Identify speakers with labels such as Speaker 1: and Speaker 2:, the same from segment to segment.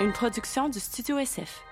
Speaker 1: une production du Studio SF.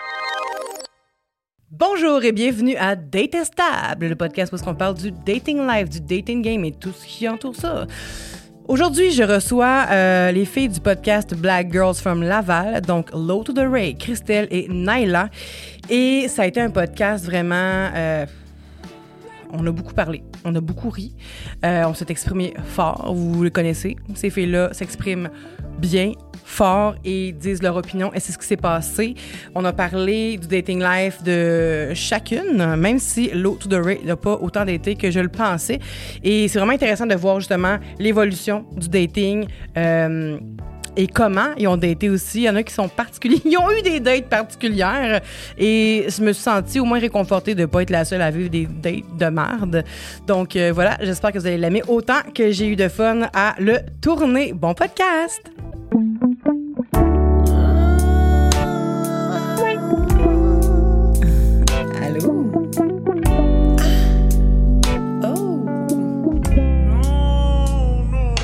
Speaker 2: Bonjour et bienvenue à Datestable, le podcast où on parle du dating life, du dating game et tout ce qui entoure ça. Aujourd'hui, je reçois les filles du podcast Black Girls from Laval, donc Low to the Ray, Christelle et Naila. Et ça a été un podcast vraiment... on a beaucoup parlé, on a beaucoup ri, on s'est exprimé fort, vous le connaissez. Ces filles-là s'expriment bien, fort et disent leur opinion et c'est ce qui s'est passé. On a parlé du dating life de chacune, même si Low to the Ray n'a pas autant daté que je le pensais. Et c'est vraiment intéressant de voir justement l'évolution du dating et comment ils ont daté aussi. Il y en a qui sont particuliers. Ils ont eu des dates particulières et je me suis sentie au moins réconfortée de ne pas être la seule à vivre des dates de merde. Donc voilà, j'espère que vous allez l'aimer autant que j'ai eu de fun à le tourner. Bon podcast! Allô? Oh! Non!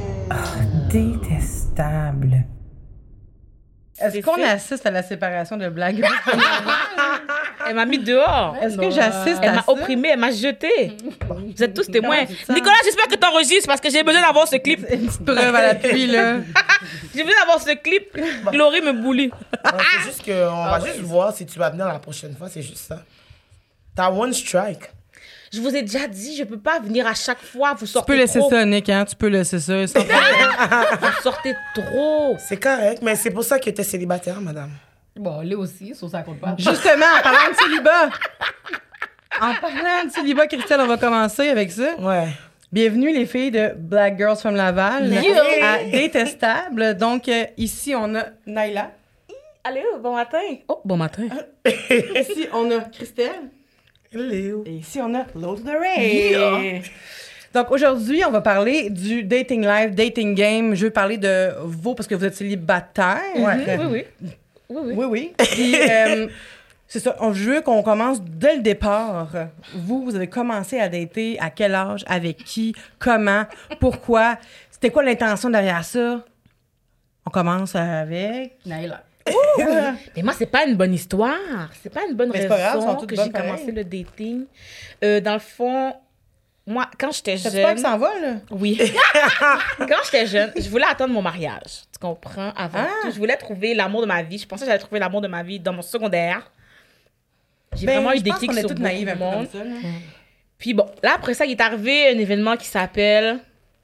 Speaker 2: Détestable. Est-ce qu'on assiste à la séparation de Black Girls?
Speaker 3: Elle m'a mis dehors.
Speaker 2: Est-ce que j'assiste à ça?
Speaker 3: Elle m'a opprimée, elle m'a jetée. Vous êtes tous témoins. Nicolas, j'espère que tu enregistres parce que j'ai besoin d'avoir ce clip.
Speaker 2: Une petite preuve à l'appui, là.
Speaker 3: J'ai besoin d'avoir ce clip. Glory me bully.
Speaker 4: C'est juste qu'on va juste voir si tu vas venir la prochaine fois, c'est juste ça. T'as one strike.
Speaker 3: Je vous ai déjà dit, je peux pas venir à chaque fois. Vous
Speaker 2: Tu
Speaker 3: sortez
Speaker 2: peux laisser
Speaker 3: trop.
Speaker 2: ça, Nick, hein? Tu peux laisser ça.
Speaker 3: Vous sortez trop.
Speaker 4: C'est correct, mais c'est pour ça que t'es célibataire, madame.
Speaker 5: Bon, là aussi, ça compte pas.
Speaker 2: Justement, en parlant de célibat. En parlant de célibat, Christelle, on va commencer avec ça.
Speaker 4: Ouais.
Speaker 2: Bienvenue, les filles de Black Girls from Laval à Détestable. Donc, ici, on a Naila.
Speaker 3: Allez, bon matin. Oh, bon matin.
Speaker 2: Ici, on a Christelle.
Speaker 4: Hello.
Speaker 2: Et ici, on a Low to the Ray. Donc, aujourd'hui, on va parler du dating life, dating game. Je veux parler de vous parce que vous êtes célibataire.
Speaker 4: Ouais.
Speaker 3: Oui.
Speaker 2: Oui. Puis, c'est ça. Je veux qu'on commence dès le départ. Vous avez commencé à dater à quel âge, avec qui, comment, pourquoi? C'était quoi l'intention derrière ça? On commence avec...
Speaker 5: Naila.
Speaker 3: Mais moi, c'est pas une bonne histoire. C'est pas une bonne
Speaker 2: Mais c'est pas grave, elles sont
Speaker 3: raison
Speaker 2: toutes
Speaker 3: que
Speaker 2: bonnes
Speaker 3: j'ai
Speaker 2: pareil.
Speaker 3: commencé le dating. Dans le fond, moi, quand j'étais
Speaker 2: T'as peur
Speaker 3: jeune...
Speaker 2: que ça en va, là?
Speaker 3: Oui. Quand j'étais jeune, je voulais attendre mon mariage. Tu comprends? Avant tout, je voulais trouver l'amour de ma vie. Je pensais que j'allais trouver l'amour de ma vie dans mon secondaire. J'ai vraiment eu des clics sur
Speaker 2: toutes
Speaker 3: beaucoup
Speaker 2: naïves
Speaker 3: de
Speaker 2: un peu
Speaker 3: monde.
Speaker 2: comme ça, là.
Speaker 3: Puis bon, là, après ça, il est arrivé un événement qui s'appelle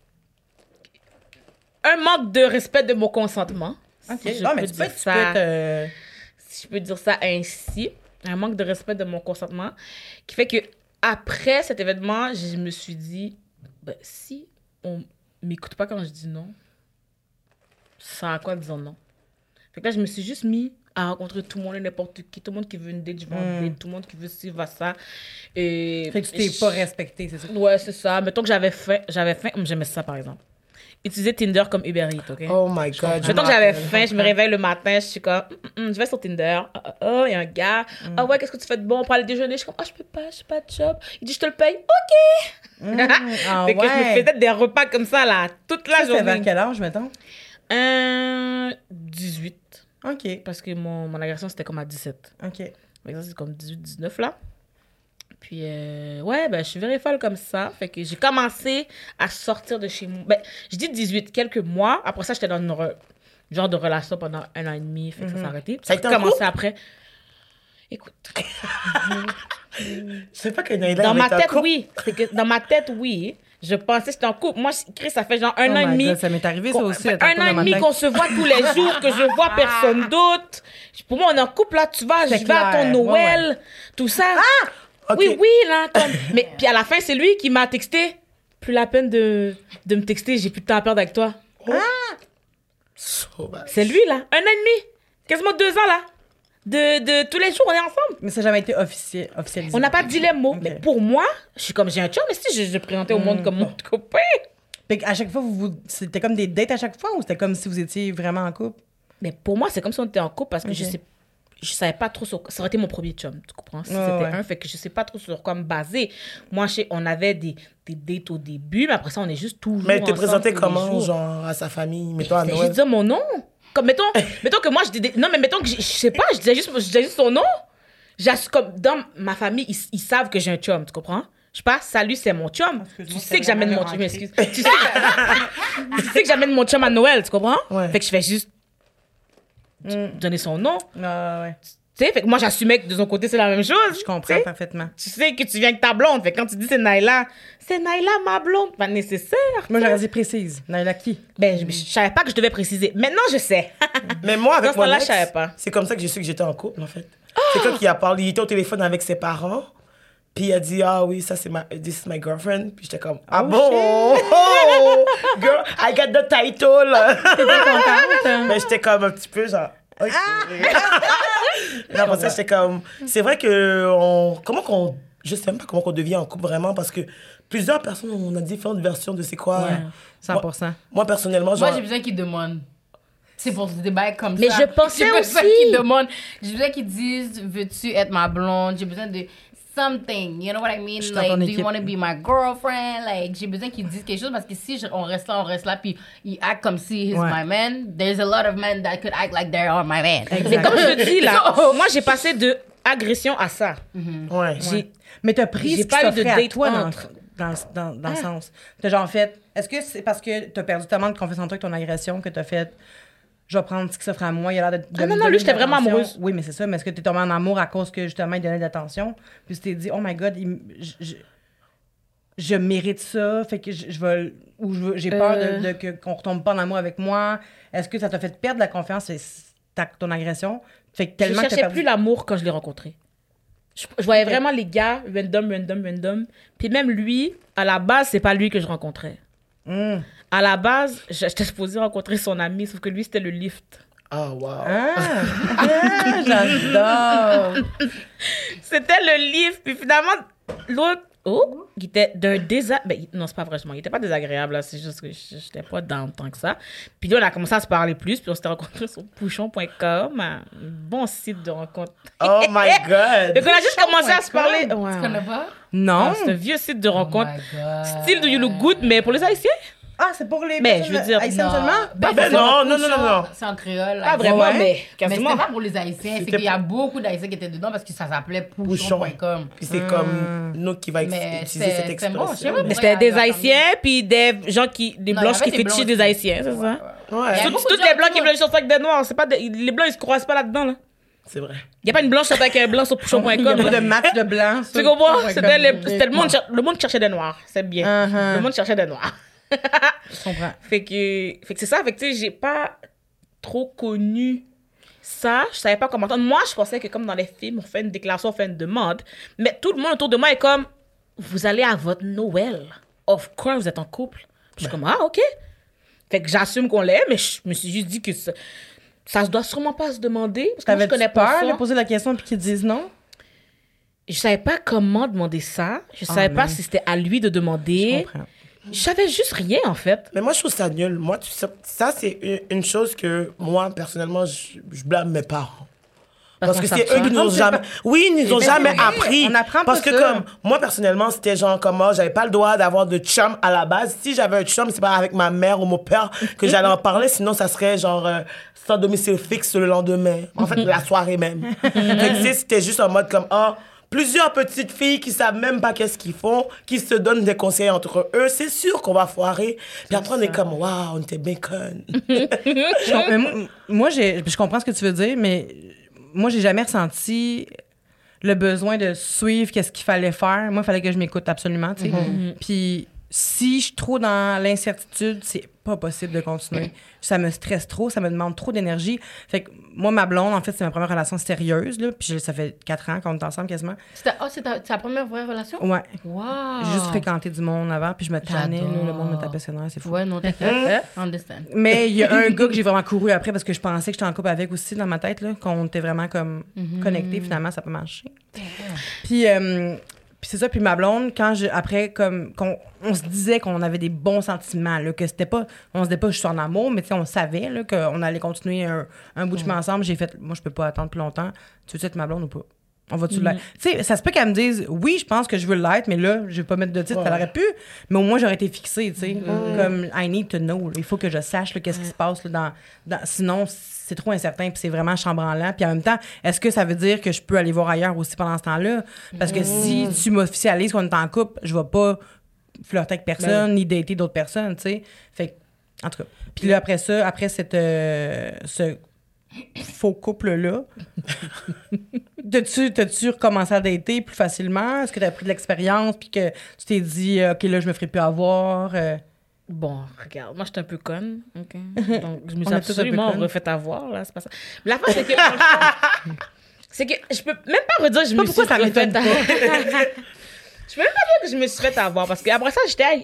Speaker 3: un manque de respect de mon consentement.
Speaker 2: OK.
Speaker 3: Si je
Speaker 2: Non,
Speaker 3: peux
Speaker 2: mais
Speaker 3: dire
Speaker 2: tu peux être...
Speaker 3: si je peux dire ça ainsi, un manque de respect de mon consentement, qui fait que après cet événement, je me suis dit, ben, si on m'écoute pas quand je dis non, ça sert à quoi de dire non? Fait que là, je me suis juste mis à rencontrer tout le monde et n'importe qui, tout le monde qui veut une date, je veux une date, tout le monde qui veut ci, va ça. Et
Speaker 2: Fait que tu t'es pas respecté, c'est ça?
Speaker 3: Ouais, c'est ça. Mettons que j'avais faim, j'aimais ça par exemple. Utiliser Tinder comme Uber Eats, OK?
Speaker 4: Oh my God.
Speaker 3: Mettons que j'avais faim, je me réveille le matin, je suis comme, je vais sur Tinder. Il y a un gars. Ah ouais, qu'est-ce que tu fais de bon pour aller déjeuner? Je suis comme, je peux pas, j'ai pas de job. Il dit, je te le paye. OK!
Speaker 2: Ah
Speaker 3: Fait que je me faisais des repas comme ça, là, toute la
Speaker 2: C'était vers
Speaker 3: journée.
Speaker 2: quel âge, mettons?
Speaker 3: 18.
Speaker 2: OK.
Speaker 3: Parce que mon agression, c'était comme à 17.
Speaker 2: OK.
Speaker 3: Fait que ça, c'est comme 18, 19, là. Puis, ouais, ben, je suis very folle comme ça. Fait que j'ai commencé à sortir de chez moi. Ben, je dis 18, quelques mois. Après ça, j'étais dans une genre de relation pendant 1 an et demi. Fait que ça s'est arrêté. Puis
Speaker 4: Ça a
Speaker 3: ça
Speaker 4: été
Speaker 3: a
Speaker 4: un
Speaker 3: commencé
Speaker 4: couple?
Speaker 3: après. Écoute,
Speaker 4: Je sais pas que Naila
Speaker 3: dans
Speaker 4: avait
Speaker 3: ma
Speaker 4: un
Speaker 3: tête,
Speaker 4: couple.
Speaker 3: oui. C'est que dans ma tête, oui. Je pensais que j'étais en couple. Moi, Chris, ça fait genre un
Speaker 2: Oh
Speaker 3: an et
Speaker 2: my
Speaker 3: demi.
Speaker 2: God, ça m'est arrivé, ça aussi. être en
Speaker 3: Un
Speaker 2: couple
Speaker 3: an
Speaker 2: dans
Speaker 3: et
Speaker 2: ma
Speaker 3: demi
Speaker 2: tête.
Speaker 3: qu'on se voit tous les jours, que je vois personne d'autre. Pour moi, on est en couple, là, tu vas, je
Speaker 2: C'est
Speaker 3: vais à ton
Speaker 2: clair.
Speaker 3: Noël,
Speaker 2: Ouais.
Speaker 3: tout ça.
Speaker 4: OK.
Speaker 3: Oui, là. Mais puis à la fin, c'est lui qui m'a texté. Plus la peine de me texter, j'ai plus de temps à perdre avec toi.
Speaker 4: Sauvage.
Speaker 3: C'est lui, là. 1 an et demi. Quasiment 2 ans, là. De tous les jours, on est ensemble.
Speaker 2: Mais ça n'a jamais été officialisé.
Speaker 3: On n'a pas dit les mots.
Speaker 2: Ok.
Speaker 3: Mais pour moi, je suis comme, j'ai un chum, mais si je présentais au monde comme mon copain.
Speaker 2: Fait qu'à chaque fois, c'était comme des dates à chaque fois ou c'était comme si vous étiez vraiment en couple?
Speaker 3: Mais pour moi, c'est comme si on était en couple parce que
Speaker 2: Ok.
Speaker 3: je savais pas trop sur... Ça aurait été mon premier chum, tu comprends? Si
Speaker 2: Ouais,
Speaker 3: c'était
Speaker 2: ouais.
Speaker 3: un, fait que je sais pas trop sur quoi me baser. Moi, on avait des dates au début, mais après ça, on est juste toujours
Speaker 4: Mais t'es
Speaker 3: ensemble
Speaker 4: présenté
Speaker 3: tous les
Speaker 4: comment,
Speaker 3: jours.
Speaker 4: genre, à sa famille, mettons à
Speaker 3: C'était
Speaker 4: Noël?
Speaker 3: juste dire mon nom. Comme, mettons que moi, non, mais mettons que je sais pas, je disais juste son nom. Comme dans ma famille, ils savent que j'ai un chum, tu comprends? Je sais pas, salut, c'est mon chum. Tu sais que j'amène mon chum, excuse. Tu sais que j'amène mon chum à Noël, tu comprends?
Speaker 4: Ouais.
Speaker 3: Fait que je fais juste donner son nom.
Speaker 2: Ouais.
Speaker 3: Tu sais, fait que moi, j'assumais que de son côté, c'est la même chose.
Speaker 2: Je comprends
Speaker 3: t'sais.
Speaker 2: parfaitement.
Speaker 3: Tu sais que tu viens avec ta blonde. Fait que quand tu dis c'est Naila, ma blonde. Pas nécessaire.
Speaker 2: Moi, j'aurais dit précise. Naila qui?
Speaker 3: Ben, je savais pas que je devais préciser. Maintenant, je sais.
Speaker 4: Mais moi, avec
Speaker 3: Dans ce
Speaker 4: mon
Speaker 3: temps-là,
Speaker 4: ex,
Speaker 3: je savais pas.
Speaker 4: c'est comme ça que j'ai su que j'étais en couple, en fait. C'est quand il a parlé, il était au téléphone avec ses parents, puis il a dit, ah oui, ça c'est this is my girlfriend. Puis j'étais comme, ah bon? Oh, girl, I got the title.
Speaker 2: T'étais contente?
Speaker 4: Mais j'étais comme un petit peu genre, ok. Non, pour ça, j'étais comme, c'est vrai que, je sais même pas comment on devient en couple vraiment, parce que plusieurs personnes, on a différentes versions de c'est quoi.
Speaker 2: Ouais, 100%.
Speaker 4: Moi, personnellement, genre.
Speaker 5: Moi, j'ai besoin qu'ils demandent. C'est pour des bails comme
Speaker 3: Mais
Speaker 5: ça.
Speaker 3: je pensais
Speaker 5: J'ai besoin
Speaker 3: aussi.
Speaker 5: qu'ils demandent. J'ai besoin qu'ils disent, veux-tu être ma blonde? J'ai besoin de something. You know what I mean?
Speaker 2: Je suis dans
Speaker 5: Like,
Speaker 2: ton
Speaker 5: do
Speaker 2: équipe.
Speaker 5: you want to be my girlfriend? Like, j'ai besoin qu'ils disent quelque chose parce que si on reste là, puis ils actent comme si he's
Speaker 2: Ouais.
Speaker 5: my man, there's a lot of men that could act like they are my man.
Speaker 3: Mais comme je te dis, là, moi, j'ai passé de agression à ça.
Speaker 4: Ouais.
Speaker 2: Mais t'as pris
Speaker 3: J'ai
Speaker 2: ce
Speaker 3: pas
Speaker 2: qui
Speaker 3: eu de
Speaker 2: s'offrait à
Speaker 3: date
Speaker 2: toi
Speaker 3: entre.
Speaker 2: dans le sens. T'as genre fait... Est-ce que c'est parce que t'as perdu tellement de confiance en toi avec ton agression que t'as fait... Je vais prendre ce qui s'offre à moi, il a l'air de
Speaker 3: Ah non,
Speaker 2: me
Speaker 3: non,
Speaker 2: donner
Speaker 3: lui, j'étais
Speaker 2: de
Speaker 3: vraiment
Speaker 2: l'attention.
Speaker 3: amoureuse.
Speaker 2: Oui, mais c'est ça. Mais est-ce que t'es tombée en amour à cause que, justement, il donnait de l'attention? Puis tu t'es dit, oh my God, je mérite ça, fait que j'ai peur qu'on retombe pas en amour avec moi. Est-ce que ça t'a fait perdre la confiance, ton agression? Fait que
Speaker 3: Je
Speaker 2: tellement que t'as
Speaker 3: cherchais
Speaker 2: perdu...
Speaker 3: plus l'amour quand je l'ai rencontré. Je voyais vraiment les gars, random. Puis même lui, à la base, c'est pas lui que je rencontrais. À la base, j'étais supposée rencontrer son ami, sauf que lui, c'était le lift.
Speaker 4: Ah, wow.
Speaker 2: J'adore!
Speaker 3: C'était le lift. Puis finalement, l'autre, il était d'un désagréable. Non, c'est pas vrai, il était pas désagréable, là. C'est juste que j'étais pas dans tant que ça. Puis là, on a commencé à se parler plus, puis on s'était rencontrés sur pouchon.com, un bon site de rencontre.
Speaker 4: Oh my God.
Speaker 3: Donc, on a juste commencé à se parler. Ouais.
Speaker 5: Tu connais pas?
Speaker 2: Non!
Speaker 3: C'est un vieux site de rencontre.
Speaker 5: Oh my God.
Speaker 3: Style Do You Look Good, mais pour les Haïtiens.
Speaker 2: Ah, c'est pour les
Speaker 3: Mais
Speaker 2: personnes
Speaker 3: je veux dire,
Speaker 2: haïtiennes
Speaker 5: Non.
Speaker 2: seulement?
Speaker 5: Ben,
Speaker 4: Ben
Speaker 5: c'est
Speaker 4: non,
Speaker 5: en
Speaker 4: non, non,
Speaker 5: couchon,
Speaker 4: non.
Speaker 5: C'est en créole.
Speaker 3: Pas
Speaker 5: like,
Speaker 3: vraiment,
Speaker 2: Ouais.
Speaker 3: mais
Speaker 5: Mais
Speaker 3: quasiment.
Speaker 5: c'était pas pour les Haïtiens, c'est
Speaker 4: C'était
Speaker 5: qu'il y a beaucoup d'Haïtiens qui étaient dedans parce que ça s'appelait
Speaker 4: Pouchon.
Speaker 5: pouchon.com.
Speaker 4: Puis c'est comme nous qui va
Speaker 5: Mais
Speaker 4: utiliser cette
Speaker 5: c'est bon, je sais
Speaker 4: expression.
Speaker 5: pas.
Speaker 3: Mais c'était des Haïtiens, puis des gens qui. Des
Speaker 5: Non,
Speaker 3: blanches
Speaker 5: il y avait
Speaker 3: qui
Speaker 5: des
Speaker 3: fétichent
Speaker 5: blancs
Speaker 3: des
Speaker 5: aussi.
Speaker 3: Haïtiens, c'est ça?
Speaker 4: Ouais,
Speaker 5: Il y a beaucoup de
Speaker 3: Toutes
Speaker 5: gens
Speaker 3: les blancs
Speaker 5: qui
Speaker 3: qui veulent sortir avec des noirs, c'est pas les blancs, ils se croisent pas là-dedans, là.
Speaker 4: c'est vrai.
Speaker 3: Il n'y a pas une blanche sortie avec un blanc sur pouchon.com.
Speaker 2: Il y a pas
Speaker 3: là.
Speaker 2: de match de blanc.
Speaker 3: Tu comprends? C'était le monde, le monde cherchait des noirs. C'est bien.
Speaker 2: Uh-huh.
Speaker 3: Le monde cherchait des noirs.
Speaker 2: Je comprends.
Speaker 3: Fait que c'est ça. Fait que, tu sais, j'ai pas trop connu ça. Je savais pas comment entendre. Moi, je pensais que comme dans les films, on fait une déclaration, on fait une demande. Mais tout le monde autour de moi est comme, vous allez à votre Noël. Of course, vous êtes en couple. Puis je suis comme, ah, OK. Fait que j'assume qu'on l'est, mais je me suis juste dit que ça se doit sûrement pas se demander. Parce que moi, je
Speaker 2: T'avais
Speaker 3: connais
Speaker 2: peur
Speaker 3: pas
Speaker 2: de
Speaker 3: ça.
Speaker 2: poser la question puis qu'ils disent non?
Speaker 3: Je savais pas comment demander ça. Je savais pas
Speaker 2: man.
Speaker 3: si c'était à lui de
Speaker 2: Je
Speaker 3: demander.
Speaker 2: comprends.
Speaker 3: Je savais juste rien, en fait.
Speaker 4: Mais moi, je trouve ça nul. Moi, tu sais, ça, c'est une chose que moi, personnellement, je blâme mes parents. Parce que c'est eux qui nous ont jamais... Oui, ils nous ont jamais appris.
Speaker 2: On apprend
Speaker 4: Parce
Speaker 2: pas
Speaker 4: que
Speaker 2: ça.
Speaker 4: comme, moi, personnellement, c'était genre comme moi, j'avais pas le droit d'avoir de chum à la base. Si j'avais un chum, c'est pas avec ma mère ou mon père que j'allais en parler. Sinon, ça serait genre sans domicile fixe le lendemain. En fait, la soirée même. Fait que, tu sais, c'était juste en mode comme, plusieurs petites filles qui savent même pas qu'est-ce qu'ils font, qui se donnent des conseils entre eux, c'est sûr qu'on va foirer. Puis après, on est comme, waouh, on était bien connes.
Speaker 2: Mais moi, je comprends ce que tu veux dire, mais moi, j'ai jamais ressenti le besoin de suivre qu'est-ce qu'il fallait faire. Moi, il fallait que je m'écoute absolument, tu sais. Puis si je suis trop dans l'incertitude, c'est pas possible de continuer. Ça me stresse trop, ça me demande trop d'énergie. Fait que moi, ma blonde, en fait, c'est ma première relation sérieuse, là. Puis ça fait 4 ans qu'on est ensemble quasiment.
Speaker 5: C'est ta première vraie relation?
Speaker 2: Ouais.
Speaker 5: Wow!
Speaker 2: J'ai juste fréquenté du monde avant, puis je me tannais, là,
Speaker 5: J'adore.
Speaker 2: le monde me tapait ses nerfs, c'est fou.
Speaker 5: Ouais, non, t'inquiète. Understand.
Speaker 2: Mais il y a un gars que j'ai vraiment couru après parce que je pensais que j'étais en couple avec aussi dans ma tête, là, qu'on était vraiment comme connectés. Finalement, ça peut marcher. Puis c'est ça, puis ma blonde, après, comme, on se disait qu'on avait des bons sentiments, là, que c'était pas, on se disait pas je suis en amour, mais tu sais, on savait, là, qu'on allait continuer un bout de chemin ensemble. J'ai fait, moi, je peux pas attendre plus longtemps. Tu veux être ma blonde ou pas? On va-tu l'être? Tu sais, ça se peut qu'elle me dise, oui, je pense que je veux l'être, mais là, je vais pas mettre de titre, elle aurait pu. Mais au moins, j'aurais été fixée, tu sais. Comme, I need to know. Là. Il faut que je sache là, qu'est-ce qui se passe. Là, sinon, c'est trop incertain, puis c'est vraiment chambranlant. Puis en même temps, est-ce que ça veut dire que je peux aller voir ailleurs aussi pendant ce temps-là? Parce que si tu m'officialises qu'on est en couple, je vais pas flirter avec personne, ni dater d'autres personnes, tu sais. Fait que, en tout cas. Puis là, après ça, après ce faux couple-là, t'as-tu recommencé à dater plus facilement? Est-ce que t'as pris de l'expérience puis que tu t'es dit, OK, là, je me ferai plus avoir?
Speaker 3: Bon, regarde, moi, j'étais un peu conne, OK? Donc, je me
Speaker 2: On
Speaker 3: suis
Speaker 2: est tous un peu
Speaker 3: absolument
Speaker 2: connes.
Speaker 3: refait avoir, là, c'est pas ça. Mais la fin, c'est que... c'est que je peux même pas redire que je me suis
Speaker 2: pourquoi ça
Speaker 3: refait
Speaker 2: m'étonne pas.
Speaker 3: avoir. Je peux même pas dire que je me suis fait avoir, parce qu'après ça, j'étais...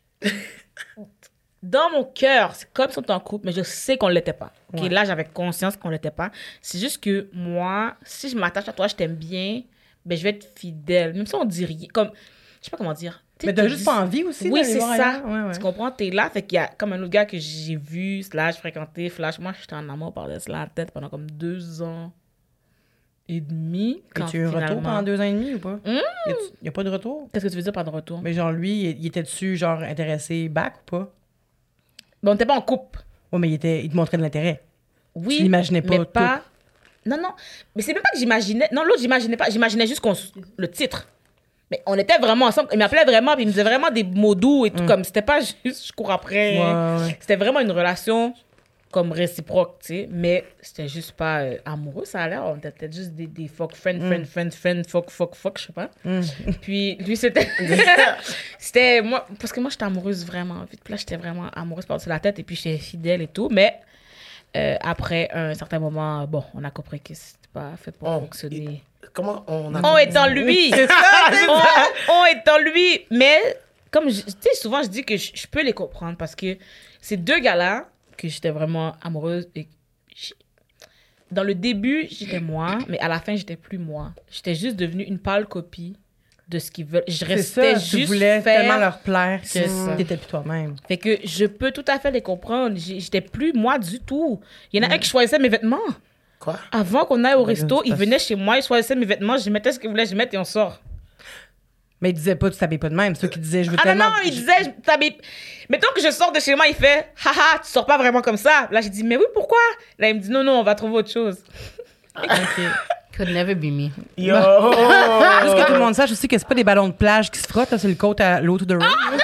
Speaker 3: Dans mon cœur, c'est comme si on était en couple, mais je sais qu'on l'était pas. OK?
Speaker 2: Ouais.
Speaker 3: Là, j'avais conscience qu'on l'était pas. C'est juste que moi, si je m'attache à toi, je t'aime bien, ben, je vais être fidèle. Même si on dit rien, comme... Je sais pas comment dire.
Speaker 2: Mais t'as juste pas envie aussi
Speaker 3: Oui,
Speaker 2: d'aller
Speaker 3: c'est
Speaker 2: voir
Speaker 3: ça.
Speaker 2: ailleurs? Ouais.
Speaker 3: Tu comprends? T'es là, fait qu'il y a comme un autre gars que j'ai vu, slash fréquenté, flash. Moi, j'étais en amour par cela la tête pendant comme 2 ans et demi. Quand
Speaker 2: As-tu eu un retour
Speaker 3: finalement...
Speaker 2: pendant 2 ans et demi ou pas? Il y a pas de retour?
Speaker 3: Qu'est-ce que tu veux dire par de retour?
Speaker 2: Mais genre, lui, il était-tu, genre, intéressé back ou pas?
Speaker 3: Ben, on n'était pas en couple.
Speaker 2: Ouais, mais il te montrait de l'intérêt.
Speaker 3: Oui,
Speaker 2: Tu l'imaginais pas
Speaker 3: mais pas... Non, non. Mais c'est même pas que j'imaginais... Non, l'autre, j'imaginais pas. J'imaginais juste le titre. Mais on était vraiment ensemble. Il m'appelait vraiment, puis il me disait vraiment des mots doux et tout. Comme, c'était pas juste je cours après.
Speaker 2: Ouais.
Speaker 3: C'était vraiment une relation comme réciproque, tu sais. Mais c'était juste pas amoureux, ça a l'air. On était peut-être juste des fuck, friend, fuck, je sais pas. Puis lui, c'était... c'était moi... Parce que moi, j'étais amoureuse vraiment vite. Puis là, j'étais vraiment amoureuse par-dessus la tête. Et puis, j'étais fidèle et tout. Mais après un certain moment, bon, on a compris que c'était pas fait pour fonctionner.
Speaker 4: Comment on a...
Speaker 3: On est en lui.
Speaker 2: C'est ça,
Speaker 3: on est en lui. Mais, comme tu sais, souvent, je dis que je peux les comprendre parce que ces 2 gars-là, que j'étais vraiment amoureuse. Et dans le début, j'étais moi, mais à la fin, j'étais plus moi. J'étais juste devenue une pâle copie de ce qu'ils veulent. Je
Speaker 2: C'est
Speaker 3: restais
Speaker 2: ça,
Speaker 3: juste
Speaker 2: tu voulais
Speaker 3: faire...
Speaker 2: tellement leur plaire
Speaker 3: C'est ça.
Speaker 2: que t'étais plus toi-même.
Speaker 3: Fait que je peux tout à fait les comprendre. J'étais plus moi du tout. Il y en a un qui choisissait mes vêtements.
Speaker 4: Quoi?
Speaker 3: Avant qu'on aille au resto,
Speaker 2: c'est
Speaker 3: il
Speaker 2: pas-
Speaker 3: venait chez moi, il choisissait mes vêtements, je mettais ce qu'il voulait, je mettais et on sort.
Speaker 2: Mais il disait pas, tu t'habilles pas de même. C'est toi qui disais, je veux
Speaker 3: Ah non,
Speaker 2: tellement...
Speaker 3: non, il disait, mettons que je sors de chez moi, il fait, haha, tu sors pas vraiment comme ça. Là, j'ai dit, mais oui, pourquoi? Là, il me dit, non, on va trouver autre chose.
Speaker 5: Could never be me.
Speaker 4: Yo!
Speaker 2: Juste que tout le monde sache aussi que c'est pas des ballons de plage qui se frottent, là, c'est le côte à l'eau to the road.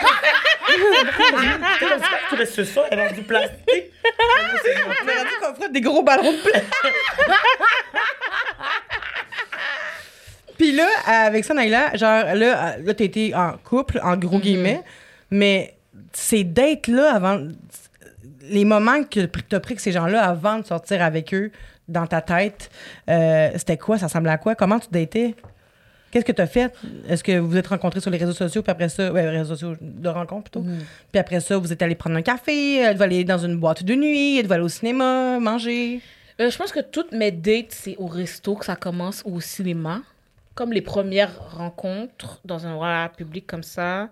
Speaker 4: Tu laisses ce son, elle a du plastique.
Speaker 2: On aurait dit qu'on frotte des gros ballons de plage. Puis là, avec ça, Naïla, genre, là t'as été en couple, en gros guillemets, mais ces dates-là, avant... Les moments que t'as pris avec ces gens-là avant de sortir avec eux dans ta tête, c'était quoi? Ça ressemblait à quoi? Comment tu datais? Qu'est-ce que t'as fait? Est-ce que vous êtes rencontrés sur les réseaux sociaux, puis après ça... Ouais, réseaux sociaux de rencontre, plutôt. Puis après ça, vous êtes allés prendre un café, elle va aller dans une boîte de nuit, elle va aller au cinéma, manger...
Speaker 3: Je pense que toutes mes dates, c'est au resto que ça commence ou au cinéma. Comme les premières rencontres dans un endroit public comme ça.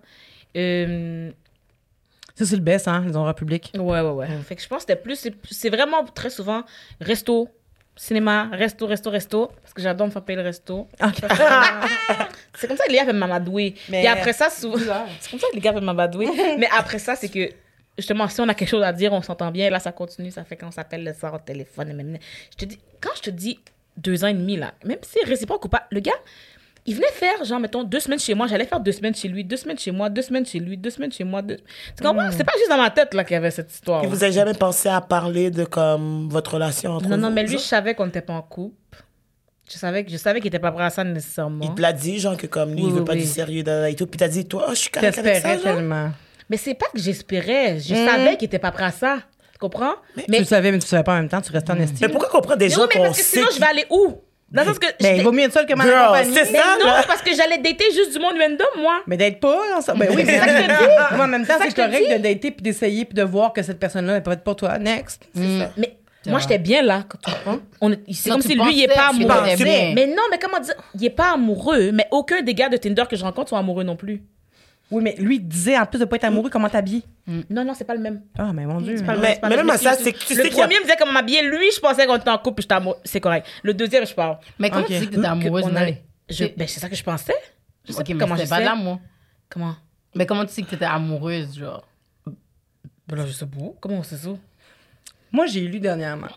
Speaker 2: Ça, c'est le best, hein, les endroits publics.
Speaker 3: Ouais. Fait que je pense que c'était plus... C'est vraiment très souvent resto, cinéma, resto. Parce que j'adore me faire payer le resto. C'est comme ça que les gars peuvent m'amadouer.
Speaker 2: Mais-
Speaker 3: Et après ça, souvent... C'est comme ça que les gars peuvent m'amadouer. Mais après ça, c'est que... Justement, si on a quelque chose à dire, on s'entend bien. Là, ça continue. Ça fait qu'on s'appelle le soir au téléphone. Quand je te dis 2 ans et demi, là, même si c'est réciproque ou pas, le gars, il venait faire, genre, mettons, 2 semaines chez moi. J'allais faire 2 semaines chez lui, 2 semaines chez moi, 2 semaines chez lui, 2 semaines chez moi. Tu comprends? C'est pas juste dans ma tête, là, qu'il y avait cette histoire.
Speaker 4: Et vous avez jamais pensé à parler de comme votre relation entre vous?
Speaker 3: Non, mais lui, je
Speaker 4: genre?
Speaker 3: savais qu'on n'était pas en couple. Je savais qu'il était pas prêt à ça nécessairement.
Speaker 4: Il te l'a dit, genre, que comme lui, il veut pas du sérieux et tout. Puis t'as dit, toi, je suis correct avec ça,
Speaker 2: T'espérais
Speaker 4: genre.
Speaker 2: tellement.
Speaker 3: Mais c'est pas que j'espérais. Je savais qu'il était pas prêt à ça. Tu comprends?
Speaker 2: Tu le savais, mais tu savais pas en même temps, tu restais en estime.
Speaker 4: Mais pourquoi qu'on prend des
Speaker 3: Mais
Speaker 4: gens
Speaker 3: oui, mais
Speaker 4: qu'on
Speaker 3: parce que
Speaker 4: sait
Speaker 3: sinon, je vais aller où? Dans le sens que...
Speaker 2: Mais il vaut mieux être seul que mal
Speaker 4: Girl,
Speaker 2: accompagné.
Speaker 4: c'est
Speaker 3: Mais
Speaker 4: ça,
Speaker 3: non,
Speaker 4: là.
Speaker 3: parce que j'allais dater juste du monde random, moi.
Speaker 2: Mais d'être pas ensemble. Ben oui, mais
Speaker 3: C'est ça que je te dis.
Speaker 2: Moi, en même temps,
Speaker 3: C'est ça
Speaker 2: c'est
Speaker 3: que je te
Speaker 2: correct
Speaker 3: dis.
Speaker 2: de dater puis d'essayer puis de voir que cette personne-là n'est pas pour toi. Next.
Speaker 3: Mais moi, j'étais bien là, quand tu comprends. C'est
Speaker 5: Non,
Speaker 3: comme
Speaker 5: tu
Speaker 3: si lui, il est
Speaker 5: pensais
Speaker 3: pas
Speaker 5: que tu
Speaker 3: amoureux.
Speaker 5: étais bien.
Speaker 3: Mais non, mais comment dire? Il est pas amoureux, mais aucun des gars de Tinder que je rencontre sont amoureux non plus.
Speaker 2: Oui, mais lui, il disait, en plus de pas être amoureux, comment t'habilles.
Speaker 3: Non, c'est pas le même.
Speaker 2: Ah, mais mon Dieu.
Speaker 4: Mais même à ça, c'est que tu sais
Speaker 3: Le
Speaker 4: qu'il y a...
Speaker 3: premier me disait comment m'habiller. Lui, je pensais qu'on était en couple puis j'étais amoureuse. C'est correct. Le deuxième, je parle.
Speaker 5: Mais comment
Speaker 2: Ok.
Speaker 5: tu sais que t'étais amoureuse,
Speaker 3: On
Speaker 5: Nai?
Speaker 3: allait- Ben, c'est ça que je pensais. Je sais
Speaker 5: Ok,
Speaker 3: pas
Speaker 5: mais
Speaker 3: comment je
Speaker 5: c'était pas
Speaker 3: sais.
Speaker 5: de l'amour.
Speaker 3: Comment?
Speaker 5: Mais comment tu sais que t'étais amoureuse, genre?
Speaker 3: Ben là, je sais pas. Comment on sait ça?
Speaker 2: Moi, j'ai lu dernièrement.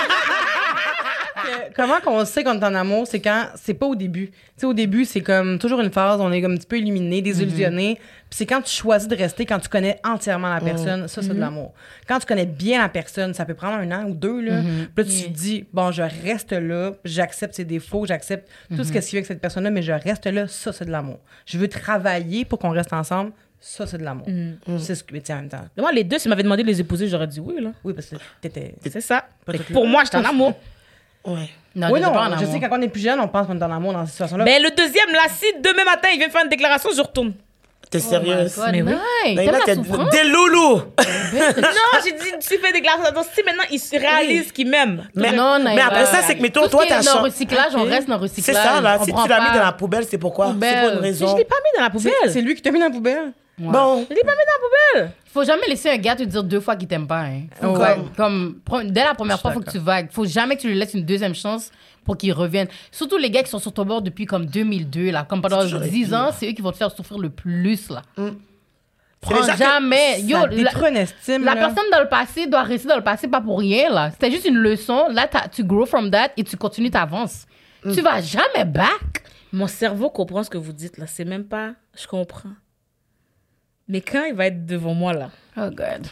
Speaker 2: Comment qu'on sait qu'on est en amour, c'est quand c'est pas au début. Tu sais, au début, c'est comme toujours une phase, on est comme un petit peu illuminé, désillusionné. Puis c'est quand tu choisis de rester, quand tu connais entièrement la personne, ça, c'est de l'amour. Quand tu connais bien la personne, ça peut prendre 1 an ou 2, là. Puis là, tu te dis, bon, je reste là, j'accepte ses défauts, j'accepte tout ce qu'il fait avec cette personne-là, mais je reste là, ça, c'est de l'amour. Je veux travailler pour qu'on reste ensemble, ça, c'est de l'amour. C'est ce que, mais tiens, en même temps.
Speaker 3: Moi, les deux, s'ils m'avaient demandé de les épouser, j'aurais dit oui, là.
Speaker 2: Oui, parce que t'étais.
Speaker 3: C'est ça.
Speaker 2: Pas
Speaker 3: Fait que
Speaker 2: tout
Speaker 3: pour moi, j'étais en amour.
Speaker 4: Ouais.
Speaker 5: Non,
Speaker 2: Oui,
Speaker 5: t'étais
Speaker 2: non,
Speaker 5: pas en
Speaker 2: je
Speaker 5: amour.
Speaker 2: sais, quand on est plus jeune, on pense qu'on est en amour dans cette situation-là.
Speaker 3: Ben, le deuxième, là, si demain matin, il vient faire une déclaration, je retourne.
Speaker 4: T'es sérieuse?
Speaker 5: Oh my
Speaker 3: Mais
Speaker 5: God,
Speaker 3: oui.
Speaker 5: nice. T'aimes la souffrance?
Speaker 4: Des loulous!
Speaker 3: Non, j'ai dit, tu fais des déclarations. Donc, si maintenant, il se réalise qu'il m'aime.
Speaker 4: Mais,
Speaker 5: Non,
Speaker 4: mais
Speaker 5: Naïla.
Speaker 4: après ça, c'est que, mettons,
Speaker 5: Tout
Speaker 4: toi,
Speaker 5: ce qui
Speaker 4: t'as
Speaker 5: est dans le
Speaker 4: changé.
Speaker 5: recyclage, on reste dans le
Speaker 4: C'est
Speaker 5: recyclage.
Speaker 4: ça, là.
Speaker 5: On
Speaker 4: Si
Speaker 5: prend
Speaker 4: tu l'as mis
Speaker 5: pas-
Speaker 4: dans la poubelle, c'est pourquoi? C'est
Speaker 5: Poubelle.
Speaker 4: pour une
Speaker 3: Mais
Speaker 4: raison.
Speaker 3: je l'ai pas mis dans la poubelle.
Speaker 2: C'est lui qui t'a mis dans la poubelle.
Speaker 4: Bon.
Speaker 3: Je l'ai pas mis dans la poubelle.
Speaker 5: Faut jamais laisser un gars te dire 2 fois qu'il t'aime pas. Hein. Faut
Speaker 2: Ouais.
Speaker 5: dès la première
Speaker 2: Je suis
Speaker 5: fois, faut que tu vagues. Faut jamais que tu lui laisses une deuxième chance pour qu'il revienne. Surtout les gars qui sont sur ton bord depuis comme 2002, là, comme pendant
Speaker 4: toujours les
Speaker 5: 10 ans,
Speaker 4: pires.
Speaker 5: c'est eux qui vont te faire souffrir le plus, là.
Speaker 4: C'est
Speaker 5: Prends
Speaker 4: déjà que-
Speaker 5: jamais. Yo,
Speaker 2: Ça détruit une estime.
Speaker 5: la
Speaker 2: là.
Speaker 5: personne dans le passé doit rester dans le passé, pas pour rien, là. C'était juste une leçon. Là, tu grow from that et tu continues, t'avances. Tu vas jamais back.
Speaker 3: Mon cerveau comprend ce que vous dites, là. C'est même pas, je comprends. Mais quand il va être devant moi, là.
Speaker 5: Oh, God.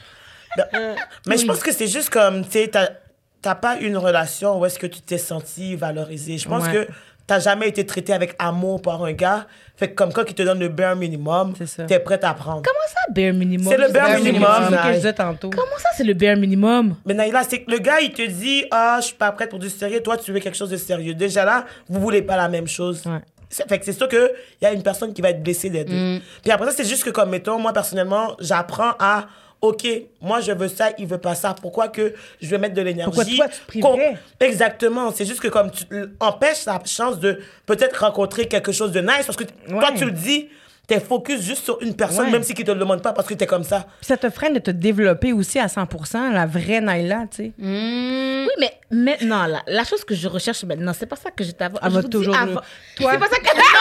Speaker 4: Mais je pense que c'est juste comme, tu sais, t'as pas une relation où est-ce que tu t'es senti valorisé. Je pense
Speaker 2: Ouais.
Speaker 4: que t'as jamais été traité avec amour par un gars. Fait que comme quand il te donne le bare minimum,
Speaker 2: C'est ça.
Speaker 4: t'es prête à prendre.
Speaker 3: Comment ça, bare minimum?
Speaker 4: C'est le bare
Speaker 2: C'est
Speaker 4: minimum,
Speaker 2: ce que je
Speaker 4: Naï.
Speaker 2: disais tantôt.
Speaker 3: Comment ça, c'est le bare minimum?
Speaker 4: Mais Naïla, c'est que le gars, il te dit, ah, je suis pas prête pour du sérieux. Toi, tu veux quelque chose de sérieux. Déjà là, vous voulez pas la même chose.
Speaker 2: Ouais.
Speaker 4: Fait que c'est sûr qu'il y a une personne qui va être blessée des deux. Puis après ça, c'est juste que comme, mettons, moi, personnellement, j'apprends à, OK, moi, je veux ça, il veut pas ça. Pourquoi que je vais mettre de l'énergie?
Speaker 2: Pourquoi toi, tu te priverais?
Speaker 4: Exactement. C'est juste que comme tu empêches la chance de peut-être rencontrer quelque chose de nice parce que toi,
Speaker 2: Ouais.
Speaker 4: tu le dis, t'es focus juste sur une personne,
Speaker 2: Ouais.
Speaker 4: même si qui te le demande pas parce que t'es comme ça.
Speaker 2: Puis ça te freine de te développer aussi à 100%, la vraie Naïla, tu sais.
Speaker 3: Oui, mais maintenant, là, la chose que je recherche maintenant, c'est pas ça que j'étais avant.
Speaker 2: Elle
Speaker 3: Je
Speaker 2: va
Speaker 3: vous
Speaker 2: toujours
Speaker 3: dis
Speaker 2: le-
Speaker 3: avant.
Speaker 2: Toi?
Speaker 3: C'est pas ça que. Non!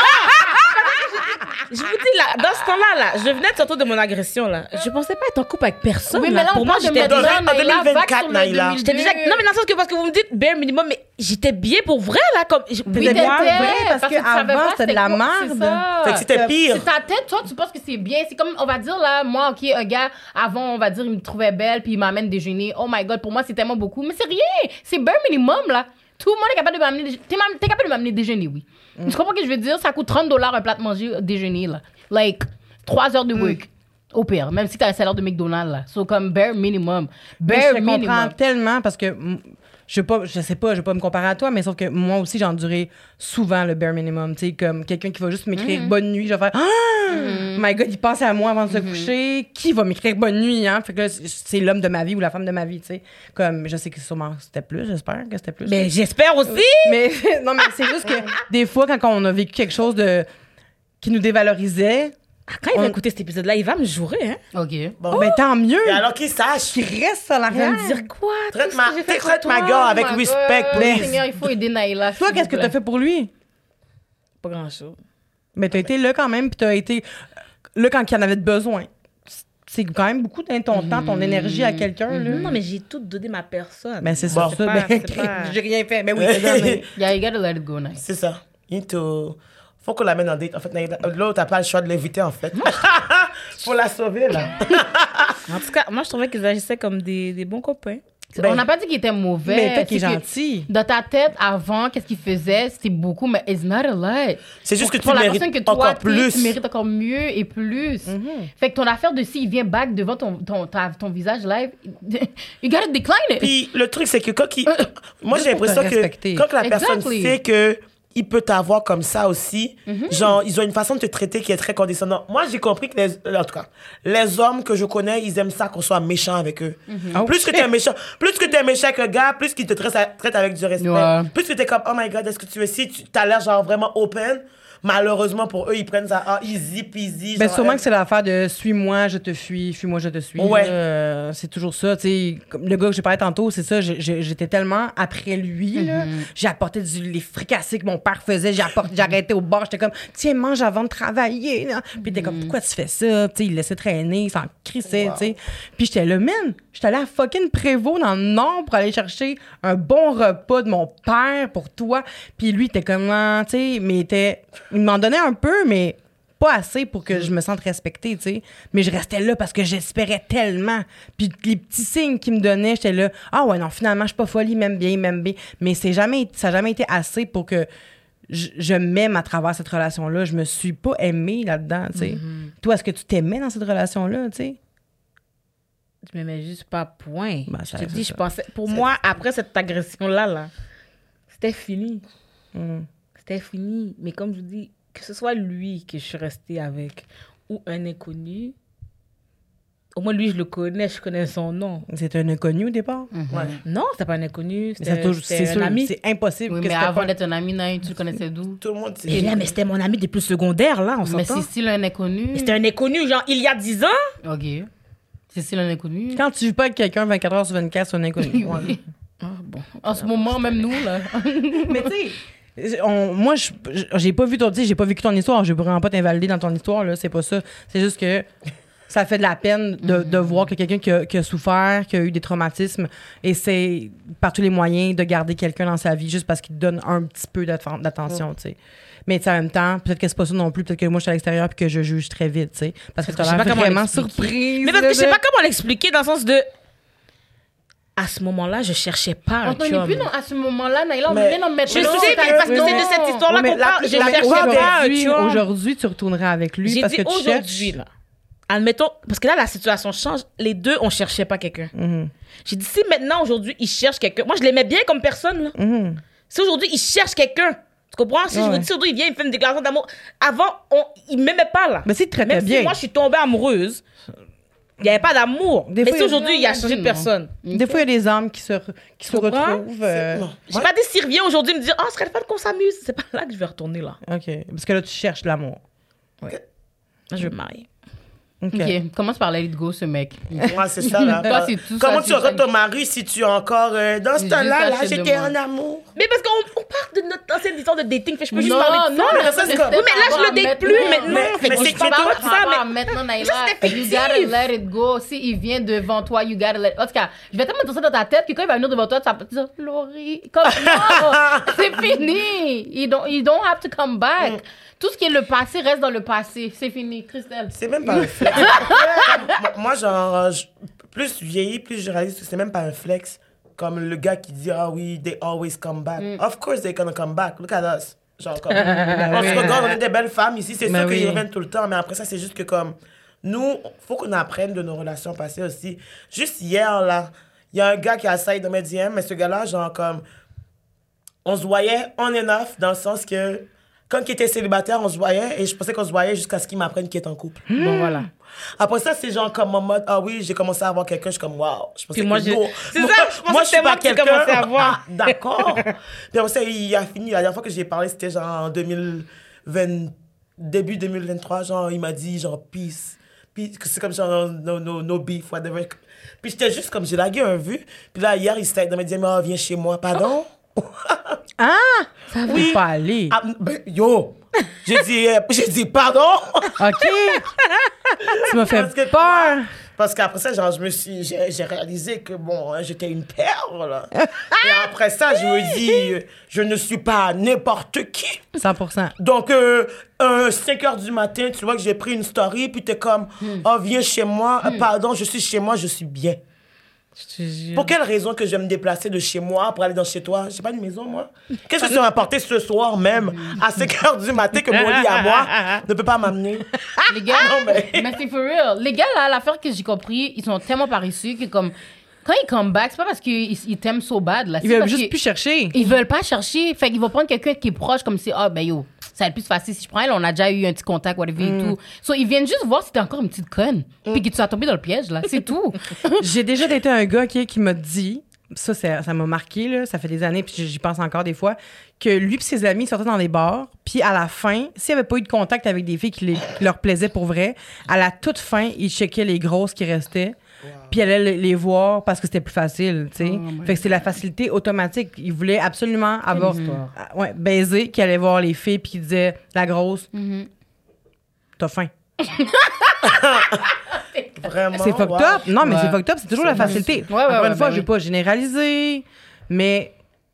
Speaker 3: Je vous dis, là, dans ce temps-là, là, je venais de sortir de mon agression, là. Je pensais pas être en couple avec personne.
Speaker 5: Oui, mais
Speaker 3: là.
Speaker 5: là, on
Speaker 3: Pour moi,
Speaker 5: parle de
Speaker 3: j'étais
Speaker 5: maintenant,
Speaker 3: déjà.
Speaker 4: en
Speaker 5: Naïla,
Speaker 4: 2024,
Speaker 5: vague sur le
Speaker 4: Naïla.
Speaker 5: 2002.
Speaker 3: J'étais déjà. Non, mais dans le sens que parce que vous me dites bare minimum, mais j'étais bien pour vrai, là. Comme.
Speaker 5: Oui,
Speaker 2: T'étais
Speaker 5: t'étais,
Speaker 2: bien vrai, parce
Speaker 5: que tu
Speaker 2: qu'avant,
Speaker 5: savais pas
Speaker 2: c'était de la
Speaker 5: quoi,
Speaker 2: merde.
Speaker 5: c'est ça.
Speaker 4: Fait que c'était pire.
Speaker 5: C'est ta tête, toi, tu penses que c'est bien. C'est comme, on va dire, là, moi, OK, un gars, avant, on va dire, il me trouvait belle, puis il m'amène déjeuner. Oh my God, pour moi, c'est tellement beaucoup. Mais c'est rien. C'est bare minimum, là. Tout le monde est capable de m'amener déjeuner. T'es capable de m'amener déjeuner, oui. Tu comprends ce que je veux dire? Ça coûte $30 un plat de manger déjeuner, là. Like, 3 heures de work. Au pire, même si t'as un salaire de McDonald's, là. So, comme bare minimum.
Speaker 2: Mais
Speaker 5: Bare
Speaker 2: je te comprends
Speaker 5: minimum.
Speaker 2: tellement parce que je sais pas, je vais pas me comparer à toi, mais sauf que moi aussi, j'ai enduré souvent le bare minimum. Tu sais, comme quelqu'un qui va juste m'écrire bonne nuit, je vais faire ah! My God, il pense à moi avant de se coucher. Qui va m'écrire bonne nuit, hein? Fait que là, c'est l'homme de ma vie ou la femme de ma vie, tu sais. Comme, je sais que sûrement c'était plus, j'espère que c'était plus.
Speaker 3: Mais j'espère aussi.
Speaker 2: Mais non, mais c'est juste que des fois, quand on a vécu quelque chose de qui nous dévalorisait,
Speaker 3: Quand il va écouter cet épisode-là, il va me jurer, hein.
Speaker 5: OK.
Speaker 4: Bon.
Speaker 2: ben tant mieux
Speaker 4: Et alors qu'il sache.
Speaker 2: qu'il reste à
Speaker 3: Il va
Speaker 2: l'arrière.
Speaker 3: me dire quoi?
Speaker 4: Traite
Speaker 3: Tout ce
Speaker 4: ma,
Speaker 3: que j'ai fait
Speaker 4: traite
Speaker 3: pour
Speaker 4: ma
Speaker 3: toi?
Speaker 4: gars avec
Speaker 5: Oh my
Speaker 4: respect,
Speaker 5: God,
Speaker 4: please.
Speaker 5: Seigneur, il faut aider Naïla.
Speaker 2: Toi, qu'est-ce que t'as fait pour lui?
Speaker 3: Pas grand-chose.
Speaker 2: Mais t'as été là quand même, puis t'as été là quand il en avait besoin. C'est quand même beaucoup de ton temps, ton énergie à quelqu'un, là.
Speaker 3: Non, mais j'ai tout donné ma personne.
Speaker 2: Mais c'est
Speaker 4: Bon.
Speaker 2: ça,
Speaker 3: C'est pas-
Speaker 2: ben,
Speaker 3: c'est pas-
Speaker 2: j'ai rien fait. Mais oui, c'est donné.
Speaker 5: Yeah, you gotta let it go, nice.
Speaker 4: C'est ça. Faut qu'on l'amène en date. En fait, là, t'as pas le choix de l'éviter, en fait. Faut la sauver, là.
Speaker 3: En tout cas, moi, je trouvais qu'ils agissaient comme des bons copains.
Speaker 4: Ben,
Speaker 5: On n'a pas dit qu'il était mauvais.
Speaker 2: Mais peut-être qu'il est
Speaker 5: c'est que
Speaker 2: gentil.
Speaker 5: Dans ta tête, avant, qu'est-ce qu'il faisait? C'était beaucoup, mais it's not a lot.
Speaker 4: C'est juste que
Speaker 5: Pour
Speaker 4: tu
Speaker 5: la
Speaker 4: mérites
Speaker 5: personne que toi,
Speaker 4: encore
Speaker 5: t'es,
Speaker 4: plus.
Speaker 5: tu mérites encore mieux et plus. Fait que ton affaire de si il vient back devant ton visage live, you gotta decline it.
Speaker 4: Puis le truc, c'est que quand il... Moi, j'ai
Speaker 2: Juste pour te
Speaker 4: l'impression que
Speaker 2: respecter.
Speaker 4: quand la personne
Speaker 5: Exactly.
Speaker 4: sait que il peut t'avoir comme ça aussi, genre, ils ont une façon de te traiter qui est très condescendante. Moi, j'ai compris que, en tout cas, les hommes que je connais, ils aiment ça qu'on soit méchant avec eux.
Speaker 2: Oh,
Speaker 4: Plus que t'es méchant avec un gars, plus qu'il te traite avec du respect.
Speaker 5: Ouais.
Speaker 4: Plus que t'es comme, oh my God, est-ce que tu veux si tu as l'air genre vraiment open. malheureusement pour eux, ils prennent ça easy peasy.
Speaker 2: Ben,
Speaker 4: genre,
Speaker 2: sûrement que c'est l'affaire de suis-moi, je te fuis-moi, je te suis.
Speaker 4: Ouais.
Speaker 2: Là, c'est toujours ça. Tu sais, le gars que j'ai parlé tantôt, c'est ça. J'étais tellement après lui. Là. J'ai apporté les fricassés que mon père faisait. J'ai arrêté au bar. J'étais comme, tiens, mange avant de travailler. Là. Puis t'es comme, pourquoi tu fais ça? Tu sais, il laissait traîner, il s'en crissait. Tu sais. Puis j'étais là, man, j'étais allée à fucking Prévost dans le Nord pour aller chercher un bon repas de mon père pour toi. Puis lui, il était comment, tu sais, mais il m'en donnait un peu, mais pas assez pour que je me sente respectée, tu sais. Mais je restais là parce que j'espérais tellement. Puis les petits signes qu'il me donnait, j'étais là, ah ouais, non, finalement, je suis pas folle, il m'aime bien. Mais ça n'a jamais été assez pour que je m'aime à travers cette relation-là. Je me suis pas aimée là-dedans, tu sais. Toi, est-ce que tu t'aimais dans cette relation-là, tu sais?
Speaker 3: Je m'aimais juste pas, point.
Speaker 2: Ben,
Speaker 3: je te dis, je pensais... Pour moi, après cette agression-là, c'était fini. C'était fini. Mais comme je vous dis, que ce soit lui que je suis restée avec ou un inconnu, au moins lui, je le connais, je connais son nom.
Speaker 2: C'était un inconnu au départ?
Speaker 4: Ouais.
Speaker 3: Non, c'était pas un inconnu,
Speaker 2: C'est
Speaker 3: c'était un ami.
Speaker 2: C'est impossible.
Speaker 5: Oui,
Speaker 2: que
Speaker 5: mais
Speaker 2: c'était
Speaker 5: avant
Speaker 2: pas-
Speaker 5: d'être un ami, Naïm, tu le connaissais d'où?
Speaker 4: Tout le monde, c'est...
Speaker 3: Et là, mais c'était mon ami depuis le secondaire, là, on
Speaker 5: Mais
Speaker 3: s'entend.
Speaker 5: c'est style un inconnu.
Speaker 3: C'était un inconnu, genre, il y a 10 ans.
Speaker 5: OK. C'est style un inconnu.
Speaker 2: Quand tu vis pas avec quelqu'un 24 heures sur 24, c'est un inconnu.
Speaker 5: Oui.
Speaker 3: Ah, bon.
Speaker 5: En ce moment, même nous, là.
Speaker 2: Mais tu sais, moi, j'ai pas vu j'ai pas vécu ton histoire. Je veux vraiment pas t'invalider dans ton histoire, là. C'est pas ça. C'est juste que ça fait de la peine de voir que quelqu'un qui a souffert, qui a eu des traumatismes, essaie par tous les moyens de garder quelqu'un dans sa vie juste parce qu'il te donne un petit peu d'attention, tu sais. Mais tu sais, en même temps, peut-être que c'est pas ça non plus. Peut-être que moi, je suis à l'extérieur et que je juge très vite, tu sais. Parce que tu
Speaker 3: Je sais
Speaker 2: as
Speaker 3: pas
Speaker 2: l'air
Speaker 3: comment
Speaker 2: vraiment
Speaker 3: l'expliquer.
Speaker 2: surprise.
Speaker 3: Mais parce que je sais
Speaker 2: là,
Speaker 3: pas comment l'expliquer dans le sens de... À ce moment-là, je cherchais pas
Speaker 5: On
Speaker 3: un
Speaker 5: t'en est
Speaker 3: chum.
Speaker 5: plus à ce moment-là, Naïla, on
Speaker 4: Mais-
Speaker 5: vient d'en mettre
Speaker 3: Je sais,
Speaker 5: là,
Speaker 3: mais parce que c'est de cette histoire-là
Speaker 2: Ouais, mais
Speaker 3: qu'on parle. Je cherchais
Speaker 2: aujourd'hui,
Speaker 3: pas un chum.
Speaker 2: aujourd'hui, tu retournerais avec lui
Speaker 3: J'ai
Speaker 2: parce
Speaker 3: dit
Speaker 2: que tu
Speaker 3: aujourd'hui,
Speaker 2: cherches.
Speaker 3: là. Admettons, parce que là, la situation change. Les deux, on cherchait pas quelqu'un. J'ai dit, si maintenant, aujourd'hui, il cherche quelqu'un. Moi, je l'aimais bien comme personne, là. Si aujourd'hui, il cherche quelqu'un. Tu comprends? Si je vous dis, aujourd'hui, il vient, il me fait une déclaration d'amour. Avant, il m'aimait pas, là.
Speaker 2: Mais si, il te traitait
Speaker 3: Même
Speaker 2: bien.
Speaker 3: si moi, je suis tombée amoureuse, il n'y avait pas d'amour.
Speaker 2: Des
Speaker 3: Mais
Speaker 2: fois,
Speaker 3: si aujourd'hui, il a changé de
Speaker 5: non.
Speaker 3: personne.
Speaker 2: Des fois, il y a des âmes qui se
Speaker 3: comprends?
Speaker 2: retrouvent.
Speaker 4: Non.
Speaker 3: J'ai pas dit s'il revient aujourd'hui me dire, oh, ce serait le fun qu'on s'amuse. C'est pas là que je vais retourner, là.
Speaker 2: OK. Parce que là, tu cherches l'amour.
Speaker 3: Là, je vais me marier.
Speaker 2: OK.
Speaker 5: OK, comment tu parlais de go, ce mec?
Speaker 4: Moi, c'est ça, là.
Speaker 5: Toi, c'est tout
Speaker 4: Comment
Speaker 5: ça,
Speaker 4: tu
Speaker 5: c'est
Speaker 4: rencontres
Speaker 5: ça.
Speaker 4: ton mari si tu es encore dans ce
Speaker 5: Juste
Speaker 4: temps-là,
Speaker 5: ça,
Speaker 4: là,
Speaker 5: je te
Speaker 4: j'étais
Speaker 5: demande.
Speaker 4: en amour.
Speaker 3: Mais parce qu'on parle de notre ancienne histoire de dating, fait que je peux juste
Speaker 5: Non,
Speaker 3: parler de ça.
Speaker 5: non,
Speaker 4: mais ça, c'est comme-
Speaker 3: Oui, mais là, je le date plus maintenant. Fait que
Speaker 4: mais
Speaker 3: je
Speaker 4: c'est
Speaker 3: parle
Speaker 4: toi,
Speaker 3: pas de ça, mais...
Speaker 5: Maintenant, Naïla,
Speaker 3: c'était
Speaker 5: you
Speaker 3: fictif.
Speaker 5: gotta let it go. Si il vient devant toi, you gotta let... En tout cas, je vais tellement dire ça dans ta tête que quand il va venir devant toi, tu vas te dire, Laurie, comme non, c'est fini. You don't have to come back. Tout ce qui est le passé reste dans le passé. C'est fini, Christelle.
Speaker 4: C'est même pas un flex. Moi, genre, plus je vieillis, plus je réalise que c'est même pas un flex. Comme le gars qui dit, ah oui, they always come back. Of course, they're gonna come back. Look at us. Genre, comme, on se regarde, on est des belles femmes ici, c'est
Speaker 2: Ben
Speaker 4: sûr qu'ils
Speaker 2: oui.
Speaker 4: reviennent tout le temps. Mais après ça, c'est juste que comme, nous, faut qu'on apprenne de nos relations passées aussi. Juste hier, là, il y a un gars qui a essayé de me dire, mais ce gars-là, genre, comme, on se voyait on and off, dans le sens que, quand il était célibataire, on se voyait, et je pensais qu'on se voyait jusqu'à ce qu'il m'apprenne qu'il est en couple.
Speaker 3: Bon, voilà.
Speaker 4: Après ça, c'est genre comme en mode, ah oui, j'ai commencé à avoir quelqu'un, je suis comme, waouh. Je pensais
Speaker 3: Puis moi,
Speaker 4: que
Speaker 3: j'ai-
Speaker 4: go.
Speaker 3: c'est ça, je pensais que c'était moi que tu commençais à voir.
Speaker 4: Ah, d'accord. Puis après ça, il a fini. La dernière fois que j'ai parlé, c'était genre en 2020, début 2023. Genre, il m'a dit, genre, peace. Puis que c'est comme genre, no beef, whatever. Puis j'étais juste comme, j'ai lagué un vu. Puis là, hier, il s'était de me dire, mais viens chez moi. Pardon?
Speaker 2: Ah! Ça veut pas aller.
Speaker 4: Ah, ben, yo! J'ai dit pardon!
Speaker 2: OK. Tu m'as fait
Speaker 4: Parce que-
Speaker 2: peur.
Speaker 4: Parce qu'après ça, genre, j'ai réalisé que, bon, hein, j'étais une perle, là. Et après ça, je me dis, je ne suis pas n'importe qui.
Speaker 2: 100%.
Speaker 4: Donc, 5 heures du matin, tu vois que j'ai pris une story, puis t'es comme, oh, viens chez moi. Pardon, je suis chez moi, je suis bien.
Speaker 3: Je te jure.
Speaker 4: Pour quelle raison que je vais me déplacer de chez moi pour aller dans chez toi? J'ai pas une maison, moi. Qu'est-ce que tu vas m'apporter ce soir même, à 5 heures du matin, que mon lit à moi ne peut pas m'amener?
Speaker 5: Les gars,
Speaker 4: Non, mais-
Speaker 5: mais c'est for real. Les gars, là, l'affaire que j'ai compris, ils sont tellement paresseux que comme... Quand ils come back, c'est pas parce qu'ils t'aiment so bad, là.
Speaker 2: Ils
Speaker 5: C'est
Speaker 2: veulent
Speaker 5: parce
Speaker 2: juste
Speaker 5: que
Speaker 2: plus chercher.
Speaker 5: Ils veulent pas chercher. Fait qu'ils vont prendre quelqu'un qui est proche, comme si, ah, ben yo, ça va être plus facile. Si je prends elle, on a déjà eu un petit contact, whatever et tout. So, ils viennent juste voir si t'es encore une petite conne. Puis que tu vas tomber dans le piège, là. C'est tout.
Speaker 2: J'ai déjà daté un gars qui m'a dit, ça m'a marqué, là, ça fait des années, puis j'y pense encore des fois, que lui et ses amis sortaient dans des bars, puis à la fin, s'il n'y avait pas eu de contact avec des filles qui leur plaisaient pour vrai, à la toute fin, il checkait les grosses qui restaient, puis il allait les voir parce que c'était plus facile, tu sais. Fait que c'est la facilité automatique. Il voulait absolument avoir... baiser, qu'il allait voir les filles, puis il disait, la grosse, t'as faim.
Speaker 4: Vraiment.
Speaker 2: C'est fucked up. Non, mais c'est fucked up. C'est toujours la facilité. Encore une fois, je vais pas généraliser, mais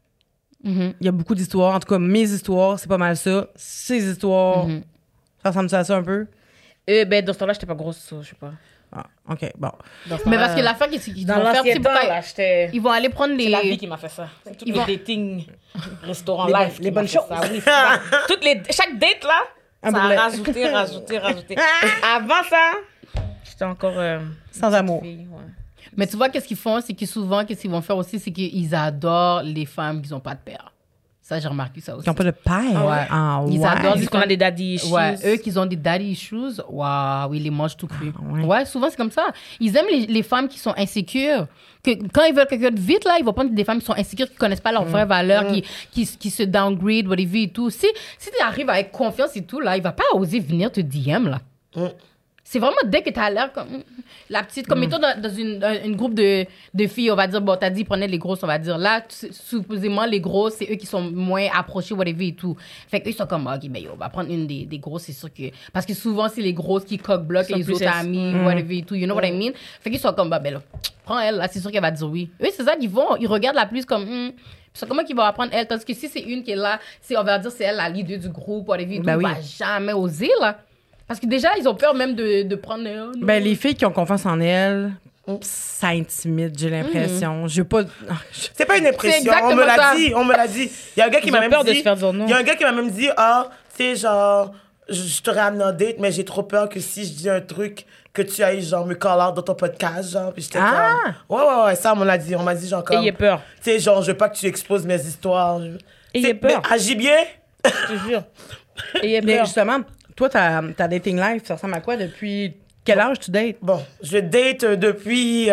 Speaker 2: il y a beaucoup d'histoires. En tout cas, mes histoires, c'est pas mal ça. Ces histoires, ça ressemble à ça un peu?
Speaker 3: Ben, dans ce temps-là, j'étais pas grosse, ça, je sais pas.
Speaker 2: Ah, OK, bon.
Speaker 5: Mais parce que l'affaire qu'ils
Speaker 3: Dans
Speaker 5: vont faire,
Speaker 3: l'ancien
Speaker 5: c'est
Speaker 3: temps,
Speaker 5: pourquoi
Speaker 3: là, j'étais...
Speaker 5: ils vont aller prendre
Speaker 3: C'est la vie
Speaker 5: les...
Speaker 3: qui m'a fait ça. C'est tous
Speaker 5: Ils
Speaker 3: les
Speaker 5: vont-
Speaker 3: dating, restaurants
Speaker 2: Les
Speaker 3: live.
Speaker 2: bonnes- les bonnes choses.
Speaker 3: Oui, c'est ça. Chaque date, là, ça
Speaker 2: boulet.
Speaker 3: a rajouté. Avant ça, j'étais encore...
Speaker 2: Sans amour.
Speaker 3: fille, ouais.
Speaker 5: Mais tu vois, qu'est-ce qu'ils font? C'est que souvent, qu'est-ce qu'ils vont faire aussi? C'est qu'ils adorent les femmes qui n'ont pas de père. Ça, j'ai remarqué ça aussi.
Speaker 2: Qui n'ont pas de père.
Speaker 5: Ouais.
Speaker 2: Ah,
Speaker 5: Ils
Speaker 2: ouais.
Speaker 5: adorent
Speaker 3: Ils disent qu'on a des daddy issues.
Speaker 5: Ouais, eux qui ont des daddy issues, waouh, ils les mangent tout cru.
Speaker 2: ouais.
Speaker 5: Ouais, souvent c'est comme ça. Ils aiment les femmes qui sont insécures. Que quand ils veulent quelqu'un de vite, là, ils vont prendre des femmes qui sont insécures, qui connaissent pas leurs vraies valeurs, qui se downgrade, whatever et tout. Si tu arrives avec confiance et tout, là, il va pas oser venir te DM, là. C'est vraiment dès que tu as l'air comme la petite, comme mettons dans une groupe de filles, on va dire, bon, t'as dit, prenez les grosses, on va dire. Là, supposément, les grosses, c'est eux qui sont moins approchés, whatever et tout. Fait qu'eux, ils sont comme, OK, ben, on va prendre une des grosses, c'est sûr que. Parce que souvent, c'est les grosses qui coque-bloquent les autres amis, whatever et tout. You know what I mean? Fait qu'ils sont comme, bah, ben là, prends elle, là, c'est sûr qu'elle va dire oui. Eux, c'est ça qu'ils vont, ils regardent la plus comme, c'est comment qu'ils vont apprendre elle. Tandis que si c'est une qui est là, on va dire, c'est elle la leader du groupe, whatever et tout,
Speaker 2: Ben oui.
Speaker 5: va jamais oser, là. Parce que déjà, ils ont peur même de prendre...
Speaker 2: Ben, les filles qui ont confiance en elles, ça intimide, j'ai l'impression. Je veux pas...
Speaker 4: C'est pas une impression.
Speaker 5: exactement
Speaker 4: On me l'a
Speaker 5: ça.
Speaker 4: dit. On me l'a dit. Il y a un gars qui
Speaker 3: Ils
Speaker 4: m'a
Speaker 3: ont
Speaker 4: même
Speaker 3: peur
Speaker 4: dit.
Speaker 3: de se faire dire non.
Speaker 4: Il y a un gars qui m'a même dit, tu sais, genre, je t'aurais amené en date, mais j'ai trop peur que si je dis un truc, que tu ailles, genre, me call out dans ton podcast, genre. Puis j'étais comme. Ouais, ça, on me l'a dit. On m'a dit, genre, comme.
Speaker 3: Ayez peur.
Speaker 4: Tu sais, genre, je veux pas que tu exposes mes histoires.
Speaker 3: Ayez peur.
Speaker 4: Mais agis bien.
Speaker 3: Je te jure. Ayez
Speaker 2: Mais
Speaker 3: peur.
Speaker 2: justement, toi, ta dating life, ça ressemble à quoi depuis quel âge tu dates?
Speaker 4: Bon, je date depuis.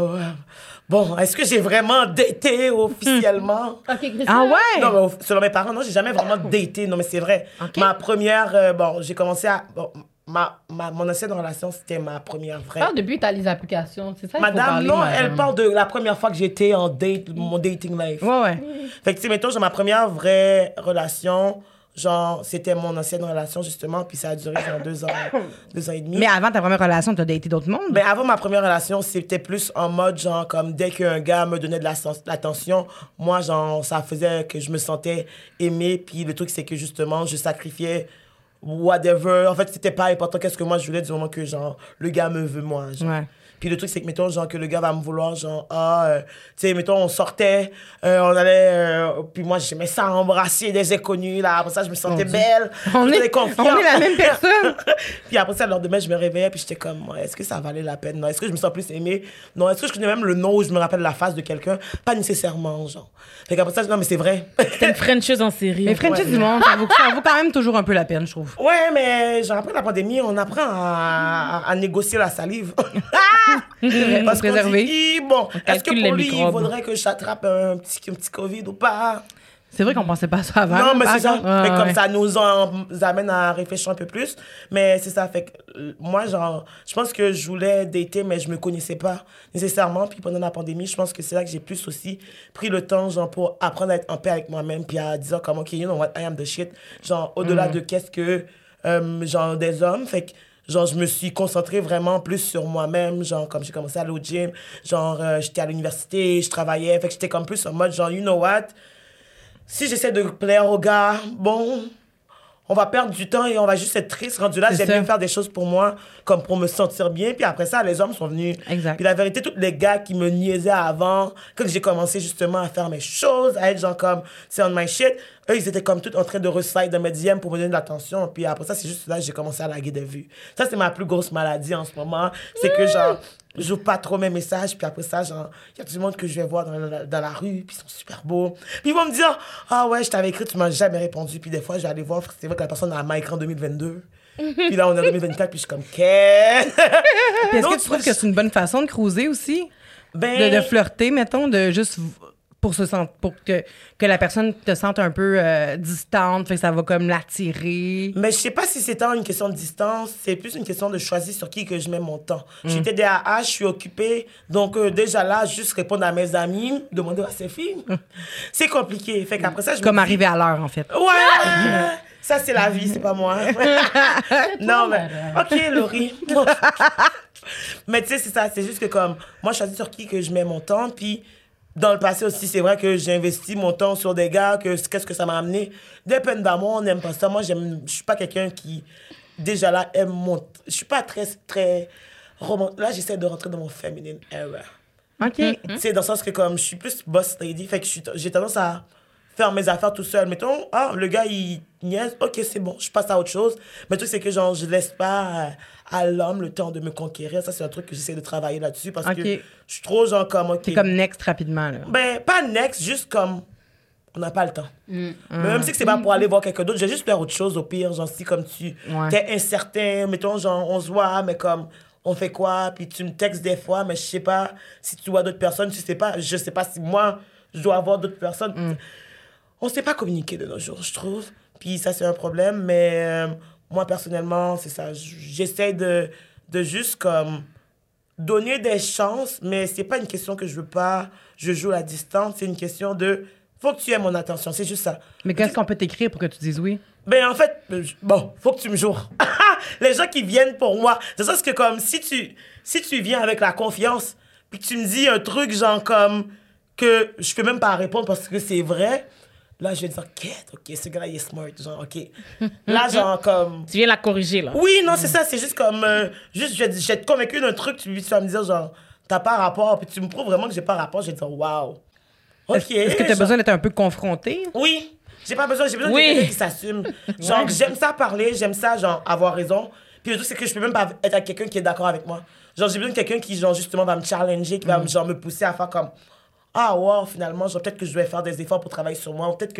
Speaker 4: Bon, est-ce que j'ai vraiment daté officiellement?
Speaker 5: OK, Christian.
Speaker 2: Ah ouais?
Speaker 4: Non, mais selon mes parents, non, j'ai jamais vraiment daté. Non, mais c'est vrai. Ma première, bon, j'ai commencé à. Bon, mon ancienne relation, c'était ma première vraie.
Speaker 5: Parle depuis t'as les applications, c'est ça? il faut
Speaker 4: Madame,
Speaker 5: parler,
Speaker 4: non,
Speaker 5: madame.
Speaker 4: elle parle de la première fois que j'étais en date, mon dating life.
Speaker 2: Ouais.
Speaker 4: Fait que, tu sais, mettons, j'ai ma première vraie relation. Genre, c'était mon ancienne relation, justement, puis ça a duré genre 2 ans et demi.
Speaker 2: Mais avant ta première relation, t'as daté d'autres mondes?
Speaker 4: Mais avant ma première relation, c'était plus en mode, genre, comme dès qu'un gars me donnait de l'attention, moi, genre, ça faisait que je me sentais aimée. Puis le truc, c'est que justement, je sacrifiais whatever. En fait, c'était pas important qu'est-ce que moi je voulais du moment que, genre, le gars me veut, moi. Genre.
Speaker 2: Ouais.
Speaker 4: Puis le truc, c'est que, mettons, genre, que le gars va me vouloir, genre, tu sais, mettons, on sortait, on allait, puis moi, j'aimais ça embrasser des inconnus, là. Après ça, je me sentais belle.
Speaker 2: On
Speaker 4: j'étais
Speaker 2: est
Speaker 4: confiante.
Speaker 2: la même personne.
Speaker 4: Puis après ça, le lendemain, je me réveillais, puis j'étais comme, ouais, est-ce que ça valait la peine? Non, est-ce que je me sens plus aimée? Non, est-ce que je connais même le nom où je me rappelle la face de quelqu'un? Pas nécessairement, genre. Fait qu'après ça, non, mais c'est vrai.
Speaker 3: C'est une Frencheuse en série.
Speaker 2: Mais Frenchie du monde, ça vaut quand même toujours un peu la peine, je trouve.
Speaker 4: Ouais, mais genre, après la pandémie, on apprend à négocier la salive. Parce qu'on
Speaker 2: préserver.
Speaker 4: dit, bon, est-ce que
Speaker 3: calcule
Speaker 4: pour
Speaker 3: les
Speaker 4: lui, il
Speaker 3: microbes.
Speaker 4: faudrait que j'attrape un petit Covid ou pas?
Speaker 2: C'est vrai qu'on pensait pas à ça avant.
Speaker 4: Non, mais
Speaker 2: par
Speaker 4: c'est ça.
Speaker 2: contre.
Speaker 4: Fait
Speaker 2: Ouais,
Speaker 4: comme
Speaker 2: ouais.
Speaker 4: ça nous amène à réfléchir un peu plus. Mais c'est ça. Fait que moi, genre, je pense que je voulais dater, mais je me connaissais pas nécessairement. Puis pendant la pandémie, je pense que c'est là que j'ai plus aussi pris le temps, genre, pour apprendre à être en paix avec moi-même. Puis à dire comme, OK, you know what, I am the shit. Genre, au-delà de qu'est-ce que, genre, des hommes. Fait que, genre, je me suis concentrée vraiment plus sur moi-même. Genre, comme j'ai commencé à aller au gym. Genre, j'étais à l'université, je travaillais. Fait que j'étais comme plus en mode, genre, you know what, si j'essaie de plaire aux gars, bon, on va perdre du temps et on va juste être triste. Rendu là,
Speaker 2: C'est
Speaker 4: j'aime
Speaker 2: ça.
Speaker 4: bien faire des choses pour moi, comme pour me sentir bien. Puis après ça, les hommes sont venus.
Speaker 2: Exact.
Speaker 4: Puis la vérité, tous les gars qui me niaisaient avant, quand j'ai commencé justement à faire mes choses, à être genre comme, c'est on my shit, eux, ils étaient comme tout en train de reslide dans mes DM pour me donner de l'attention. Puis après ça, c'est juste là que j'ai commencé à laguer des vues. Ça, c'est ma plus grosse maladie en ce moment. C'est que genre, j'ouvre pas trop mes messages. Puis après ça, genre, il y a tout le monde que je vais voir dans la rue. Puis ils sont super beaux. Puis ils vont me dire, ah ouais, je t'avais écrit, tu m'as jamais répondu. Puis des fois, je vais aller voir, c'est vrai que la personne a m'a écrit en 2022. Puis là, on est en 2024, puis je suis comme, qu'est-ce
Speaker 2: Puis est-ce
Speaker 4: Non,
Speaker 2: que tu trouves que c'est une bonne façon de cruiser aussi?
Speaker 4: Ben,
Speaker 2: de flirter, mettons, de juste pour que la personne te sente un peu distante, fait que ça va comme l'attirer.
Speaker 4: Mais je sais pas si c'est tant une question de distance, c'est plus une question de choisir sur qui que je mets mon temps. Je suis TDAH, je suis occupée, donc déjà là, juste répondre à mes amis, demander à ces filles, c'est compliqué. Fait qu'après ça, je
Speaker 2: Comme
Speaker 4: me dis,
Speaker 2: arriver à l'heure, en fait.
Speaker 4: ouais, ça c'est la vie, c'est pas moi. Non, mais ok, Laurie. Mais tu sais, c'est ça, c'est juste que comme, moi, je choisis sur qui que je mets mon temps, puis dans le passé aussi, c'est vrai que j'ai investi mon temps sur des gars, qu'est-ce que ça m'a amené. Des peines d'amour, on n'aime pas ça. Moi, je suis pas quelqu'un qui, déjà là, aime mon... Je suis pas très romantique. Là, j'essaie de rentrer dans mon feminine era.
Speaker 2: OK.
Speaker 4: C'est dans le sens que comme je suis plus boss lady, fait que j'ai tendance à faire mes affaires tout seul. Mettons, le gars, il niaise, ok, c'est bon, je passe à autre chose. Mais le truc, c'est que genre, je laisse pas à l'homme le temps de me conquérir. Ça, c'est un truc que j'essaie de travailler là-dessus parce que je suis trop genre comme, ok.
Speaker 2: C'est comme next rapidement, là.
Speaker 4: Ben, pas next, juste comme, on n'a pas le temps. Mais même si c'est pas pour aller voir quelqu'un d'autre, j'ai juste faire autre chose au pire. Genre, si comme t'es incertain, mettons, genre, on se voit, mais comme, on fait quoi? Puis tu me textes des fois, mais je sais pas si tu vois d'autres personnes, tu sais pas, je sais pas si moi, je dois avoir d'autres personnes. On sait pas communiquer de nos jours, je trouve. Puis ça, c'est un problème, mais moi, personnellement, c'est ça. J'essaie de juste comme donner des chances, mais c'est pas une question que je veux pas, je joue à distance, c'est une question de, faut que tu aies mon attention, c'est juste ça.
Speaker 2: Mais qu'est-ce qu'on peut t'écrire pour que tu dises oui?
Speaker 4: Ben, en fait, bon, faut que tu me joues. Les gens qui viennent pour moi, c'est ça, c'est que comme, si tu viens avec la confiance, puis que tu me dis un truc genre comme, que je peux même pas répondre parce que c'est vrai, là, je vais dire, ok, ce gars-là, il est smart, genre, ok. Là, genre, comme...
Speaker 3: Tu viens la corriger, là.
Speaker 4: Oui, non, c'est ça, c'est juste comme, juste, je vais être convaincu d'un truc, tu vas me dire, genre, t'as pas rapport, puis tu me prouves vraiment que j'ai pas rapport, je vais te dire, waouh. Ok.
Speaker 2: Est-ce que t'as besoin d'être un peu confronté?
Speaker 4: Oui. J'ai besoin de quelqu'un qui s'assume. Genre, j'aime ça parler, j'aime ça, genre, avoir raison. Puis le truc, c'est que je peux même pas être avec quelqu'un qui est d'accord avec moi. Genre, j'ai besoin de quelqu'un qui, genre, justement, va me challenger, qui va genre, me pousser à faire comme, wow, finalement, genre, peut-être que je vais faire des efforts pour travailler sur moi. Ou peut-être que,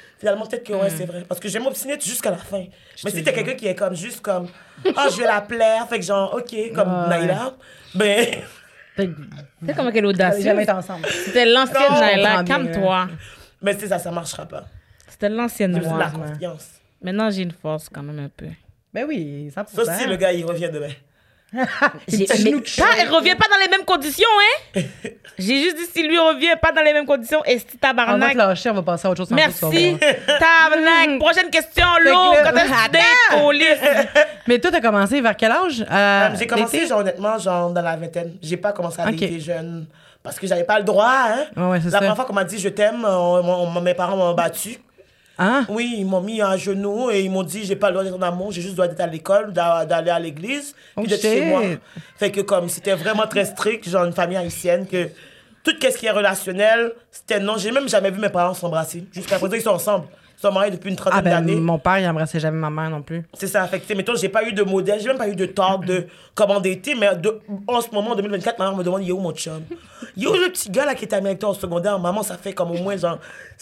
Speaker 4: ouais, c'est vrai. Parce que j'aime m'obstiner jusqu'à la fin. Mais si t'es quelqu'un qui est comme, juste comme, je vais la plaire, fait que genre, ok, comme Naila, ben...
Speaker 3: C'est comme quelle audace.
Speaker 2: Jamais été ensemble.
Speaker 3: C'était l'ancienne Naila, calme-toi.
Speaker 4: Mais c'est ça, ça marchera pas.
Speaker 3: C'était l'ancienne
Speaker 4: C'est
Speaker 3: moi.
Speaker 4: la confiance.
Speaker 3: Maintenant, j'ai une force quand même un peu.
Speaker 2: Ben oui, 100%.
Speaker 4: Sauf si le gars, il revient demain.
Speaker 3: Elle revient pas dans les mêmes conditions, hein? J'ai juste dit si lui revient pas dans les mêmes conditions, est-ce que
Speaker 2: On va
Speaker 3: tabarnak?
Speaker 2: te lâcher, on va passer à autre chose.
Speaker 3: Merci. Tabarnak. Prochaine question, Lou. Quand est-ce que tu dates, police?
Speaker 2: Mais toi, t'as commencé vers quel âge?
Speaker 4: J'ai commencé, genre, honnêtement, genre, dans la vingtaine. J'ai pas commencé à dater jeune. Parce que j'avais pas le droit, hein.
Speaker 2: Ouais, c'est
Speaker 4: la
Speaker 2: ça.
Speaker 4: première fois qu'on m'a dit je t'aime, mes parents m'ont battu.
Speaker 2: Hein?
Speaker 4: Oui, ils m'ont mis à genoux et ils m'ont dit j'ai pas le droit d'être en amour, j'ai juste le droit d'être à l'école, d'aller à l'église, puis d'être chez moi. Fait que comme c'était vraiment très strict, genre une famille haïtienne, que tout ce qui est relationnel, c'était non. J'ai même jamais vu mes parents s'embrasser. Jusqu'à présent, ils sont ensemble. Ils sont mariés depuis une trentaine d'années.
Speaker 2: Mon père, il embrassait jamais ma mère non plus.
Speaker 4: C'est ça. Fait que, mettons, j'ai pas eu de modèle, j'ai même pas eu de talk de comment dater, mais en ce moment, en 2024, ma mère me demande, il est où mon chum? Il est où le petit gars là qui était avec toi au secondaire? Maman, ça fait comme au moins genre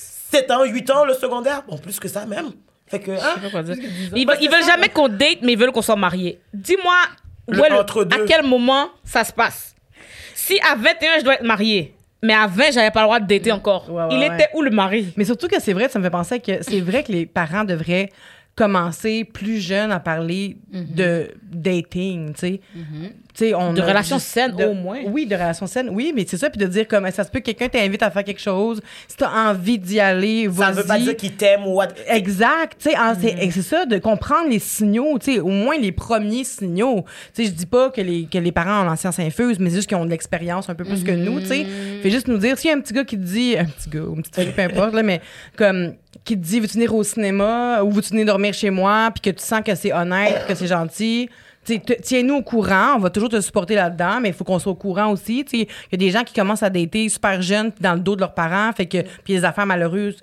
Speaker 4: 7 ans, 8 ans le secondaire. Bon, plus que ça même. Fait que, hein?
Speaker 3: Ils veulent jamais qu'on date, mais ils veulent qu'on soit mariés. Dis-moi, à quel moment ça se passe? Si à 21, je dois être mariée, mais à 20, j'avais pas le droit de dater encore. Il était où le mari?
Speaker 2: Mais surtout que c'est vrai, ça me fait penser que c'est vrai que les parents devraient commencer plus jeunes à parler de dating, tu sais. De
Speaker 3: relations saines, au moins.
Speaker 2: Oui, de relations saines, oui, mais c'est ça. Puis de dire, comme ça se peut que quelqu'un t'invite à faire quelque chose. Si t'as envie d'y aller, vas-y.
Speaker 4: Ça veut pas dire qu'il t'aime ou what.
Speaker 2: Exact. Tu sais, c'est ça, de comprendre les signaux, tu sais, au moins les premiers signaux. Tu sais, je dis pas que les parents ont l'ancienne infuse, mais c'est juste qu'ils ont de l'expérience un peu plus que nous, tu sais. Fait juste nous dire, s'il y a un petit gars qui te dit, un petit gars ou une petite fille, peu importe, là, mais comme, qui te dit, veux-tu venir au cinéma ou veux-tu venir dormir chez moi, puis que tu sens que c'est honnête, que c'est gentil. Tiens-nous au courant, on va toujours te supporter là-dedans, mais il faut qu'on soit au courant aussi. Il y a des gens qui commencent à dater super jeunes dans le dos de leurs parents, fait que puis les affaires malheureuses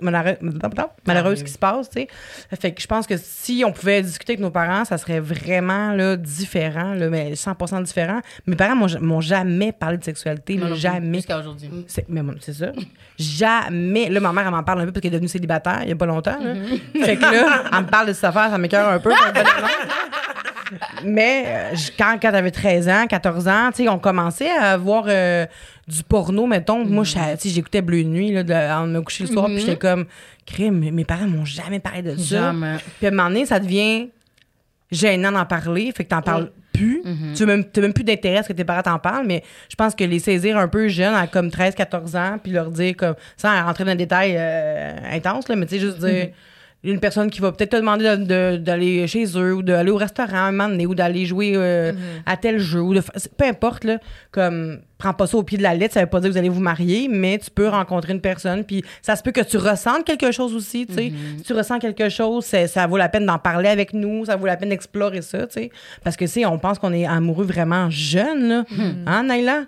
Speaker 2: qui se passent, tu sais. Fait que je pense que si on pouvait discuter avec nos parents, ça serait vraiment là, différent, là, mais 100% différent. Mes parents m'ont jamais parlé de sexualité, jamais.
Speaker 5: Jusqu'à aujourd'hui.
Speaker 2: C'est ça. Jamais. Là, ma mère, elle m'en parle un peu parce qu'elle est devenue célibataire il y a pas longtemps. Là. Fait que là, elle me parle de cette affaire, ça m'écoeure un peu. Mais quand t'avais 13 ans, 14 ans, tu sais, on commençait à voir du porno, mettons. Moi, tu sais, j'écoutais Bleu Nuit, là, avant de me coucher le soir, puis j'étais comme, crime, mes parents m'ont jamais parlé de ça.
Speaker 5: Jamais.
Speaker 2: Puis à un moment donné, ça devient gênant d'en parler, fait que t'en parles plus. Tu n'as même plus d'intérêt à ce que tes parents t'en parlent, mais je pense que les saisir un peu jeunes, à comme 13, 14 ans, puis leur dire, comme, sans rentrer dans un détail intense, là, mais tu sais, juste dire... Une personne qui va peut-être te demander d'aller chez eux ou d'aller au restaurant un moment donné ou d'aller jouer à tel jeu. Ou peu importe, là, comme, prends pas ça au pied de la lettre, ça veut pas dire que vous allez vous marier, mais tu peux rencontrer une personne, puis ça se peut que tu ressentes quelque chose aussi, tu sais. Si tu ressens quelque chose, ça vaut la peine d'en parler avec nous, ça vaut la peine d'explorer ça, tu sais. Parce que, tu sais, on pense qu'on est amoureux vraiment jeune, là. Hein, Naila?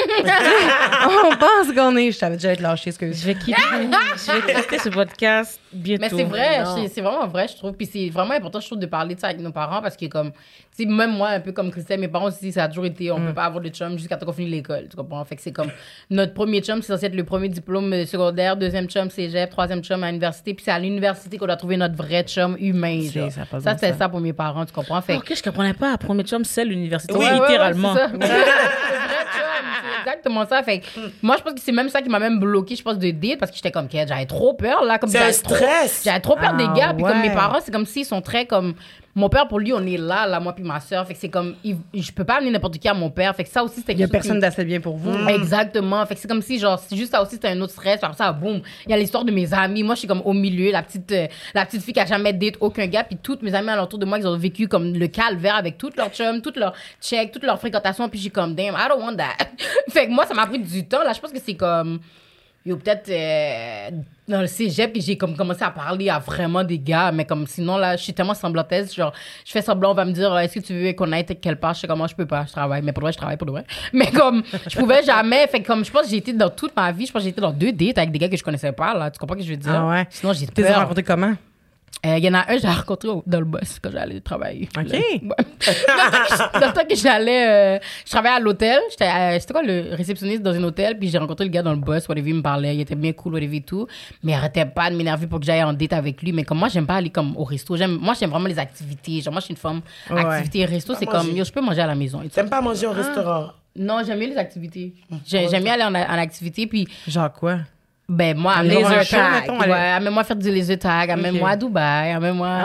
Speaker 2: On pense qu'on est... Je savais déjà être lâchée, excuse.
Speaker 3: Je vais quitter ce podcast bientôt.
Speaker 5: Mais c'est vrai, c'est vraiment vrai, je trouve. Puis c'est vraiment important, je trouve, de parler de ça avec nos parents parce que, comme, tu sais, même moi, un peu comme Christelle, mes parents aussi, ça a toujours été, on peut pas avoir de chum jusqu'à temps qu'on finit l'école, tu comprends? Fait que c'est comme, notre premier chum, c'est censé être le premier diplôme secondaire, deuxième chum, cégep, troisième chum à l'université, puis c'est à l'université qu'on doit trouver notre vrai chum humain, genre. Ça, c'est ça pour mes parents, tu comprends? Fait
Speaker 3: OK, je comprenais pas. Premier chum, c'est l'université.
Speaker 5: Ouais,
Speaker 3: littéralement.
Speaker 5: ouais, c'est ça. C'est exactement ça. Fait que moi, je pense que c'est même ça qui m'a même bloqué, je pense, de date parce que j'étais comme, j'avais trop peur, là. Comme
Speaker 4: C'est un stress.
Speaker 5: J'avais trop peur des gars. Puis comme
Speaker 2: ouais.
Speaker 5: mes parents, c'est comme s'ils sont très comme. Mon père, pour lui, on est là, moi puis ma soeur. Fait que c'est comme, je peux pas amener n'importe qui à mon père. Fait que ça aussi, c'était
Speaker 2: Il y a
Speaker 5: quelque chose
Speaker 2: personne d'assez bien pour vous.
Speaker 5: Exactement. Fait que c'est comme si, genre, c'est juste ça aussi, c'était un autre stress. Par ça, boum. Il y a l'histoire de mes amis. Moi, je suis comme au milieu, la petite fille qui a jamais date aucun gars. Puis toutes mes amies alentour de moi, ils ont vécu comme le calvaire avec toutes leurs chums, toutes leurs checks, toutes leurs fréquentations. Puis j'ai comme, damn, I don't want that. Fait que moi, ça m'a pris du temps. Là, je pense que c'est comme, peut-être dans le cégep que j'ai comme commencé à parler à vraiment des gars. Mais comme sinon, là, je suis tellement semblantaise. Genre, je fais semblant, on va me dire, est-ce que tu veux qu'on aille quelque part? Je sais comment je peux pas, je travaille. Mais pour de vrai, je travaille pour de vrai. Mais comme, je pouvais jamais. Fait que comme, je pense que j'ai été dans toute ma vie, je pense que j'ai été dans 2 dates avec des gars que je connaissais pas, là. Tu comprends ce que je veux dire?
Speaker 2: Ah ouais.
Speaker 5: Sinon, j'ai
Speaker 2: Tu les as
Speaker 5: peur.
Speaker 2: rencontrés comment?
Speaker 5: Il y en a un, j'ai rencontré dans le bus quand j'allais travailler.
Speaker 2: OK.
Speaker 5: Là. Ouais. Dans le temps que j'allais... je travaillais à l'hôtel. C'était quoi, le réceptionniste dans un hôtel. Puis j'ai rencontré le gars dans le bus. Whatever, il me parlait. Il était bien cool, whatever et tout. Mais il arrêtait pas de m'énerver pour que j'aille en date avec lui. Mais comme moi, j'aime pas aller comme au resto. Moi, j'aime vraiment les activités. Genre, moi, je suis une femme.
Speaker 2: Ouais.
Speaker 5: Activité resto, c'est
Speaker 4: manger.
Speaker 5: comme... Yo, je peux manger à la maison. Et tout.
Speaker 4: T'aimes pas manger au restaurant?
Speaker 5: Non, j'aime mieux les activités. J'aime mieux aller en activité. Puis...
Speaker 2: Genre quoi?
Speaker 5: Ben, moi,
Speaker 2: Laser
Speaker 5: amène-moi un
Speaker 2: tag,
Speaker 5: tag.
Speaker 2: mettons,
Speaker 5: Ouais,
Speaker 2: aller-
Speaker 5: amène-moi faire du laser tag. Amène-moi à Dubaï. Amène-moi...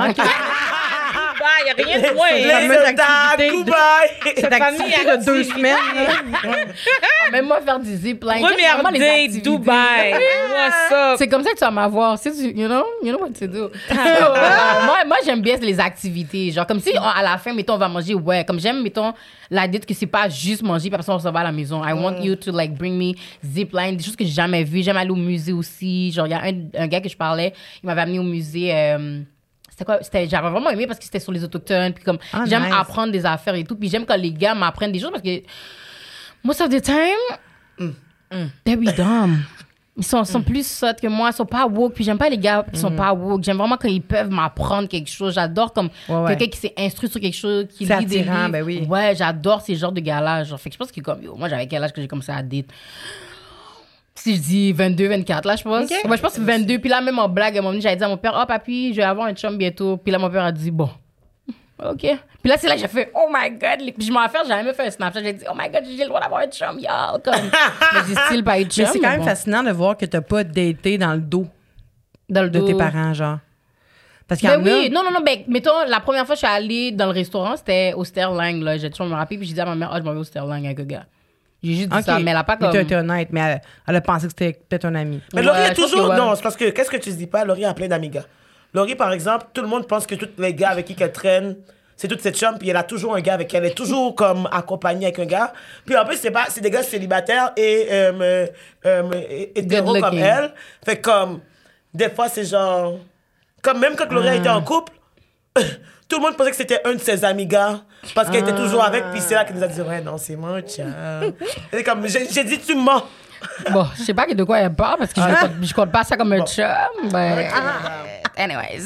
Speaker 3: Il n'y a rien de moins.
Speaker 4: Les États,
Speaker 2: activité de-
Speaker 4: Dubaï!
Speaker 2: Cette activité de 2 semaines.
Speaker 5: Amène-moi faire du zipline.
Speaker 3: Première
Speaker 5: Vraiment, les
Speaker 3: date,
Speaker 5: activités.
Speaker 3: Dubaï. What's up?
Speaker 5: C'est comme ça que tu vas m'avoir. You know what to do. Moi, j'aime bien les activités. Genre, comme si à la fin, mettons, on va manger. Ouais, comme j'aime, mettons, la date que c'est pas juste manger, puis après ça, on s'en va à la maison. I want you to, like, bring me zipline, des choses que j'ai jamais vues. J'aime aller au musée aussi. Genre, il y a un gars que je parlais, il m'avait amené au musée. C'était quoi? J'avais vraiment aimé parce que c'était sur les autochtones. Puis comme, j'aime
Speaker 2: nice.
Speaker 5: apprendre des affaires et tout. Puis j'aime quand les gars m'apprennent des choses parce que, most of the time, they be dumb. Ils sont plus sottes que moi, ils sont pas woke. Puis j'aime pas les gars qui sont pas woke. J'aime vraiment quand ils peuvent m'apprendre quelque chose. J'adore comme
Speaker 2: Ouais.
Speaker 5: quelqu'un qui s'est instruit sur quelque chose, qui
Speaker 2: C'est
Speaker 5: lit des
Speaker 2: attirant,
Speaker 5: livres.
Speaker 2: ben oui.
Speaker 5: Ouais, j'adore ces genres de gars-là. Genre, fait que je pense que comme, yo, moi, j'avais quel âge que j'ai commencé à date? Si je dis 22, 24, là, je pense.
Speaker 2: Ok.
Speaker 5: Ouais, je pense que 22. Puis là, même en blague, à un moment donné, j'avais dit à mon père, oh, papy, je vais avoir un chum bientôt. Puis là, mon père a dit, bon, OK. Puis là, c'est là que j'ai fait, oh my God. Puis je m'en fais, j'ai jamais fait un Snapchat. J'ai dit, oh my God, j'ai le droit d'avoir un chum, y'all. Comme, mais j'ai still pas eu de chum.
Speaker 2: Mais c'est quand même
Speaker 5: bon.
Speaker 2: fascinant de voir que t'as pas daté dans le dos
Speaker 5: Dans le
Speaker 2: de
Speaker 5: dos.
Speaker 2: tes parents, genre. Parce qu'il y
Speaker 5: Ben
Speaker 2: en
Speaker 5: oui,
Speaker 2: a...
Speaker 5: non, ben, mettons, la première fois que je suis allée dans le restaurant, c'était au Sterling, là. J'ai toujours me rappelé, puis j'ai dit à ma mère, je m'en vais au Sterling avec un gars. J'ai juste dit
Speaker 2: OK.
Speaker 5: ça, mais elle a pas comme.
Speaker 2: Mais t'as été honnête, mais elle a pensé que c'était peut-être un ami.
Speaker 4: Mais Laurie
Speaker 5: Ouais,
Speaker 4: est
Speaker 5: je pense
Speaker 4: toujours.
Speaker 5: que ouais.
Speaker 4: Non, c'est parce que, qu'est-ce que tu dis pas? Laurie a plein d'amigas. Laurie, par exemple, tout le monde pense que tous les gars avec qui elle traîne, c'est toutes ses chums, puis elle a toujours un gars avec elle. Elle est toujours comme accompagnée avec un gars. Puis en plus, c'est des gars célibataires et hétéros
Speaker 5: Good
Speaker 4: comme
Speaker 5: looking.
Speaker 4: elle. Fait que, comme, des fois, c'est genre. Comme même quand Laurie était en couple, tout le monde pensait que c'était un de ses amigas parce qu'elle était toujours avec, puis c'est là qu'elle nous a dit, ouais, non, c'est mon chum. Et comme, j'ai dit, tu mens.
Speaker 5: Bon, je sais pas de quoi elle parle parce que je compte pas ça comme un chum. Ben, anyways.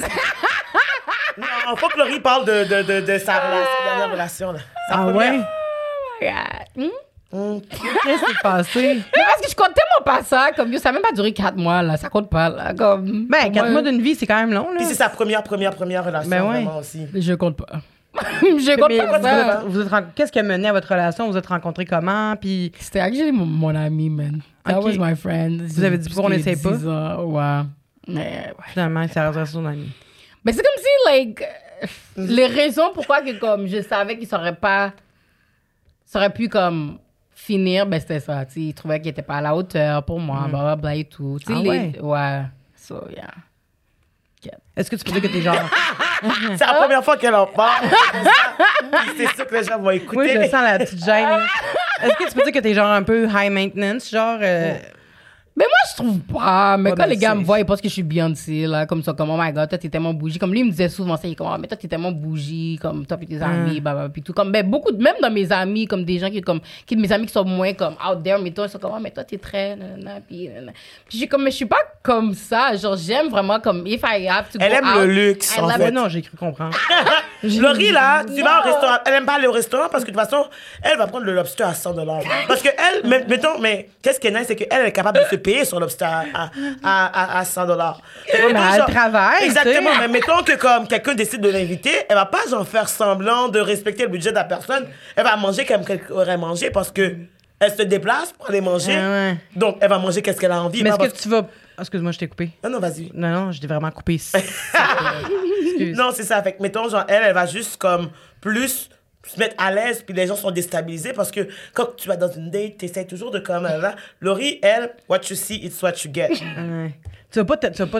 Speaker 4: Non, faut que Laurie parle de sa dernière relation. Là. Sa
Speaker 2: Ah
Speaker 4: première.
Speaker 2: ouais? Qu'est-ce qui s'est passé?
Speaker 5: Mais parce que je compte tellement pas ça, comme yo, ça a même pas duré 4 mois, là. Ça compte pas, là. Comme,
Speaker 2: Ben,
Speaker 5: pour
Speaker 2: 4
Speaker 5: moi,
Speaker 2: mois d'une vie, c'est quand même long, là.
Speaker 4: Puis c'est sa première relation,
Speaker 2: Ben ouais.
Speaker 4: vraiment aussi.
Speaker 5: Je compte pas. Je comprends ça.
Speaker 2: Qu'est-ce qui a mené à votre relation? Vous êtes rencontrés comment? Puis
Speaker 5: C'était actually mon ami, man. That
Speaker 2: Ok.
Speaker 5: was my friend.
Speaker 2: Vous avez dit pourquoi on n'essaie pas?
Speaker 5: 10 ans, ouais. Mais, ouais.
Speaker 2: finalement, ça reste son ami.
Speaker 5: Mais c'est comme si, like, les raisons pourquoi que, comme, je savais qu'il saurait pu, comme, finir, ben, c'était ça. Tu sais, il trouvait qu'il était pas à la hauteur pour moi, blablabla et tout. Tu sais, ouais. So, yeah.
Speaker 2: Est-ce que tu peux dire que t'es genre...
Speaker 4: C'est la première fois qu'elle en parle. C'est sûr que les gens vont écouter.
Speaker 2: Oui, je sens la petite gêne. là. Est-ce que tu peux dire que t'es genre un peu high maintenance, genre...
Speaker 5: Mais moi, je trouve pas. Mais
Speaker 2: Ouais,
Speaker 5: quand
Speaker 2: ben,
Speaker 5: les gars
Speaker 2: c'est-
Speaker 5: me voient, ils pensent que je suis Beyoncé, là. Comme ça, comme, oh my god, toi, t'es tellement bougie. Comme lui, il me disait souvent ça. Il est comme, oh, mais toi, t'es tellement bougie. Comme toi, puis tes amis, blablabla, puis tout. Comme, ben, beaucoup, même dans mes amis, comme des gens qui mes amis qui sont moins, comme, out there, mais toi, ils sont comme, oh, mais toi, t'es très, nanana, puis nanana. Puis j'ai comme, mais je suis pas comme ça. Genre, j'aime vraiment, comme, if I have to
Speaker 4: Elle
Speaker 5: go
Speaker 4: aime
Speaker 5: out,
Speaker 4: le luxe,
Speaker 5: I
Speaker 4: en
Speaker 5: love
Speaker 4: fait.
Speaker 5: it.
Speaker 2: Non, j'ai cru comprendre.
Speaker 4: Laurie, là, tu vas au restaurant. Elle aime pas aller au restaurant parce que de toute façon, elle va prendre le lobster à 100 $. Parce que elle, mettons, mais qu'est-ce qui est nice, c'est qu'elle est capable de se payer son lobster à 100 $.
Speaker 2: mais elle travaille,
Speaker 4: Exactement.
Speaker 2: tu sais.
Speaker 4: Mais mettons que comme quelqu'un décide de l'inviter, elle va pas genre faire semblant de respecter le budget de la personne. Elle va manger comme qu'elle aurait mangé parce que elle se déplace pour aller manger.
Speaker 2: Ah ouais.
Speaker 4: Donc, elle va manger qu'est-ce qu'elle a envie.
Speaker 2: Mais
Speaker 4: pas
Speaker 2: est-ce que
Speaker 4: parce-
Speaker 2: tu vas... Excuse-moi, je t'ai coupé.
Speaker 4: Non, vas-y.
Speaker 2: Non, je t'ai vraiment coupé. Excuse.
Speaker 4: Non, c'est ça. Fait que, mettons, genre, elle va juste comme plus se mettre à l'aise, puis les gens sont déstabilisés parce que quand tu vas dans une date, tu essaies toujours de comme là. Laurie, elle, what you see, it's what you get.
Speaker 2: Ouais. Tu vas pas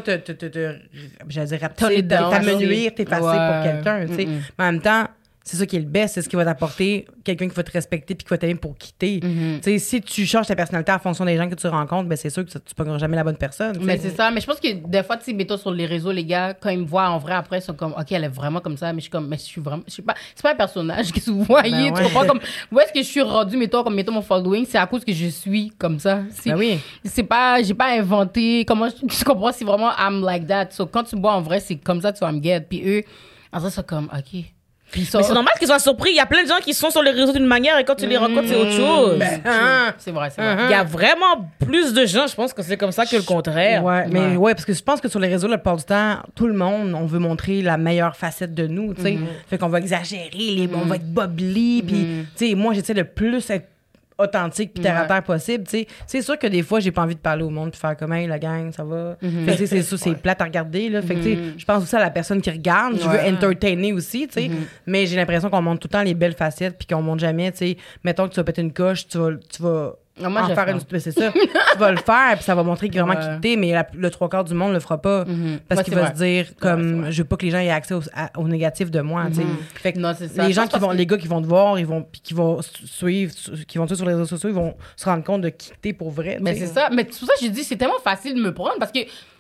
Speaker 2: j'allais dire,
Speaker 5: Tone it down.
Speaker 2: t'amenuire, t'effacer
Speaker 5: Ouais.
Speaker 2: pour quelqu'un, tu sais. Mais en même temps, c'est ça qui est le best, c'est ce qui va t'apporter quelqu'un qui va te respecter puis qui va t'aimer pour quitter. Tu sais, si tu changes ta personnalité en fonction des gens que tu rencontres, ben c'est sûr que tu ne pogneras jamais la bonne personne. tu sais.
Speaker 5: Mais c'est ça. Mais je pense que des fois, tu sais, mettons sur les réseaux, les gars, quand ils me voient en vrai, après, ils sont comme, OK, elle est vraiment comme ça. Mais je suis comme, mais je suis vraiment. Je suis pas, c'est pas un personnage que vous voyez.
Speaker 2: Ben
Speaker 5: Tu
Speaker 2: ouais.
Speaker 5: comprends? Comme, où est-ce que je suis rendue, mettons mon following? C'est à cause que je suis comme ça.
Speaker 2: Ben oui.
Speaker 5: C'est pas, j'ai pas inventé. Comment tu comprends? C'est vraiment, I'm like that. So, quand tu me vois en vrai, c'est comme ça que tu vas me get. Puis eux, en vrai, c'est comme, OK. Puis ils sont-
Speaker 3: Mais c'est normal qu'ils soient surpris. Il y a plein de gens qui sont sur les réseaux d'une manière et quand tu les rencontres, c'est autre chose.
Speaker 5: C'est vrai, c'est vrai.
Speaker 3: Il y a vraiment plus de gens, je pense que c'est comme ça que le contraire.
Speaker 2: Ouais, mais ouais, parce que je pense que sur les réseaux, la plupart du temps, tout le monde, on veut montrer la meilleure facette de nous, tu sais. Fait qu'on va exagérer, on va être bubbly, puis, tu sais, moi, j'essaie de plus être authentique puis terre à terre possible, tu sais. C'est sûr que des fois, j'ai pas envie de parler au monde puis faire comme, hey, la gang, ça va. Fait que, tu sais, c'est ça, c'est plate à regarder, là. Fait que, tu sais, je pense aussi à la personne qui regarde. Je veux entertainer aussi, tu sais. Mais j'ai l'impression qu'on montre tout le temps les belles facettes puis qu'on montre jamais, tu sais, mettons que tu vas péter une coche, tu vas
Speaker 5: Non, moi,
Speaker 2: en
Speaker 5: je le
Speaker 2: faire
Speaker 5: ferai.
Speaker 2: une... ben, c'est ça. Tu vas le faire, puis ça va montrer vraiment
Speaker 5: Ouais.
Speaker 2: qui t'es, mais le trois quarts du monde le fera pas. Parce
Speaker 5: Ouais,
Speaker 2: qu'il
Speaker 5: c'est
Speaker 2: va
Speaker 5: vrai.
Speaker 2: se dire, comme, je veux pas que les gens aient accès au négatif de moi, tu sais. Fait que
Speaker 5: Non, c'est ça.
Speaker 2: les
Speaker 5: Je
Speaker 2: gens
Speaker 5: pense
Speaker 2: qui vont,
Speaker 5: parce que-
Speaker 2: les gars qui vont te voir, puis qui vont suivre sur les réseaux sociaux, ils vont se rendre compte de qui t'es pour vrai.
Speaker 5: Mais
Speaker 2: tu sais.
Speaker 5: c'est ça. Mais c'est pour ça que je dis, c'est tellement facile de me prendre parce que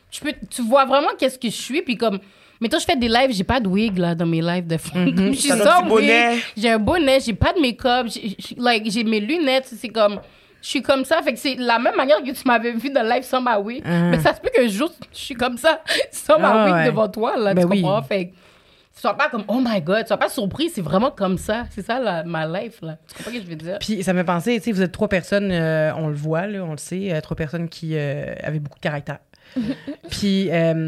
Speaker 5: tu vois vraiment qu'est-ce que je suis. Puis comme, mettons, je fais des lives, j'ai pas de wig là dans mes lives de fond. Je suis
Speaker 4: T'as un
Speaker 5: sans
Speaker 4: petit bonnet.
Speaker 5: wig. J'ai un bonnet, j'ai pas de make-up, j'ai mes lunettes. C'est comme, je suis comme ça. Fait que c'est la même manière que tu m'avais vu dans le live sans ma wig. Mais ça se peut qu'un jour, je suis comme ça, sans ma
Speaker 2: Ah,
Speaker 5: wig
Speaker 2: ouais.
Speaker 5: devant toi. Là,
Speaker 2: Ben
Speaker 5: tu
Speaker 2: oui.
Speaker 5: comprends? Fait que, sois pas comme, oh my god, sois pas surpris, c'est vraiment comme ça. C'est ça ma life. Là. Tu comprends ce que je veux dire?
Speaker 2: Puis ça m'a pensé, tu sais, vous êtes trois personnes, on le voit, là, on le sait, trois personnes qui avaient beaucoup de caractère. Puis,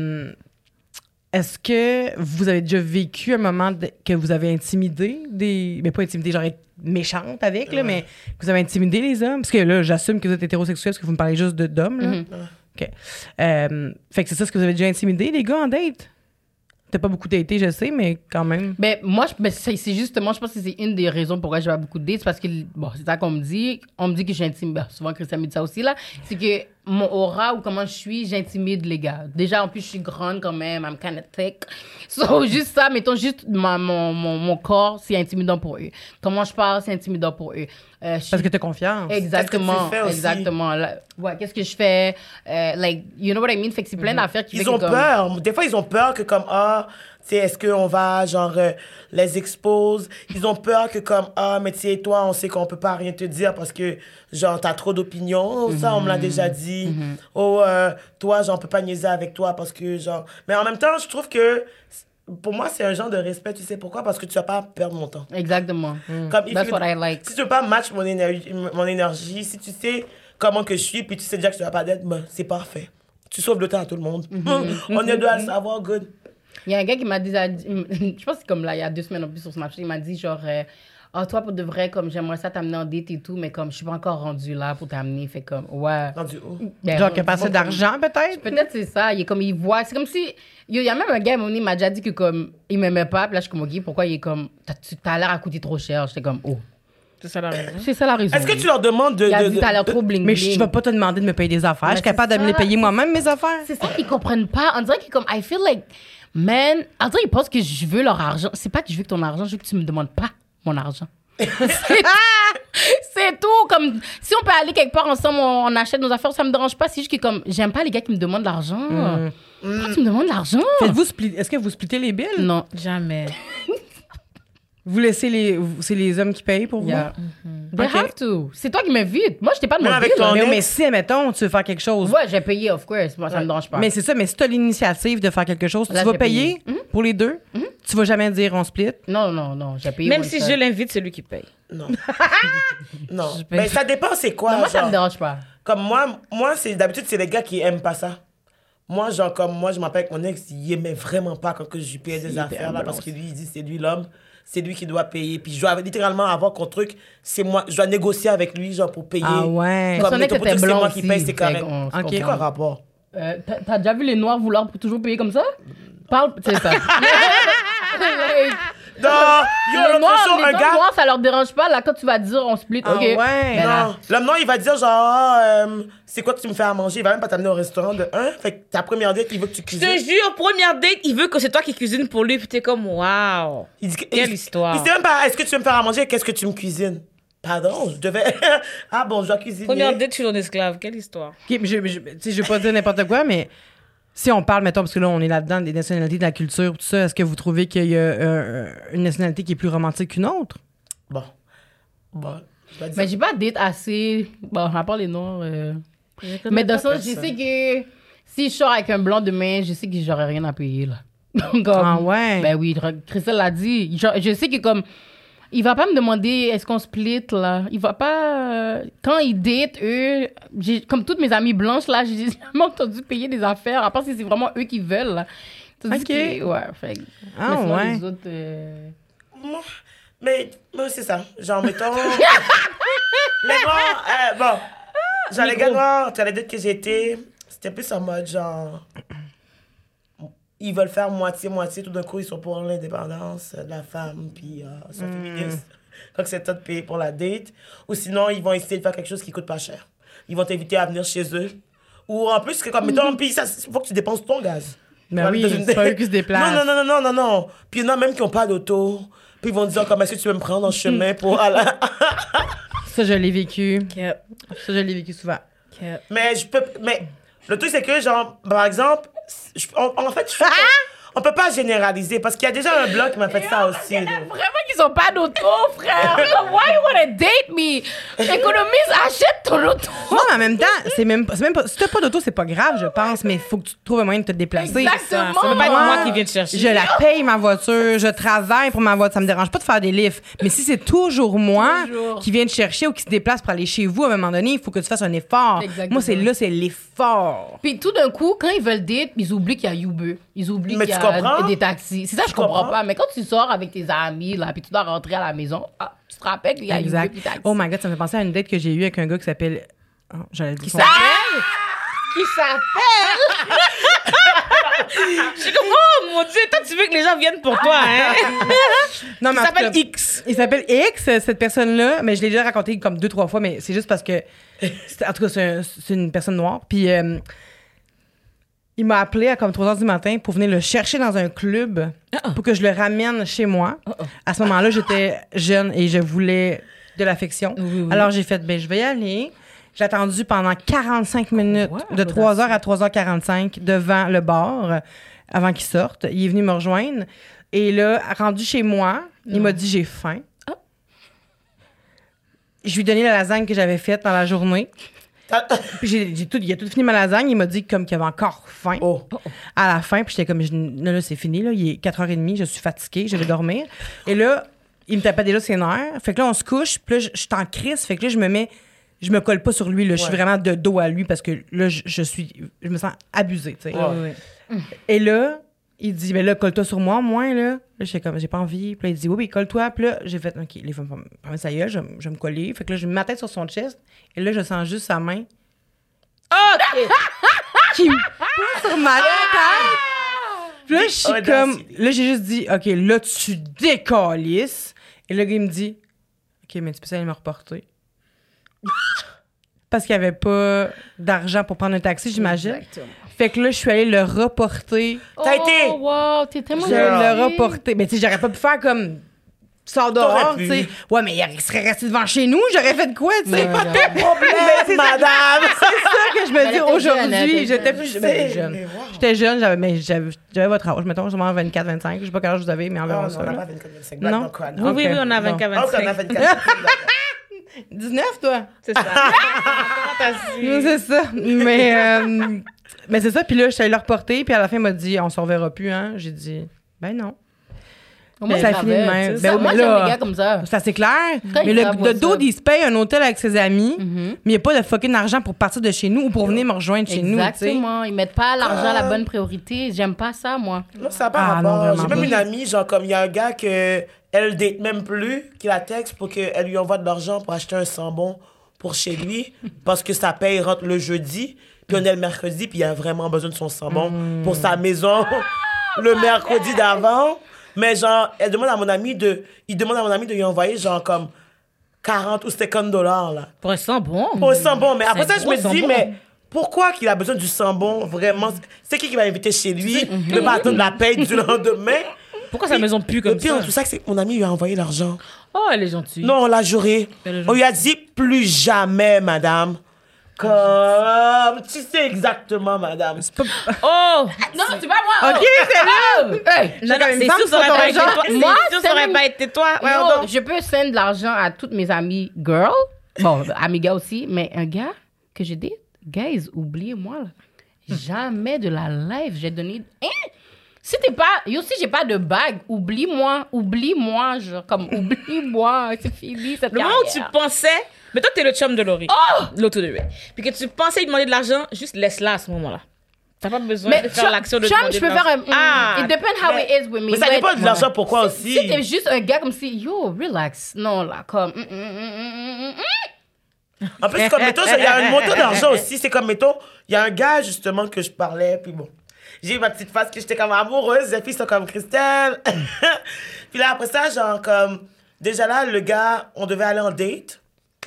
Speaker 2: est-ce que vous avez déjà vécu un moment que vous avez intimidé mais pas intimidé, genre être méchante avec, là, mais que vous avez intimidé les hommes? Parce que là, j'assume que vous êtes hétérosexuel parce que vous me parlez juste d'hommes, là. OK. Fait que c'est ça, ce que vous avez déjà intimidé, les gars, en date? T'as pas beaucoup daté, je sais, mais quand même.
Speaker 5: Ben, moi, c'est justement, je pense que c'est une des raisons pourquoi j'ai pas beaucoup de dates. Parce que, bon, c'est ça qu'on me dit. On me dit que j'intimide. Ben, souvent, Christian me dit ça aussi, là. C'est que mon aura ou comment je suis, j'intimide les gars. Déjà, en plus, je suis grande quand même. I'm kind of thick. So, juste ça, mettons, juste mon corps, c'est intimidant pour eux. Comment je parle, c'est intimidant pour eux.
Speaker 2: Parce que t'as confiance.
Speaker 5: Exactement.
Speaker 4: Qu'est-ce que tu fais aussi?
Speaker 5: Exactement. Là, ouais, qu'est-ce que je fais? Like, you know what I mean? Fait que c'est plein d'affaires qui fait
Speaker 4: Ils ont
Speaker 5: que comme-
Speaker 4: peur. Des fois, ils ont peur que comme, tu sais, est-ce qu'on va, genre, les expose? Ils ont peur que comme, mais tu sais, toi, on sait qu'on peut pas rien te dire parce que, genre, t'as trop d'opinions. Oh, ça, on me l'a déjà dit. Oh, toi, genre, on peut pas niaiser avec toi parce que, genre... Mais en même temps, je trouve que, pour moi, c'est un genre de respect. Tu sais pourquoi? Parce que tu vas pas perdre mon temps.
Speaker 5: Exactement.
Speaker 4: Comme,
Speaker 5: That's what I like.
Speaker 4: Si tu veux pas match mon énergie, si tu sais comment que je suis, puis tu sais déjà que tu vas pas d'être, ben, c'est parfait. Tu sauves le temps à tout le monde. On est deux à le savoir, good.
Speaker 5: Il y a un gars qui m'a dit, je pense que c'est comme là, il y a 2 semaines en plus sur Snapchat, il m'a dit genre, toi pour de vrai, comme j'aimerais ça t'amener en date et tout, mais comme je suis pas encore rendu là pour t'amener, fait comme, ouais.
Speaker 4: Rendu où?
Speaker 5: Ben,
Speaker 2: Genre qu'il a pas assez d'argent, peut-être?
Speaker 5: Peut-être c'est ça, il est comme, il voit, c'est comme si, il y a même un gars, il m'a déjà dit que comme, il m'aimait pas, puis là je suis comme, ok, pourquoi il est comme, t'as l'air à coûter trop cher, j'étais comme, oh.
Speaker 3: C'est ça la raison.
Speaker 5: C'est ça la raison.
Speaker 4: Est-ce que tu leur demandes
Speaker 5: Il a dit, t'as l'air trop bling
Speaker 2: Mais je vais pas te demander de me payer des affaires. Je suis
Speaker 5: Mais
Speaker 2: capable
Speaker 5: c'est
Speaker 2: de me les
Speaker 5: ça.
Speaker 2: payer moi-même, mes affaires.
Speaker 5: C'est ça qu'ils comprennent pas. On dirait qu'ils comme, I feel like, man, on dirait qu'ils pensent que je veux leur argent. C'est pas que je veux que ton argent, je veux que tu me demandes pas mon argent. C'est tout. Comme, si on peut aller quelque part ensemble, on achète nos affaires, ça me dérange pas. C'est juste que comme, j'aime pas les gars qui me demandent de l'argent. Pourquoi tu me demandes de l'argent?
Speaker 2: Est-ce que vous splittez les billes?
Speaker 5: Non.
Speaker 3: Jamais.
Speaker 2: Vous laissez c'est les hommes qui payent pour vous?
Speaker 5: Yeah. They
Speaker 2: Ok.
Speaker 5: have to. C'est toi qui m'invites. Moi, je t'ai pas demandé.
Speaker 4: Même avec
Speaker 5: là.
Speaker 4: ton
Speaker 2: Mais si, admettons, tu veux faire quelque chose.
Speaker 5: Ouais, j'ai payé, of course. Moi, ça me dérange pas.
Speaker 2: Mais c'est ça, mais si tu as l'initiative de faire quelque chose,
Speaker 5: Là,
Speaker 2: tu vas
Speaker 5: j'ai
Speaker 2: payer
Speaker 5: payé.
Speaker 2: pour les deux. Tu vas jamais dire on split.
Speaker 5: Non, j'ai payé.
Speaker 3: Même
Speaker 5: one
Speaker 3: si
Speaker 5: shot.
Speaker 3: je l'invite, c'est lui qui paye.
Speaker 4: Non. Non. Mais ça dépend, c'est quoi.
Speaker 5: Non, moi, ça
Speaker 4: genre.
Speaker 5: me dérange pas.
Speaker 4: Comme moi c'est d'habitude, c'est les gars qui aiment pas ça. Moi, genre, comme moi, je m'appelle avec mon ex, il aimait vraiment pas quand que je lui payais des affaires, là, parce que lui, il dit, c'est lui l'homme, c'est lui qui doit payer. Puis je dois littéralement avoir qu'un truc, c'est moi, je dois négocier avec lui, genre, pour payer.
Speaker 2: Ah ouais.
Speaker 5: Son
Speaker 4: Comme,
Speaker 5: ex
Speaker 4: mettons, pour
Speaker 5: était
Speaker 4: dire que c'est
Speaker 5: blanc
Speaker 4: moi qui
Speaker 5: aussi,
Speaker 4: paye, c'est
Speaker 5: fait
Speaker 4: correct.
Speaker 5: qu'on se
Speaker 2: Ok.
Speaker 4: C'est
Speaker 5: comprend.
Speaker 4: quoi le rapport?
Speaker 5: T'as déjà vu les Noirs vouloir toujours payer comme ça? Parle, c'est ça.
Speaker 4: Non, yo,
Speaker 5: les
Speaker 4: l'autre
Speaker 5: Noirs,
Speaker 4: jour,
Speaker 5: les
Speaker 4: un
Speaker 5: hommes
Speaker 4: gars...
Speaker 5: noirs, ça leur dérange pas. Là, quand tu vas dire on split,
Speaker 2: Ah
Speaker 5: ok.
Speaker 2: ouais.
Speaker 5: Ben là,
Speaker 4: Non, l'homme noir, il va dire genre, c'est quoi que tu me fais à manger? Il va même pas t'amener au restaurant de un. Fait que ta première date, il veut que tu
Speaker 3: Je te
Speaker 4: cuisines.
Speaker 3: jure, première date, il veut que c'est toi qui cuisines pour lui, puis t'es comme, waouh.
Speaker 4: Il dit que-
Speaker 3: Quelle
Speaker 4: il-
Speaker 3: histoire.
Speaker 4: Il sait même pas, est-ce que tu veux me faire à manger? Qu'est-ce que tu me cuisines? Pardon, je devais... Ah bon, je dois cuisiner.
Speaker 3: Première date, je suis ton esclave. Quelle histoire.
Speaker 2: Ok, mais tu sais, je veux pas dire n'importe quoi, mais si on parle, mettons, parce que là, on est là-dedans, des nationalités, de la culture, tout ça, est-ce que vous trouvez qu'il y a une nationalité qui est plus romantique qu'une autre?
Speaker 4: Bon, je dois dire...
Speaker 5: mais j'ai pas de date assez. Bon, à part les Noirs. Mais dans le sens, je sais que si je sors avec un blanc demain, je sais que j'aurais rien à payer, là. Comme,
Speaker 2: Ah ouais?
Speaker 5: Ben oui, Christelle l'a dit. Je sais que comme. Il va pas me demander est-ce qu'on split, là. Il va pas. Quand ils date, eux. Comme toutes mes amies blanches, là, j'ai jamais entendu payer des affaires, à part si c'est vraiment eux qui veulent, là. Tandis
Speaker 2: Ok.
Speaker 5: que, ouais, fait.
Speaker 2: Ah
Speaker 5: mais sinon,
Speaker 2: ouais.
Speaker 5: les autres.
Speaker 4: Mais moi, c'est ça. Genre, mettons... les noirs, bon. Genre, les gars noirs, tu as les dates que j'ai été, c'était plus en mode genre... Ils veulent faire moitié-moitié. Tout d'un coup, ils sont pour l'indépendance de la femme, puis ils sont féministes. Donc, c'est toi de payer pour la date. Ou sinon, ils vont essayer de faire quelque chose qui coûte pas cher. Ils vont t'inviter à venir chez eux. Ou en plus, c'est comme, mettons, puis ça, il faut que tu dépenses ton gaz.
Speaker 2: Ben
Speaker 4: Pour
Speaker 2: oui,
Speaker 4: aller dans une
Speaker 2: c'est pas
Speaker 4: date.
Speaker 2: eux qui se déplacent.
Speaker 4: Non. Puis il y en a même qui n'ont pas d'auto. Puis ils vont dire, comme, est-ce que tu veux me prendre en chemin pour aller...
Speaker 2: Ça, je l'ai vécu.
Speaker 3: Cap.
Speaker 2: Ça, je l'ai vécu souvent.
Speaker 3: Cap.
Speaker 4: Mais le truc, c'est que, genre, par exemple, en fait, on peut pas généraliser parce qu'il y a déjà un blog qui m'a fait ça aussi. là.
Speaker 5: Vraiment qu'ils ont pas d'auto, frère. Comme, why you wanna date me? Économise, achète ton auto.
Speaker 2: Non, mais en même temps, c'est même pas. Si t'as pas d'auto, c'est pas grave, je pense, mais il faut que tu trouves un moyen de te déplacer.
Speaker 5: Exactement.
Speaker 3: Ça peut pas être
Speaker 2: Moi,
Speaker 3: moi qui viens te chercher.
Speaker 2: Je la paye, ma voiture, je travaille pour ma voiture, ça me dérange pas de faire des lifts. Mais si c'est toujours moi
Speaker 5: Toujours.
Speaker 2: qui viens te chercher ou qui se déplace pour aller chez vous, à un moment donné, il faut que tu fasses un effort.
Speaker 5: Exactement.
Speaker 2: Moi, c'est l'effort.
Speaker 5: Puis tout d'un coup, quand ils veulent date, ils oublient qu'il y a Uber. Ils oublient
Speaker 4: Mais
Speaker 5: qu'il y
Speaker 4: tu
Speaker 5: a
Speaker 4: comprends?
Speaker 5: des taxis. C'est ça, je
Speaker 4: Tu
Speaker 5: comprends
Speaker 4: comprends?
Speaker 5: pas. Mais quand tu sors avec tes amis, là, puis tu dois rentrer à la maison, tu te rappelles qu'il y a Uber
Speaker 2: Exact.
Speaker 5: puis taxi.
Speaker 2: Oh my God, ça me fait penser à une date que j'ai eue avec un gars qui s'appelle... Oh, j'allais dire son-
Speaker 5: Qui s'appelle?
Speaker 3: Je suis comme, oh mon Dieu, toi, tu veux que les gens viennent pour toi, hein?
Speaker 2: Non, mais
Speaker 3: Il
Speaker 2: en tout
Speaker 3: s'appelle
Speaker 2: cas,
Speaker 3: X.
Speaker 2: Il s'appelle X, cette personne-là, mais je l'ai déjà raconté comme 2-3 fois, mais c'est juste parce que, en tout cas, c'est une personne noire. Puis il m'a appelé à comme 3h du matin pour venir le chercher dans un club pour que je le ramène chez moi. À ce moment-là, j'étais jeune et je voulais de l'affection.
Speaker 3: Oui.
Speaker 2: Alors j'ai fait, ben je vais y aller. J'ai attendu pendant 45 minutes, de 3h à 3h45 devant le bar avant qu'il sorte. Il est venu me rejoindre. Et là, rendu chez moi, il m'a dit, j'ai faim. Je lui ai donné la lasagne que j'avais faite dans la journée. Puis il a tout fini ma lasagne. Il m'a dit comme qu'il avait encore faim. À la fin, puis j'étais comme, là, c'est fini. Là, il est 4h30, je suis fatiguée, je vais dormir. Et là, il me tapait déjà ses nerfs. Fait que là, on se couche. Puis là, je suis en crise. Fait que là, je me colle pas sur lui. Là. Je suis vraiment de dos à lui parce que là, je me sens abusée. Tu sais. Et là, il dit, mais là, colle-toi sur moi, au moins, là. Là, j'étais comme, j'ai pas envie. Puis là, il dit, oui, colle-toi. Puis là, j'ai fait, OK, les femmes, ça y est, je vais me coller. Fait que là, j'ai mis ma tête sur son chest. Et là, je sens juste sa main
Speaker 3: OK.
Speaker 2: qui me pousse sur ma tête. Puis là, je suis comme, là, j'ai juste dit, OK, là, tu décalisses. Et là, le gars, il me dit, OK, mais tu peux aller me reporter. Parce qu'il n'y avait pas d'argent pour prendre un taxi, j'imagine.
Speaker 5: Exactement.
Speaker 2: Fait que là, je suis allée le reporter.
Speaker 4: T'as été?
Speaker 5: Oh, wow, t'es tellement
Speaker 2: Je le reporter. Mais tu sais, j'aurais pas pu faire comme. Sors dehors,
Speaker 4: T'aurais pu.
Speaker 2: tu sais. Ouais, mais il serait resté devant chez nous, j'aurais fait de quoi, tu sais.
Speaker 4: Pas de problème, madame.
Speaker 2: C'est ça que je me dis
Speaker 5: Elle était
Speaker 2: aujourd'hui.
Speaker 5: jeune,
Speaker 2: J'étais plus jeune.
Speaker 4: Mais wow.
Speaker 2: J'étais jeune, j'avais votre âge. Mettons, sûrement 24, 25. Je sais pas quel âge vous avez, mais
Speaker 4: Non,
Speaker 2: environ
Speaker 4: non,
Speaker 2: ça.
Speaker 4: on n'a
Speaker 2: là.
Speaker 4: pas 24, 25.
Speaker 2: Non.
Speaker 4: Black crowd.
Speaker 3: Oui, oui,
Speaker 2: Ok.
Speaker 3: on a
Speaker 2: Bon.
Speaker 3: 24,
Speaker 4: Oh, on a
Speaker 3: 25.
Speaker 4: 24.
Speaker 2: 19, toi?
Speaker 3: C'est ça.
Speaker 2: C'est ça. Mais c'est ça. Puis là, je suis allée le reporter. Puis à la fin, il m'a dit, on se reverra plus, hein. J'ai dit, ben non.
Speaker 5: Au moins,
Speaker 2: Ça
Speaker 5: il
Speaker 2: a fini de
Speaker 5: savait,
Speaker 2: même.
Speaker 5: tu sais.
Speaker 2: Ben,
Speaker 5: Moi,
Speaker 2: mais
Speaker 5: j'aime
Speaker 2: là-
Speaker 5: les gars comme ça.
Speaker 2: Ça, c'est clair.
Speaker 5: Quand
Speaker 2: Mais
Speaker 5: il
Speaker 2: le
Speaker 5: voit
Speaker 2: dude,
Speaker 5: ça.
Speaker 2: il se paye un hôtel avec ses amis,
Speaker 5: Mhm.
Speaker 2: mais il n'y a pas de fucking argent pour partir de chez nous ou pour venir me rejoindre chez nous, tu sais.
Speaker 5: Exactement. Ils mettent pas l'argent à la bonne priorité. J'aime pas ça, moi.
Speaker 4: Non, ça n'a pas
Speaker 2: Ah, non,
Speaker 4: rapport.
Speaker 2: vraiment
Speaker 4: J'ai même
Speaker 2: pas.
Speaker 4: une amie, genre, comme il y a un gars que elle date même plus, qui la texte pour qu'elle lui envoie de l'argent pour acheter un sambon pour chez lui, parce que sa paye rentre le jeudi, puis on est le mercredi, puis il a vraiment besoin de son sambon pour sa maison le mercredi d'avant. Mais genre, il demande à mon ami de lui envoyer genre comme 40 ou 50 $, là.
Speaker 3: Pour un sambon.
Speaker 4: Pour un sambon. Mais après
Speaker 3: C'est
Speaker 4: ça,
Speaker 3: un
Speaker 4: je me
Speaker 3: gros
Speaker 4: dis,
Speaker 3: sambon.
Speaker 4: mais pourquoi qu'il a besoin du sambon, vraiment? C'est qui va inviter chez lui? Il ne peut pas attendre la paye du lendemain.
Speaker 3: Pourquoi sa maison pue
Speaker 4: Le
Speaker 3: comme
Speaker 4: pire
Speaker 3: ça?
Speaker 4: dans tout ça, c'est que mon ami lui a envoyé l'argent.
Speaker 3: Oh, elle est gentille.
Speaker 4: Non, on l'a juré.
Speaker 3: Elle est
Speaker 4: On lui a dit plus jamais, madame. Comme, tu sais exactement, madame.
Speaker 3: Oh!
Speaker 5: Non, c'est pas moi.
Speaker 2: OK, c'est là!
Speaker 5: Hey,
Speaker 3: Non, non,
Speaker 2: une
Speaker 3: c'est
Speaker 2: femme
Speaker 3: sûr, ça
Speaker 2: sur
Speaker 3: aurait
Speaker 2: ton
Speaker 3: pas été
Speaker 2: genre.
Speaker 3: toi. C'est
Speaker 5: Moi,
Speaker 3: sûr,
Speaker 5: c'est
Speaker 3: ça aurait
Speaker 5: même-
Speaker 3: pas été toi. Ouais,
Speaker 5: Yo,
Speaker 3: donc.
Speaker 5: je peux send de l'argent à toutes mes amies girls. Bon, amis gars aussi. Mais un gars que j'ai dit, guys, oubliez-moi, là. Jamais de la life, j'ai donné... Hein? Si t'es pas... Yo, si j'ai pas de bague, oublie-moi, genre, comme, oublie-moi, c'est fini, cette
Speaker 3: Le moment où tu
Speaker 5: carrière.
Speaker 3: pensais... Mais toi, t'es le chum de Laurie. L'auto de Ray. Puis que tu pensais lui demander de l'argent, juste laisse-la à ce moment-là. T'as pas besoin
Speaker 5: Mais
Speaker 3: de faire l'action de
Speaker 5: chum,
Speaker 3: demander
Speaker 5: je
Speaker 3: de
Speaker 5: peux faire
Speaker 3: l'argent.
Speaker 5: un... It depends how it is with me.
Speaker 4: Mais ça
Speaker 5: But-
Speaker 4: dépend de l'argent, pourquoi aussi?
Speaker 5: Si t'es juste un gars comme si, yo, relax. Non, là, comme...
Speaker 4: En plus, comme, mettons, il y a un montant d'argent aussi. C'est comme, mettons, il y a un gars, justement, que je parlais, puis bon. J'ai eu ma petite phase que j'étais comme amoureuse. Les filles sont comme Christelle. Puis là, après ça, genre, comme... Déjà là, le gars, on devait aller en date.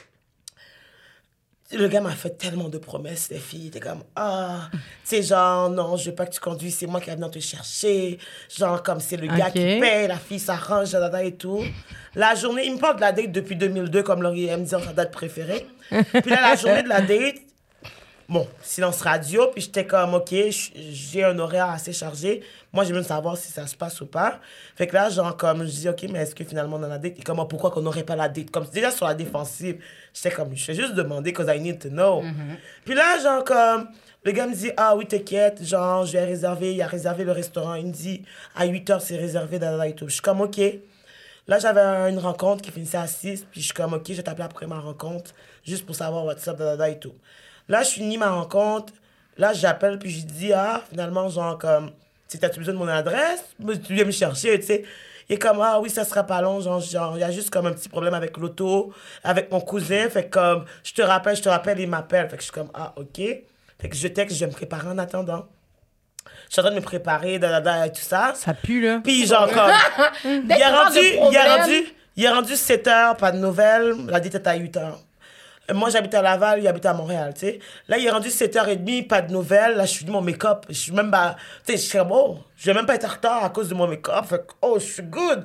Speaker 4: Le gars m'a fait tellement de promesses, les filles. T'es comme, tu sais, genre, non, je veux pas que tu conduises, c'est moi qui vais venir te chercher. Genre, comme c'est le gars
Speaker 2: Ok.
Speaker 4: qui paye, la fille s'arrange, et tout. La journée, il me parle de la date depuis 2002, comme Laurie aime dire sa date préférée. Puis là, la journée de la date, bon, silence radio, puis j'étais comme, OK, j'ai un horaire assez chargé. Moi, j'ai besoin de savoir si ça se passe ou pas. Fait que là, genre, comme, je dis, OK, mais est-ce que finalement, on a la date? Et comment, pourquoi qu'on n'aurait pas la date? Comme, déjà sur la défensive, j'étais comme, je fais juste demander, because I need to know. Puis là, genre, comme, le gars me dit, ah oui, t'inquiète, genre, je vais réserver, il a réservé le restaurant. Il me dit, à 8h, c'est réservé, et tout. Je suis comme, OK. Là, j'avais une rencontre qui finissait à 6, puis je suis comme, OK, je vais t'appeler après ma rencontre, juste pour savoir what's up, et tout. Là, je finis ma rencontre. Là, j'appelle, puis je dis, finalement, genre, comme, tu sais, t'as-tu besoin de mon adresse? Tu viens me chercher, tu sais. Il est comme, oui, ça sera pas long. Genre, il y a juste comme un petit problème avec l'auto, avec mon cousin. Fait que, comme, je te rappelle, il m'appelle. Fait que je suis comme, OK. Fait que je texte, je vais me préparer en attendant. Je suis en train de me préparer, et tout ça.
Speaker 2: Ça pue, là.
Speaker 4: Puis, genre, comme,
Speaker 5: Dès que tu parles de problème-
Speaker 4: il est rendu 7h, pas de nouvelles. La date est à 8h. Moi, j'habite à Laval, il habite à Montréal, tu sais. Là, il est rendu 7h30, pas de nouvelles. Là, je suis dit, mon make-up, je suis même pas... Tu sais, je suis comme, je vais même pas être en retard à cause de mon make-up. Fait que, je suis good.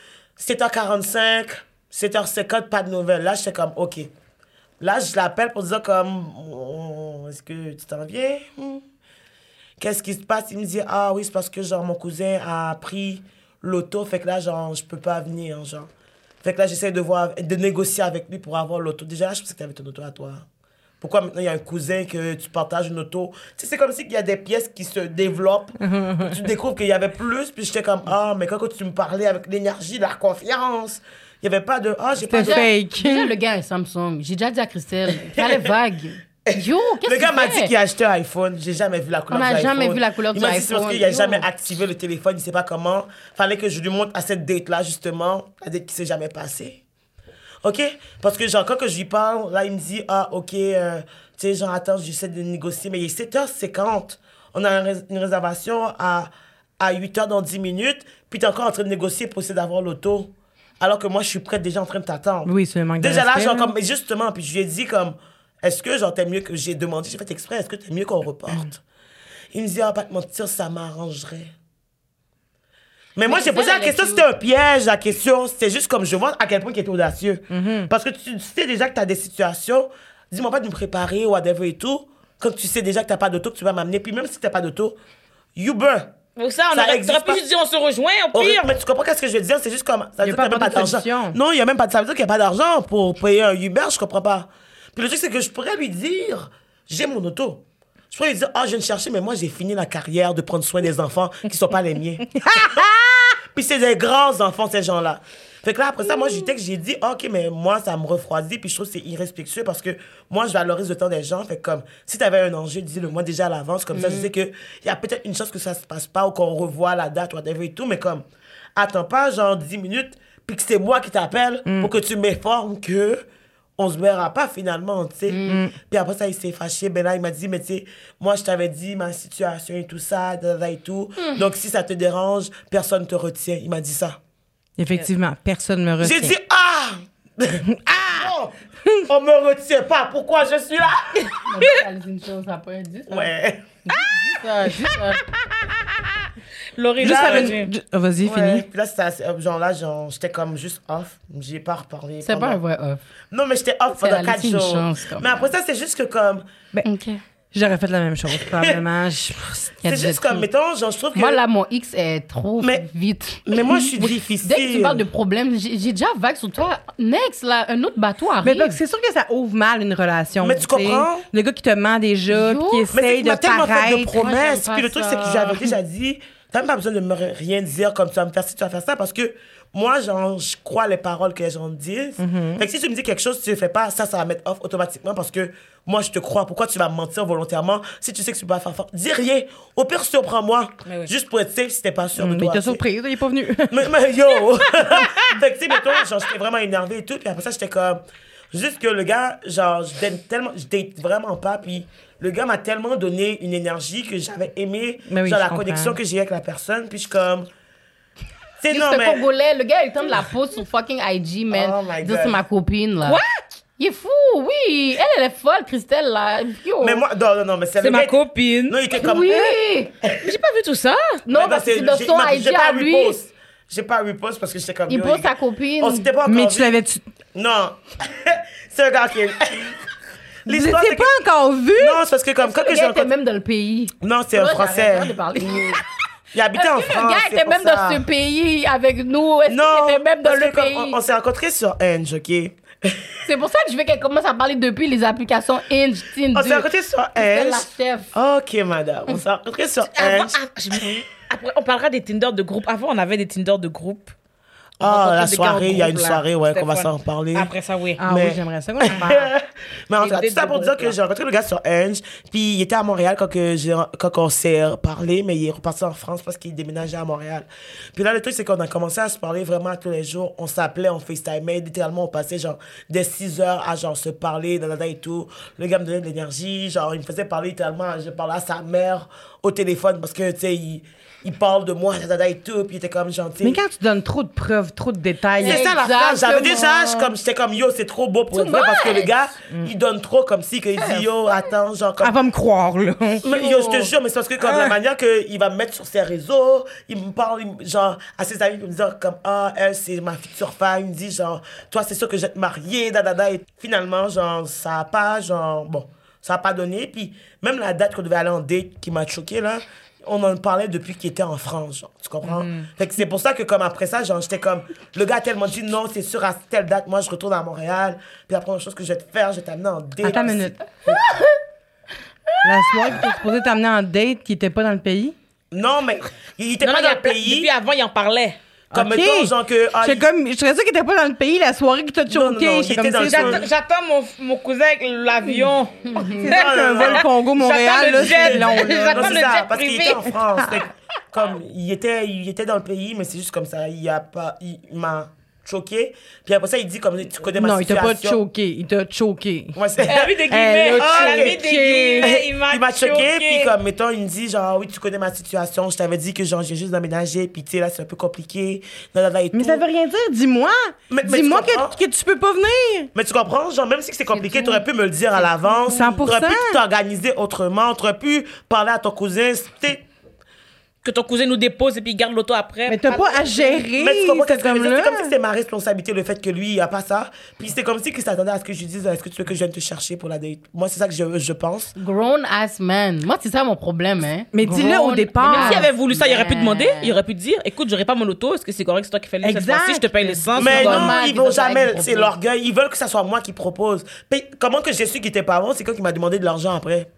Speaker 4: 7h45, 7h50, pas de nouvelles. Là, j'étais comme, OK. Là, je l'appelle pour dire comme, est-ce que tu t'en viens? Qu'est-ce qui se passe? Il me dit, oui, c'est parce que, genre, mon cousin a pris l'auto. Fait que là, genre, je peux pas venir, genre. Fait que là, j'essaie de négocier avec lui pour avoir l'auto. Déjà, là, je pensais que tu avais ton auto à toi. Pourquoi maintenant, il y a un cousin que tu partages une auto? Tu sais, c'est comme si il y a des pièces qui se développent. Tu découvres qu'il y avait plus. Puis j'étais comme, mais quand tu me parlais avec l'énergie, la confiance, il n'y avait pas de, j'ai pas
Speaker 2: C'était
Speaker 4: de...
Speaker 2: fake.
Speaker 5: Déjà, le gars est Samsung. J'ai déjà dit à Christelle, fallait vague. Yo, qu'est-ce
Speaker 4: Le
Speaker 5: que
Speaker 4: gars
Speaker 5: tu
Speaker 4: m'a
Speaker 5: fais?
Speaker 4: dit qu'il a acheté un iPhone. J'ai jamais vu la couleur
Speaker 5: On
Speaker 4: du
Speaker 5: n'a
Speaker 4: iPhone.
Speaker 5: jamais vu la couleur
Speaker 4: Il
Speaker 5: du
Speaker 4: m'a dit c'est parce
Speaker 5: iPhone,
Speaker 4: qu'il a
Speaker 5: yo.
Speaker 4: jamais activé le téléphone, il sait pas comment. Fallait que je lui montre à cette date-là, justement, la date qui s'est jamais passée. OK? Parce que, genre, quand je lui parle, là, il me dit, ah, OK, tu sais, genre, attends, j'essaie de négocier, mais il est 7h50. On a une réservation à 8h dans 10 minutes, puis t'es encore en train de négocier pour essayer d'avoir l'auto. Alors que moi, je suis prête déjà en train de t'attendre.
Speaker 2: Oui, c'est un manque de
Speaker 4: Déjà là,
Speaker 2: respect,
Speaker 4: genre,
Speaker 2: là.
Speaker 4: comme, mais justement, puis je lui ai dit, comme, est-ce que, genre, t'aimes mieux que j'ai demandé, j'ai fait exprès, est-ce que t'aimes mieux qu'on reporte? Il me dit, ah, pas te mentir, ça m'arrangerait. Mais moi, j'ai posé la question, c'était un piège, la question. C'était juste comme, je vois à quel point il était audacieux. Parce que tu sais déjà que t'as des situations, dis-moi pas de me préparer, whatever et tout, quand tu sais déjà que t'as pas d'auto, que tu vas m'amener, puis même si t'as pas d'auto, Uber.
Speaker 3: Mais ça, on aurait
Speaker 4: existe
Speaker 3: pu
Speaker 4: pas.
Speaker 3: juste dire on se rejoint, au pire.
Speaker 4: Mais tu comprends qu'est-ce que je veux dire? C'est juste comme. Ça veut
Speaker 2: Y a
Speaker 4: dire qu'il
Speaker 2: pas
Speaker 4: n'y a même pas
Speaker 2: de
Speaker 4: d'argent.
Speaker 2: solution.
Speaker 4: Non, il n'y a même pas de. Ça veut dire qu'il n'y a pas d'argent pour payer un Uber, je comprends pas. Puis le truc, c'est que je pourrais lui dire, j'ai mon auto. Je pourrais lui dire, ah, je viens de chercher, mais moi, j'ai fini la carrière de prendre soin des enfants qui ne sont pas les miens. Puis c'est des grands enfants, ces gens-là. Fait que là, après ça, moi, j'ai dit, OK, mais moi, ça me refroidit, puis je trouve que c'est irrespectueux parce que moi, je valorise le temps des gens. Fait que comme, si t'avais un enjeu, dis-le moi déjà à l'avance. Comme ça, je sais qu'il y a peut-être une chance que ça se passe pas ou qu'on revoit la date, whatever et tout, mais comme, attends pas, genre, 10 minutes, puis que c'est moi qui t'appelle pour que tu m'informes que on se verra pas finalement, tu sais. Puis après ça, il s'est fâché. Ben là, il m'a dit, mais tu sais, moi, je t'avais dit ma situation et tout ça, et tout. Donc, si ça te dérange, personne te retient. Il m'a dit ça.
Speaker 2: Effectivement, personne ne me retient.
Speaker 4: J'ai dit, ah! Ah! On me retient pas. Pourquoi je suis là?
Speaker 5: Une chose après, dis ça.
Speaker 4: Ouais.
Speaker 5: Dis ça.
Speaker 3: Laurie,
Speaker 2: Juste
Speaker 3: là,
Speaker 2: faire une... Oh, vas-y,
Speaker 4: Ouais.
Speaker 2: fini.
Speaker 4: Puis là, j'étais comme juste off. J'ai pas reparlé.
Speaker 5: C'est pas un vrai off.
Speaker 4: Non, mais j'étais off pendant
Speaker 5: Elle a
Speaker 4: 4
Speaker 5: laissé une
Speaker 4: jours.
Speaker 5: chance, quand
Speaker 4: Mais
Speaker 5: même.
Speaker 4: après ça, c'est juste que comme...
Speaker 5: OK.
Speaker 2: J'aurais fait la même chose, probablement.
Speaker 4: C'est juste comme, mettons, genre, je trouve que...
Speaker 5: Moi, là, mon X est trop vite.
Speaker 4: Mais moi, je suis difficile.
Speaker 5: Dès que tu parles de problèmes, j'ai déjà vague sur toi. Next, là, un autre bateau arrive.
Speaker 2: Mais donc, c'est sûr que ça ouvre mal une relation.
Speaker 4: Mais tu
Speaker 2: sais.
Speaker 4: comprends?
Speaker 2: Le gars qui te ment déjà,
Speaker 5: Yo.
Speaker 2: puis qui
Speaker 4: Mais c'est
Speaker 2: essaye
Speaker 4: qu'il
Speaker 2: de
Speaker 4: m'a tellement fait de
Speaker 2: paraître.
Speaker 4: promesses.
Speaker 5: Moi,
Speaker 4: Puis le
Speaker 5: j'aime
Speaker 4: truc,
Speaker 5: pas
Speaker 4: c'est que
Speaker 5: ça.
Speaker 4: j'avais déjà dit, t'as même pas besoin de me rien dire comme tu vas me faire ci, tu vas faire ça, parce que moi, genre, je crois les paroles que les gens disent. Fait que si tu me dis quelque chose, tu le fais pas, ça va mettre off automatiquement parce que moi, je te crois. Pourquoi tu vas me mentir volontairement si tu sais que tu peux pas faire fort? Dis rien. Au pire, surprends-moi.
Speaker 3: Mais oui.
Speaker 4: Juste pour être safe si t'es pas sûr de
Speaker 2: Mais
Speaker 4: toi.
Speaker 2: il t'a
Speaker 4: tu sais.
Speaker 2: surpris, il est pas venu.
Speaker 4: Mais yo! Fait que, tu sais, mettons, genre, j'étais vraiment énervée et tout. Puis après ça, j'étais comme. Juste que le gars, genre, je date vraiment pas. Puis le gars m'a tellement donné une énergie que j'avais aimé,
Speaker 2: Mais oui,
Speaker 4: genre,
Speaker 2: je
Speaker 4: la
Speaker 2: comprends.
Speaker 4: connexion que j'ai avec la personne. Puis je suis comme. C'est
Speaker 5: Yo,
Speaker 4: non,
Speaker 5: ce
Speaker 4: mais.
Speaker 5: Congolais, le gars, il tente de la pose sur fucking IG, man.
Speaker 4: Oh my
Speaker 5: Dire
Speaker 4: God.
Speaker 5: c'est ma copine, là.
Speaker 3: What?
Speaker 5: Il est fou, oui. Elle est folle, Christelle, là. Yo.
Speaker 4: Mais moi, non, mais
Speaker 3: C'est
Speaker 4: le
Speaker 3: ma
Speaker 4: gars-
Speaker 3: copine.
Speaker 4: Non, il était comme.
Speaker 5: Oui.
Speaker 3: Mais j'ai pas vu tout ça.
Speaker 5: Non,
Speaker 4: Mais
Speaker 5: parce que c'est de
Speaker 4: j'ai-
Speaker 5: son
Speaker 4: j'ai
Speaker 5: IG
Speaker 4: pas
Speaker 5: à lui.
Speaker 4: repost. J'ai pas repost parce que j'étais comme.
Speaker 5: Il
Speaker 4: yo,
Speaker 5: pose
Speaker 4: les gars,
Speaker 5: sa copine.
Speaker 4: On s'était pas encore
Speaker 2: Mais
Speaker 4: vu.
Speaker 2: tu l'avais-tu...
Speaker 4: Non. C'est un gars qui.
Speaker 2: Tu
Speaker 4: L'histoire,
Speaker 2: l'as
Speaker 4: c'est
Speaker 2: pas
Speaker 4: que.
Speaker 2: encore vu?
Speaker 4: Non, c'est parce que comme quand
Speaker 5: Le
Speaker 4: que j'ai
Speaker 5: gars était
Speaker 4: rencontré.
Speaker 5: même dans le pays.
Speaker 4: Non, c'est un
Speaker 5: Là,
Speaker 4: Français.
Speaker 5: j'arrête de parler.
Speaker 4: Il habitait en
Speaker 5: Est-ce que
Speaker 4: France.
Speaker 5: le gars
Speaker 4: c'est
Speaker 5: était
Speaker 4: pour
Speaker 5: même
Speaker 4: ça.
Speaker 5: dans ce pays avec nous? Est-ce
Speaker 4: Non,
Speaker 5: qu'il était même dans
Speaker 4: parce
Speaker 5: le
Speaker 4: que comme
Speaker 5: pays?
Speaker 4: on s'est rencontrés sur Hinge, OK?
Speaker 5: C'est pour ça que je veux qu'elle commence à parler depuis les applications Hinge, Tinder.
Speaker 4: On s'est rencontrés sur
Speaker 5: C'est
Speaker 4: Hinge.
Speaker 5: la chef.
Speaker 4: OK, madame. On s'est rencontrés sur
Speaker 3: Avant,
Speaker 4: Hinge.
Speaker 3: après, on parlera des Tinder de groupe. Avant, on avait des Tinder de groupe. On
Speaker 4: Ah,
Speaker 3: rencontrait
Speaker 4: la
Speaker 3: des gars en
Speaker 4: soirée, il y a une
Speaker 3: groupe, là.
Speaker 4: soirée, ouais,
Speaker 3: C'était
Speaker 4: qu'on va
Speaker 3: fun.
Speaker 4: s'en reparler.
Speaker 3: Après ça, oui.
Speaker 2: Ah
Speaker 4: Mais-
Speaker 2: oui, j'aimerais ça qu'on en parle.
Speaker 4: Mais en
Speaker 3: Les
Speaker 4: tout cas, tout
Speaker 3: dates
Speaker 4: ça
Speaker 3: de
Speaker 4: pour
Speaker 3: groupe,
Speaker 4: dire que
Speaker 3: là.
Speaker 4: j'ai rencontré le gars sur Hinge, puis il était à Montréal quand on s'est parlé, mais il est reparti en France parce qu'il déménageait à Montréal. Puis là, le truc, c'est qu'on a commencé à se parler vraiment tous les jours. On s'appelait, on FaceTimait, littéralement, on passait genre des 6 heures à genre se parler, et tout. Le gars me donnait de l'énergie, genre, il me faisait parler littéralement, je parlais à sa mère au téléphone parce que, tu sais, il parle de moi, et tout, puis il était comme gentil.
Speaker 2: Mais quand tu donnes trop de preuves, trop de détails...
Speaker 4: C'est ça la phrase. J'avais déjà,
Speaker 5: Exactement.
Speaker 4: j'étais comme yo, c'est trop beau pour être vrai parce que le gars, il donne trop comme si, qu'il dit yo, attends, genre comme.
Speaker 2: Elle va me croire, là.
Speaker 4: Mais, yo, je te jure, mais c'est parce que comme la manière qu'il va me mettre sur ses réseaux, il me parle, genre, à ses amis, il me dit comme, ah, elle, c'est ma future femme. Il me dit, genre, toi, c'est sûr que je vais te marier, Et finalement, genre, ça a pas, genre, bon, ça a pas donné. Puis même la date qu'on devait aller en date qui m'a choqué, là, on en parlait depuis qu'il était en France, genre, tu comprends? Fait que c'est pour ça que, comme après ça, genre, j'étais comme, le gars a tellement dit, non, c'est sûr, à telle date, moi, je retourne à Montréal. Puis la première chose que je vais te faire, je vais t'amener en date.
Speaker 2: Attends une minute. La soirée que tu supposé t'amener en date qui était pas dans le pays?
Speaker 4: Non, mais il était
Speaker 3: Non,
Speaker 4: pas
Speaker 3: non,
Speaker 4: dans le pays.
Speaker 3: Depuis avant, il en parlait.
Speaker 4: Comme
Speaker 2: Ok.
Speaker 4: mettons, genre que...
Speaker 2: Je serais sûre qu'il était pas dans le pays la soirée qui t'a
Speaker 4: Non,
Speaker 2: choqué.
Speaker 4: non,
Speaker 2: J'étais
Speaker 4: il
Speaker 2: comme
Speaker 4: était dans
Speaker 2: ça.
Speaker 4: le-
Speaker 3: J'attends mon cousin avec l'avion.
Speaker 2: C'est ça qu'un vol Congo-Montréal, là, c'est long, là.
Speaker 4: Non,
Speaker 3: J'attends
Speaker 4: c'est
Speaker 3: le
Speaker 4: ça,
Speaker 3: jet
Speaker 4: parce qu'il
Speaker 3: privé.
Speaker 4: était en France. Fait que, comme, il était dans le pays, mais c'est juste comme ça. Il m'a choqué. Puis après ça, il dit comme, tu connais ma
Speaker 2: Non, il t'a
Speaker 4: situation.
Speaker 2: pas choqué. Il t'a choqué.
Speaker 4: Ouais, c'est...
Speaker 3: Elle a mis des
Speaker 2: Elle
Speaker 3: guillemets.
Speaker 2: a
Speaker 3: Elle a mis des
Speaker 2: choqué.
Speaker 3: guillemets. Il m'a
Speaker 4: choqué, puis comme, mettons, il me dit, genre, oui, tu connais ma situation, je t'avais dit que, genre, j'ai juste déménagé, puis tu sais, là, c'est un peu compliqué, et
Speaker 2: Mais
Speaker 4: tout.
Speaker 2: ça veut rien dire. Dis-moi.
Speaker 4: Mais
Speaker 2: Dis-moi
Speaker 4: tu comprends?
Speaker 2: que tu peux pas venir.
Speaker 4: Mais tu comprends, genre, même si c'est compliqué, t'aurais pu me le dire à l'avance.
Speaker 2: 100%.
Speaker 4: T'aurais pu t'organiser autrement, t'aurais pu parler à ton cousin, c'était...
Speaker 3: Que ton cousin nous dépose et puis il garde l'auto après.
Speaker 2: Mais t'as pas à gérer.
Speaker 4: Mais tu comprends qu'est-ce que je veux dire?
Speaker 2: là.
Speaker 4: C'est comme si c'était ma responsabilité, le fait que lui, il a pas ça. Puis c'est comme si qu'il s'attendait à ce que je lui dise, est-ce que tu veux que je vienne te chercher pour la date? Moi, c'est ça que je pense.
Speaker 5: Grown ass man. Moi, c'est ça mon problème, hein.
Speaker 2: Mais dis-le au
Speaker 5: Grown
Speaker 2: départ.
Speaker 3: Même s'il avait voulu ça, il aurait pu
Speaker 5: man.
Speaker 3: demander, il aurait pu dire, écoute, j'aurais pas mon auto, est-ce que c'est correct, c'est toi qui fais le cette
Speaker 2: Exact.
Speaker 3: fois-ci, je te paye l'essence.
Speaker 4: Mais
Speaker 5: c'est
Speaker 4: non,
Speaker 5: dommage
Speaker 4: ils
Speaker 5: que
Speaker 4: vont
Speaker 5: ça
Speaker 4: jamais,
Speaker 5: aille
Speaker 4: c'est
Speaker 5: propose.
Speaker 4: l'orgueil. Ils veulent que ça soit moi qui propose. Puis comment que j'ai su qu'il était pas bon? C'est quand il m'a demandé de l'argent après.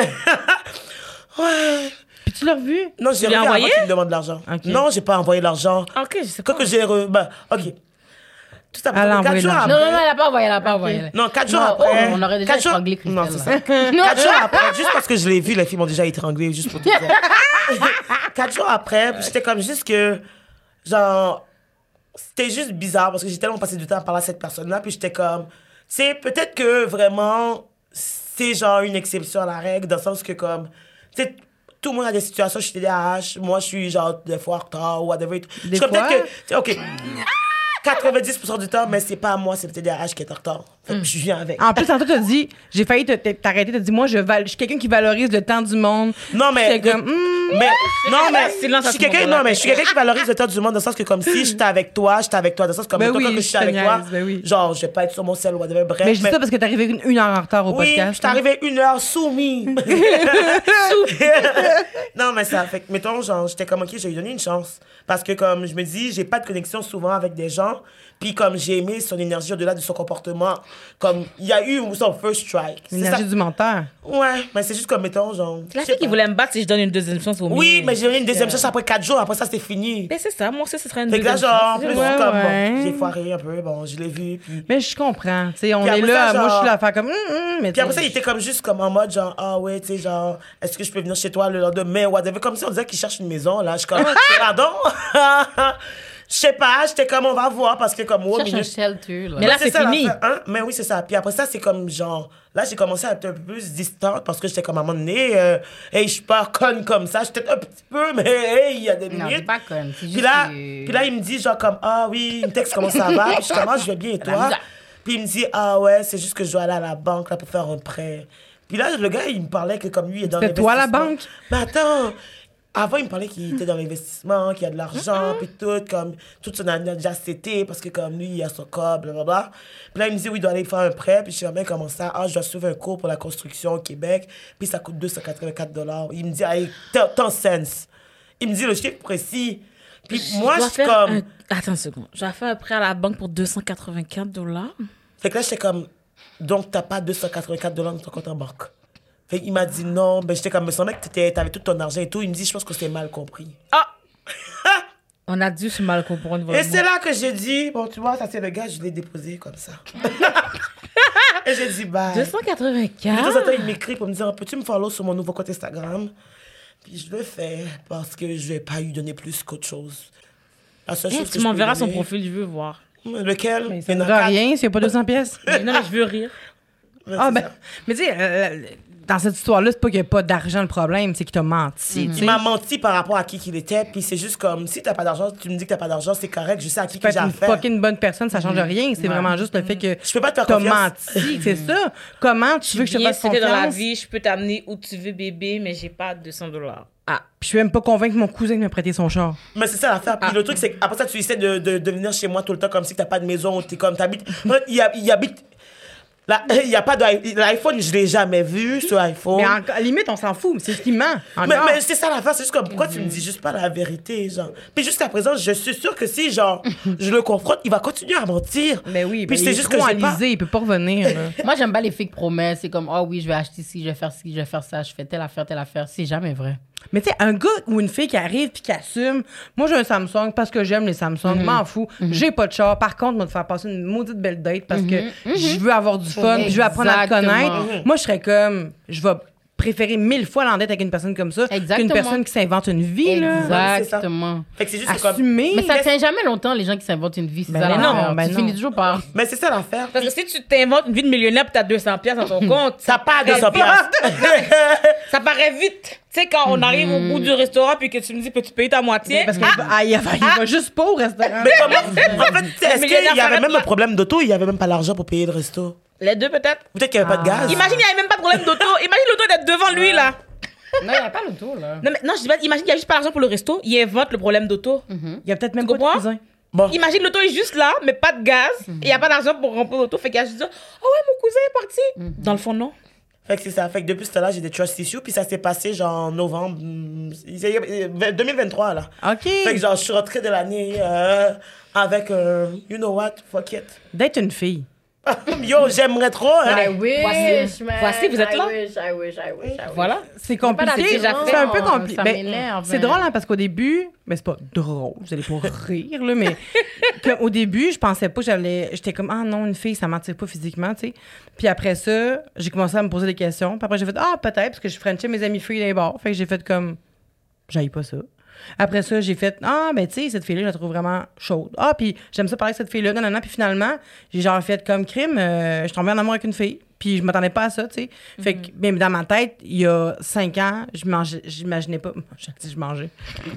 Speaker 4: Ouais.
Speaker 2: Puis tu l'as revu.
Speaker 4: Non, j'ai
Speaker 3: lui as
Speaker 4: revu avant
Speaker 3: envoyé?
Speaker 4: qu'il me demande de l'argent.
Speaker 2: Ok.
Speaker 4: Non, j'ai pas envoyé l'argent.
Speaker 3: Ok, je sais pas.
Speaker 4: Quand que j'ai... ok. Tout ça,
Speaker 2: Elle a
Speaker 4: 4
Speaker 2: envoyé
Speaker 4: jours
Speaker 2: l'argent.
Speaker 5: Non,
Speaker 4: après...
Speaker 5: non, elle a pas envoyé, elle a pas envoyé.
Speaker 4: Non, 4 jours
Speaker 5: Non,
Speaker 4: après...
Speaker 5: oh, on aurait déjà
Speaker 4: 4 jours-
Speaker 5: étranglé Christelle,
Speaker 4: Non, c'est
Speaker 5: là.
Speaker 4: ça. 4 jours après, juste parce que je l'ai vu, les filles m'ont déjà étranglé, juste pour te dire. 4 jours après, puis j'étais comme juste que... Genre... C'était juste bizarre parce que j'ai tellement passé du temps à parler à cette personne-là, puis j'étais comme... C'est peut-être que vraiment, c'est genre une exception à la règle, dans le sens que comme... Tu sais, tout le monde a des situations, je suis TDAH, moi je suis genre des fois en retard ou whatever. Je suis comme
Speaker 2: fois?
Speaker 4: peut-être que... tu sais, OK... 90% du temps, mais c'est pas moi, c'est le TDAH qui est en retard. Fait que je viens avec.
Speaker 2: En plus, tantôt, t'as dit, j'ai failli t'arrêter, t'as dit, moi, je suis quelqu'un qui valorise le temps du monde.
Speaker 4: Non, mais...
Speaker 2: J'étais comme,
Speaker 3: silence à
Speaker 4: je suis
Speaker 3: ce
Speaker 4: quelqu'un,
Speaker 3: moment-là.
Speaker 4: non, mais je suis quelqu'un qui valorise le temps du monde dans le sens que comme si j'étais avec toi, dans le sens comme
Speaker 2: Ben
Speaker 4: toi,
Speaker 2: oui,
Speaker 4: quand je
Speaker 2: je
Speaker 4: suis
Speaker 2: te
Speaker 4: avec toi,
Speaker 2: niaise, ben oui.
Speaker 4: genre, je vais pas être sur mon sel ou whatever, bref.
Speaker 2: Mais je dis ça parce que t'es arrivé une heure en retard au
Speaker 4: oui,
Speaker 2: podcast.
Speaker 4: je suis arrivé 1 heure soumis. Non, mais ça fait que, mettons, genre, j'étais comme, OK, je vais lui donner une chance. Parce que, comme, je me dis, j'ai pas de connexion souvent avec des gens. Puis, comme, j'ai aimé son énergie au-delà de son comportement. Comme, il y a eu son first strike. C'est
Speaker 2: L'énergie
Speaker 4: ça.
Speaker 2: du menteur.
Speaker 4: Ouais, mais c'est juste comme, mettons, genre.
Speaker 3: La
Speaker 4: je sais
Speaker 3: fille qui
Speaker 4: pas.
Speaker 3: voulait me battre si je donne une deuxième chance au mieux.
Speaker 4: Oui, mais j'ai donné une deuxième chance après 4 jours. Après ça, c'était fini.
Speaker 3: Ben c'est ça, moi aussi, ce serait une
Speaker 4: Fait que là,
Speaker 3: deuxième
Speaker 4: genre, en
Speaker 3: chance.
Speaker 4: plus,
Speaker 2: Ouais,
Speaker 4: comme,
Speaker 2: ouais.
Speaker 4: bon, j'ai foiré un peu. Bon, je l'ai vu. Puis,
Speaker 2: Mais je comprends. Tu sais, on
Speaker 4: Puis
Speaker 2: est
Speaker 4: après
Speaker 2: là.
Speaker 4: ça,
Speaker 2: Moi, je
Speaker 4: genre-
Speaker 2: suis là à faire comme, mais
Speaker 4: puis après ça, il était comme juste comme en mode, genre, ah ouais, tu sais, genre, est-ce que je peux venir chez toi le lendemain? Whatever. Comme si on disait qu'il cherche une maison, là. Je suis comme, pardon? Je sais pas, j'étais comme, on va voir, parce que comme, wow,
Speaker 5: Cherche un
Speaker 4: minute.
Speaker 5: shelter, là.
Speaker 3: Mais là,
Speaker 4: Ouais,
Speaker 3: c'est
Speaker 4: ça,
Speaker 3: fini.
Speaker 4: l'affaire, hein? Mais oui, c'est ça. Puis après ça, c'est comme genre. Là, j'ai commencé à être un peu plus distante parce que j'étais comme à un moment donné. Hey, je suis pas conne comme ça. J'étais un petit peu, mais hey, il y a des
Speaker 5: Non,
Speaker 4: minutes.
Speaker 5: c'est pas conne. C'est
Speaker 4: Puis
Speaker 5: juste
Speaker 4: là,
Speaker 5: que-
Speaker 4: puis là, il me dit genre comme, ah oui, il me texte comment ça va. Puis je commence, je vais bien et toi.
Speaker 5: misère.
Speaker 4: Puis il me dit, ah ouais, c'est juste que je dois aller à la banque là pour faire un prêt. Puis là, le gars, il me parlait que comme lui, il est dans
Speaker 2: C'était toi, la
Speaker 4: l'investissement.
Speaker 2: banque?
Speaker 4: Mais attends, avant, il me parlait qu'il était dans l'investissement, qu'il y a de l'argent, puis tout, comme, toute son année a déjà cété, parce que comme lui, il a son corps, blablabla. Puis là, il me dit, oui, il doit aller faire un prêt, puis je sais même comment ça, ah, je dois suivre un cours pour la construction au Québec, puis ça coûte 284 $. Il me dit, hey, tant sense. Il me dit le chiffre précis. Puis moi, je
Speaker 3: dois
Speaker 4: suis
Speaker 3: faire
Speaker 4: comme...
Speaker 3: Attends une seconde. Je dois faire un prêt à la banque pour 284 $.
Speaker 4: Fait que là, j'étais comme, donc t'as pas 284 $ dans ton compte en banque. Fait qu'il m'a dit non, ben j'étais comme, me semblait que t'avais tout ton argent et tout. Il me dit, je pense que c'est mal compris.
Speaker 3: Ah! On a dû se mal comprendre.
Speaker 4: Et c'est là que j'ai dit, bon, tu vois, ça c'est le gars, je l'ai déposé comme ça. Et j'ai dit, bye. De temps en
Speaker 3: 284?
Speaker 4: temps, il m'écrit pour me dire, peux-tu me follow sur mon nouveau compte Instagram? Puis je le fais parce que je vais pas lui donner plus qu'autre chose. La seule chose que
Speaker 3: Tu
Speaker 4: je peux
Speaker 3: m'enverras
Speaker 4: lui
Speaker 3: son
Speaker 4: donner-
Speaker 3: profil, je veux voir.
Speaker 4: Lequel?
Speaker 2: Ça
Speaker 4: Il
Speaker 2: ne
Speaker 4: y en a
Speaker 2: fera
Speaker 4: 4.
Speaker 2: rien s'il n'y a pas 200 pièces.
Speaker 3: Non, mais je veux rire.
Speaker 4: Ouais,
Speaker 2: Ah,
Speaker 4: c'est
Speaker 2: ben,
Speaker 4: ça.
Speaker 2: mais tu sais, dans cette histoire-là, c'est pas qu'il n'y a pas d'argent le problème, c'est qu'il t'a menti. tu sais.
Speaker 4: Il m'a menti par rapport à qui qu'il était, puis c'est juste comme, si t'as pas d'argent, tu me dis que t'as pas d'argent, c'est correct, je sais à qui
Speaker 2: Tu
Speaker 4: que
Speaker 2: peux
Speaker 4: j'ai
Speaker 2: être une
Speaker 4: affaire.
Speaker 2: fucking bonne personne, ça change rien. C'est vraiment juste le fait que
Speaker 4: Je peux pas te faire
Speaker 2: t'as
Speaker 4: confiance.
Speaker 2: menti, c'est ça. Comment tu veux que je te
Speaker 3: Bien,
Speaker 2: fasse
Speaker 3: c'était dans la
Speaker 2: confiance?
Speaker 3: vie, je peux t'amener où tu veux, bébé, mais j'ai pas 200 $. Ah.
Speaker 2: Puis je suis même pas convaincre mon cousin de me prêter son char.
Speaker 4: Mais c'est ça l'affaire. Puis le truc, c'est qu'après ça, tu essaies de venir chez moi tout le temps comme si t'as pas de maison, t'es comme, t'habites. Il habite. Là, il y a pas de. L'iPhone, je l'ai jamais vu sur iPhone.
Speaker 2: Mais à la limite, on s'en fout, mais c'est ce qui ment.
Speaker 4: Mais,
Speaker 2: Encore.
Speaker 4: mais c'est ça l'affaire, c'est juste comme, pourquoi tu me dis juste pas la vérité, genre. Puis jusqu'à présent, je suis sûre que si, genre, je le confronte, il va continuer à mentir.
Speaker 2: Ben oui,
Speaker 4: Puis
Speaker 2: ben
Speaker 4: c'est
Speaker 2: il est
Speaker 4: juste que
Speaker 2: trop
Speaker 4: j'ai pas.
Speaker 2: enlisé, il peut pas revenir. là.
Speaker 5: Moi, j'aime pas les fake promesses. C'est comme, oh oui, je vais acheter ci, je vais faire ci, je vais faire ça, je fais telle affaire, telle affaire. C'est jamais vrai.
Speaker 2: Mais tu sais, un gars ou une fille qui arrive puis qui assume, moi j'ai un Samsung parce que j'aime les Samsung, m'en fous, j'ai pas de char. Par contre, moi de faire passer une maudite belle date parce que je veux avoir du fun, puis je veux apprendre à te
Speaker 5: Exactement.
Speaker 2: connaître. Moi, je serais comme, je vais préférer 1000 fois l'en être avec une personne comme ça qu'une
Speaker 5: Exactement.
Speaker 2: personne qui s'invente une vie, là.
Speaker 5: Exactement.
Speaker 4: Fait que c'est juste que comme...
Speaker 2: Assumer.
Speaker 5: Mais ça tient jamais longtemps, les gens qui s'inventent une vie. C'est
Speaker 2: Ben
Speaker 5: ça
Speaker 2: non,
Speaker 5: l'affaire.
Speaker 2: ben
Speaker 5: Tu
Speaker 2: non.
Speaker 5: finis toujours par...
Speaker 4: Mais c'est ça l'affaire.
Speaker 3: Parce que si tu t'inventes une vie de millionnaire puis t'as 200 pièces dans ton compte,
Speaker 4: Ça part de sa place.
Speaker 3: ça paraît vite. Tu sais, quand on arrive au bout du restaurant puis que tu me dis, peux-tu payer ta moitié?
Speaker 2: Parce qu'il va juste pas au restaurant.
Speaker 4: Mais comment... En fait, est-ce qu'il y avait
Speaker 3: s'arrête
Speaker 4: même
Speaker 3: là.
Speaker 4: un problème d'auto? Il y avait même pas l'argent pour payer le resto.
Speaker 3: Les deux, peut-être.
Speaker 4: Peut-être qu'il y avait pas de gaz.
Speaker 3: Imagine, il n'y avait même pas de problème d'auto. Imagine l'auto d'être devant lui, là.
Speaker 5: Non, il n'y a pas l'auto, là.
Speaker 3: Non, mais non, je dis pas, imagine qu'il n'y a juste pas l'argent pour le resto. Il invente le problème d'auto.
Speaker 2: Il y a peut-être même
Speaker 3: Tu
Speaker 2: pas de
Speaker 3: comprends?
Speaker 2: cousin.
Speaker 4: Bon.
Speaker 3: Imagine l'auto est juste là, mais pas de gaz. Et il n'y a pas d'argent pour remplir l'auto. Fait qu'il y a juste dit, oh ouais, mon cousin est parti. Dans le fond, non.
Speaker 4: Fait que c'est ça. Fait que depuis ce temps-là, j'ai des trust issues. Puis ça s'est passé genre en novembre 2023, là.
Speaker 2: OK.
Speaker 4: Fait que genre, je suis rentrée de l'année avec you know what, fuck it.
Speaker 2: D'être une fille.
Speaker 4: Yo, j'aimerais trop. Hein.
Speaker 5: I wish, man.
Speaker 3: Voici, vous êtes là.
Speaker 5: I wish.
Speaker 3: Voilà.
Speaker 2: C'est
Speaker 5: pas
Speaker 2: compliqué.
Speaker 5: déjà
Speaker 2: C'est
Speaker 5: fait.
Speaker 2: un peu compliqué.
Speaker 5: Ça
Speaker 2: Ben,
Speaker 5: m'énerve,
Speaker 2: c'est
Speaker 5: hein.
Speaker 2: drôle, hein, parce qu'au début, mais c'est pas drôle, vous allez pas rire, là, mais au début, je pensais pas que j'étais comme, ah non, une fille, ça m'attire pas physiquement, tu sais. Puis après ça, j'ai commencé à me poser des questions. Puis après, j'ai fait, ah, peut-être, parce que je frenchais mes amis filles dans les bars. Fait que j'ai fait comme, j'aille pas ça. Après ça, j'ai fait, ah, ben, tu sais, cette fille-là, je la trouve vraiment chaude. Ah, puis j'aime ça parler avec cette fille-là. Non, non, non. Puis finalement, j'ai genre fait comme crime, je suis tombée en amour avec une fille. Puis je m'attendais pas à ça, tu sais. Fait que, même dans ma tête, il y a 5 ans, j'imaginais pas. Je mangeais.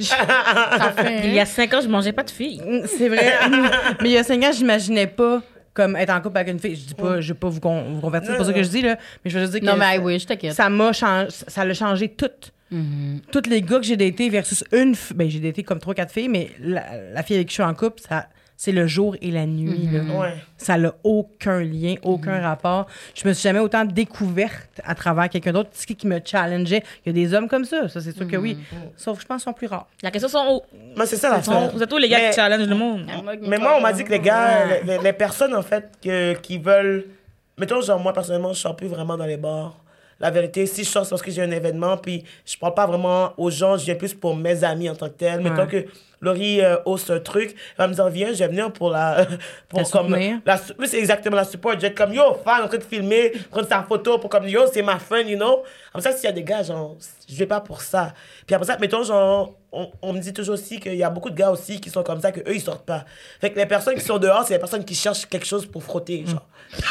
Speaker 3: Il y a 5 ans, je mangeais pas de filles.
Speaker 2: C'est vrai. Mais il y a 5 ans, j'imaginais pas comme être en couple avec une fille. Je dis pas, je vais pas vous convertir, c'est pas ça que je dis, là. Mais je veux juste dire que
Speaker 5: Non, mais I wish, t'inquiète.
Speaker 2: ça m'a changé, ça l'a changé tout. Tous les gars que j'ai datés versus une fille, ben j'ai daté comme 3-4 filles, mais la fille avec qui je suis en couple, ça, c'est le jour et la nuit. Là.
Speaker 4: Ouais.
Speaker 2: Ça n'a aucun lien, aucun rapport. Je me suis jamais autant découverte à travers quelqu'un d'autre qui me challengeait. Il y a des hommes comme ça c'est sûr que oui. Sauf que je pense qu'ils sont plus rares.
Speaker 3: La question sont où?
Speaker 4: Mais c'est ça l'affaire.
Speaker 3: Vous êtes tous les gars
Speaker 4: Mais-
Speaker 3: qui challengent le monde.
Speaker 4: Mais moi, on m'a dit que les gars, les personnes, en fait, qui veulent... Mettons, genre, moi, personnellement, je sors plus vraiment dans les bars. La vérité, si je sors, c'est parce que j'ai un événement, puis je parle pas vraiment aux gens, je viens plus pour mes amis en tant que tel. Mettons que Laurie hausse un truc, elle va me dire, viens, je vais venir pour la... pour
Speaker 2: La soutenir.
Speaker 4: Oui, c'est exactement la support. Je vais être comme, yo, fan, en train de filmer, prendre sa photo pour comme, yo, c'est ma friend, you know. Comme ça, s'il y a des gars, genre, je vais pas pour ça. Puis après ça, mettons, genre, on me dit toujours aussi qu'il y a beaucoup de gars aussi qui sont comme ça, qu'eux, ils sortent pas. Fait que les personnes qui sont dehors, c'est les personnes qui cherchent quelque chose pour frotter, genre.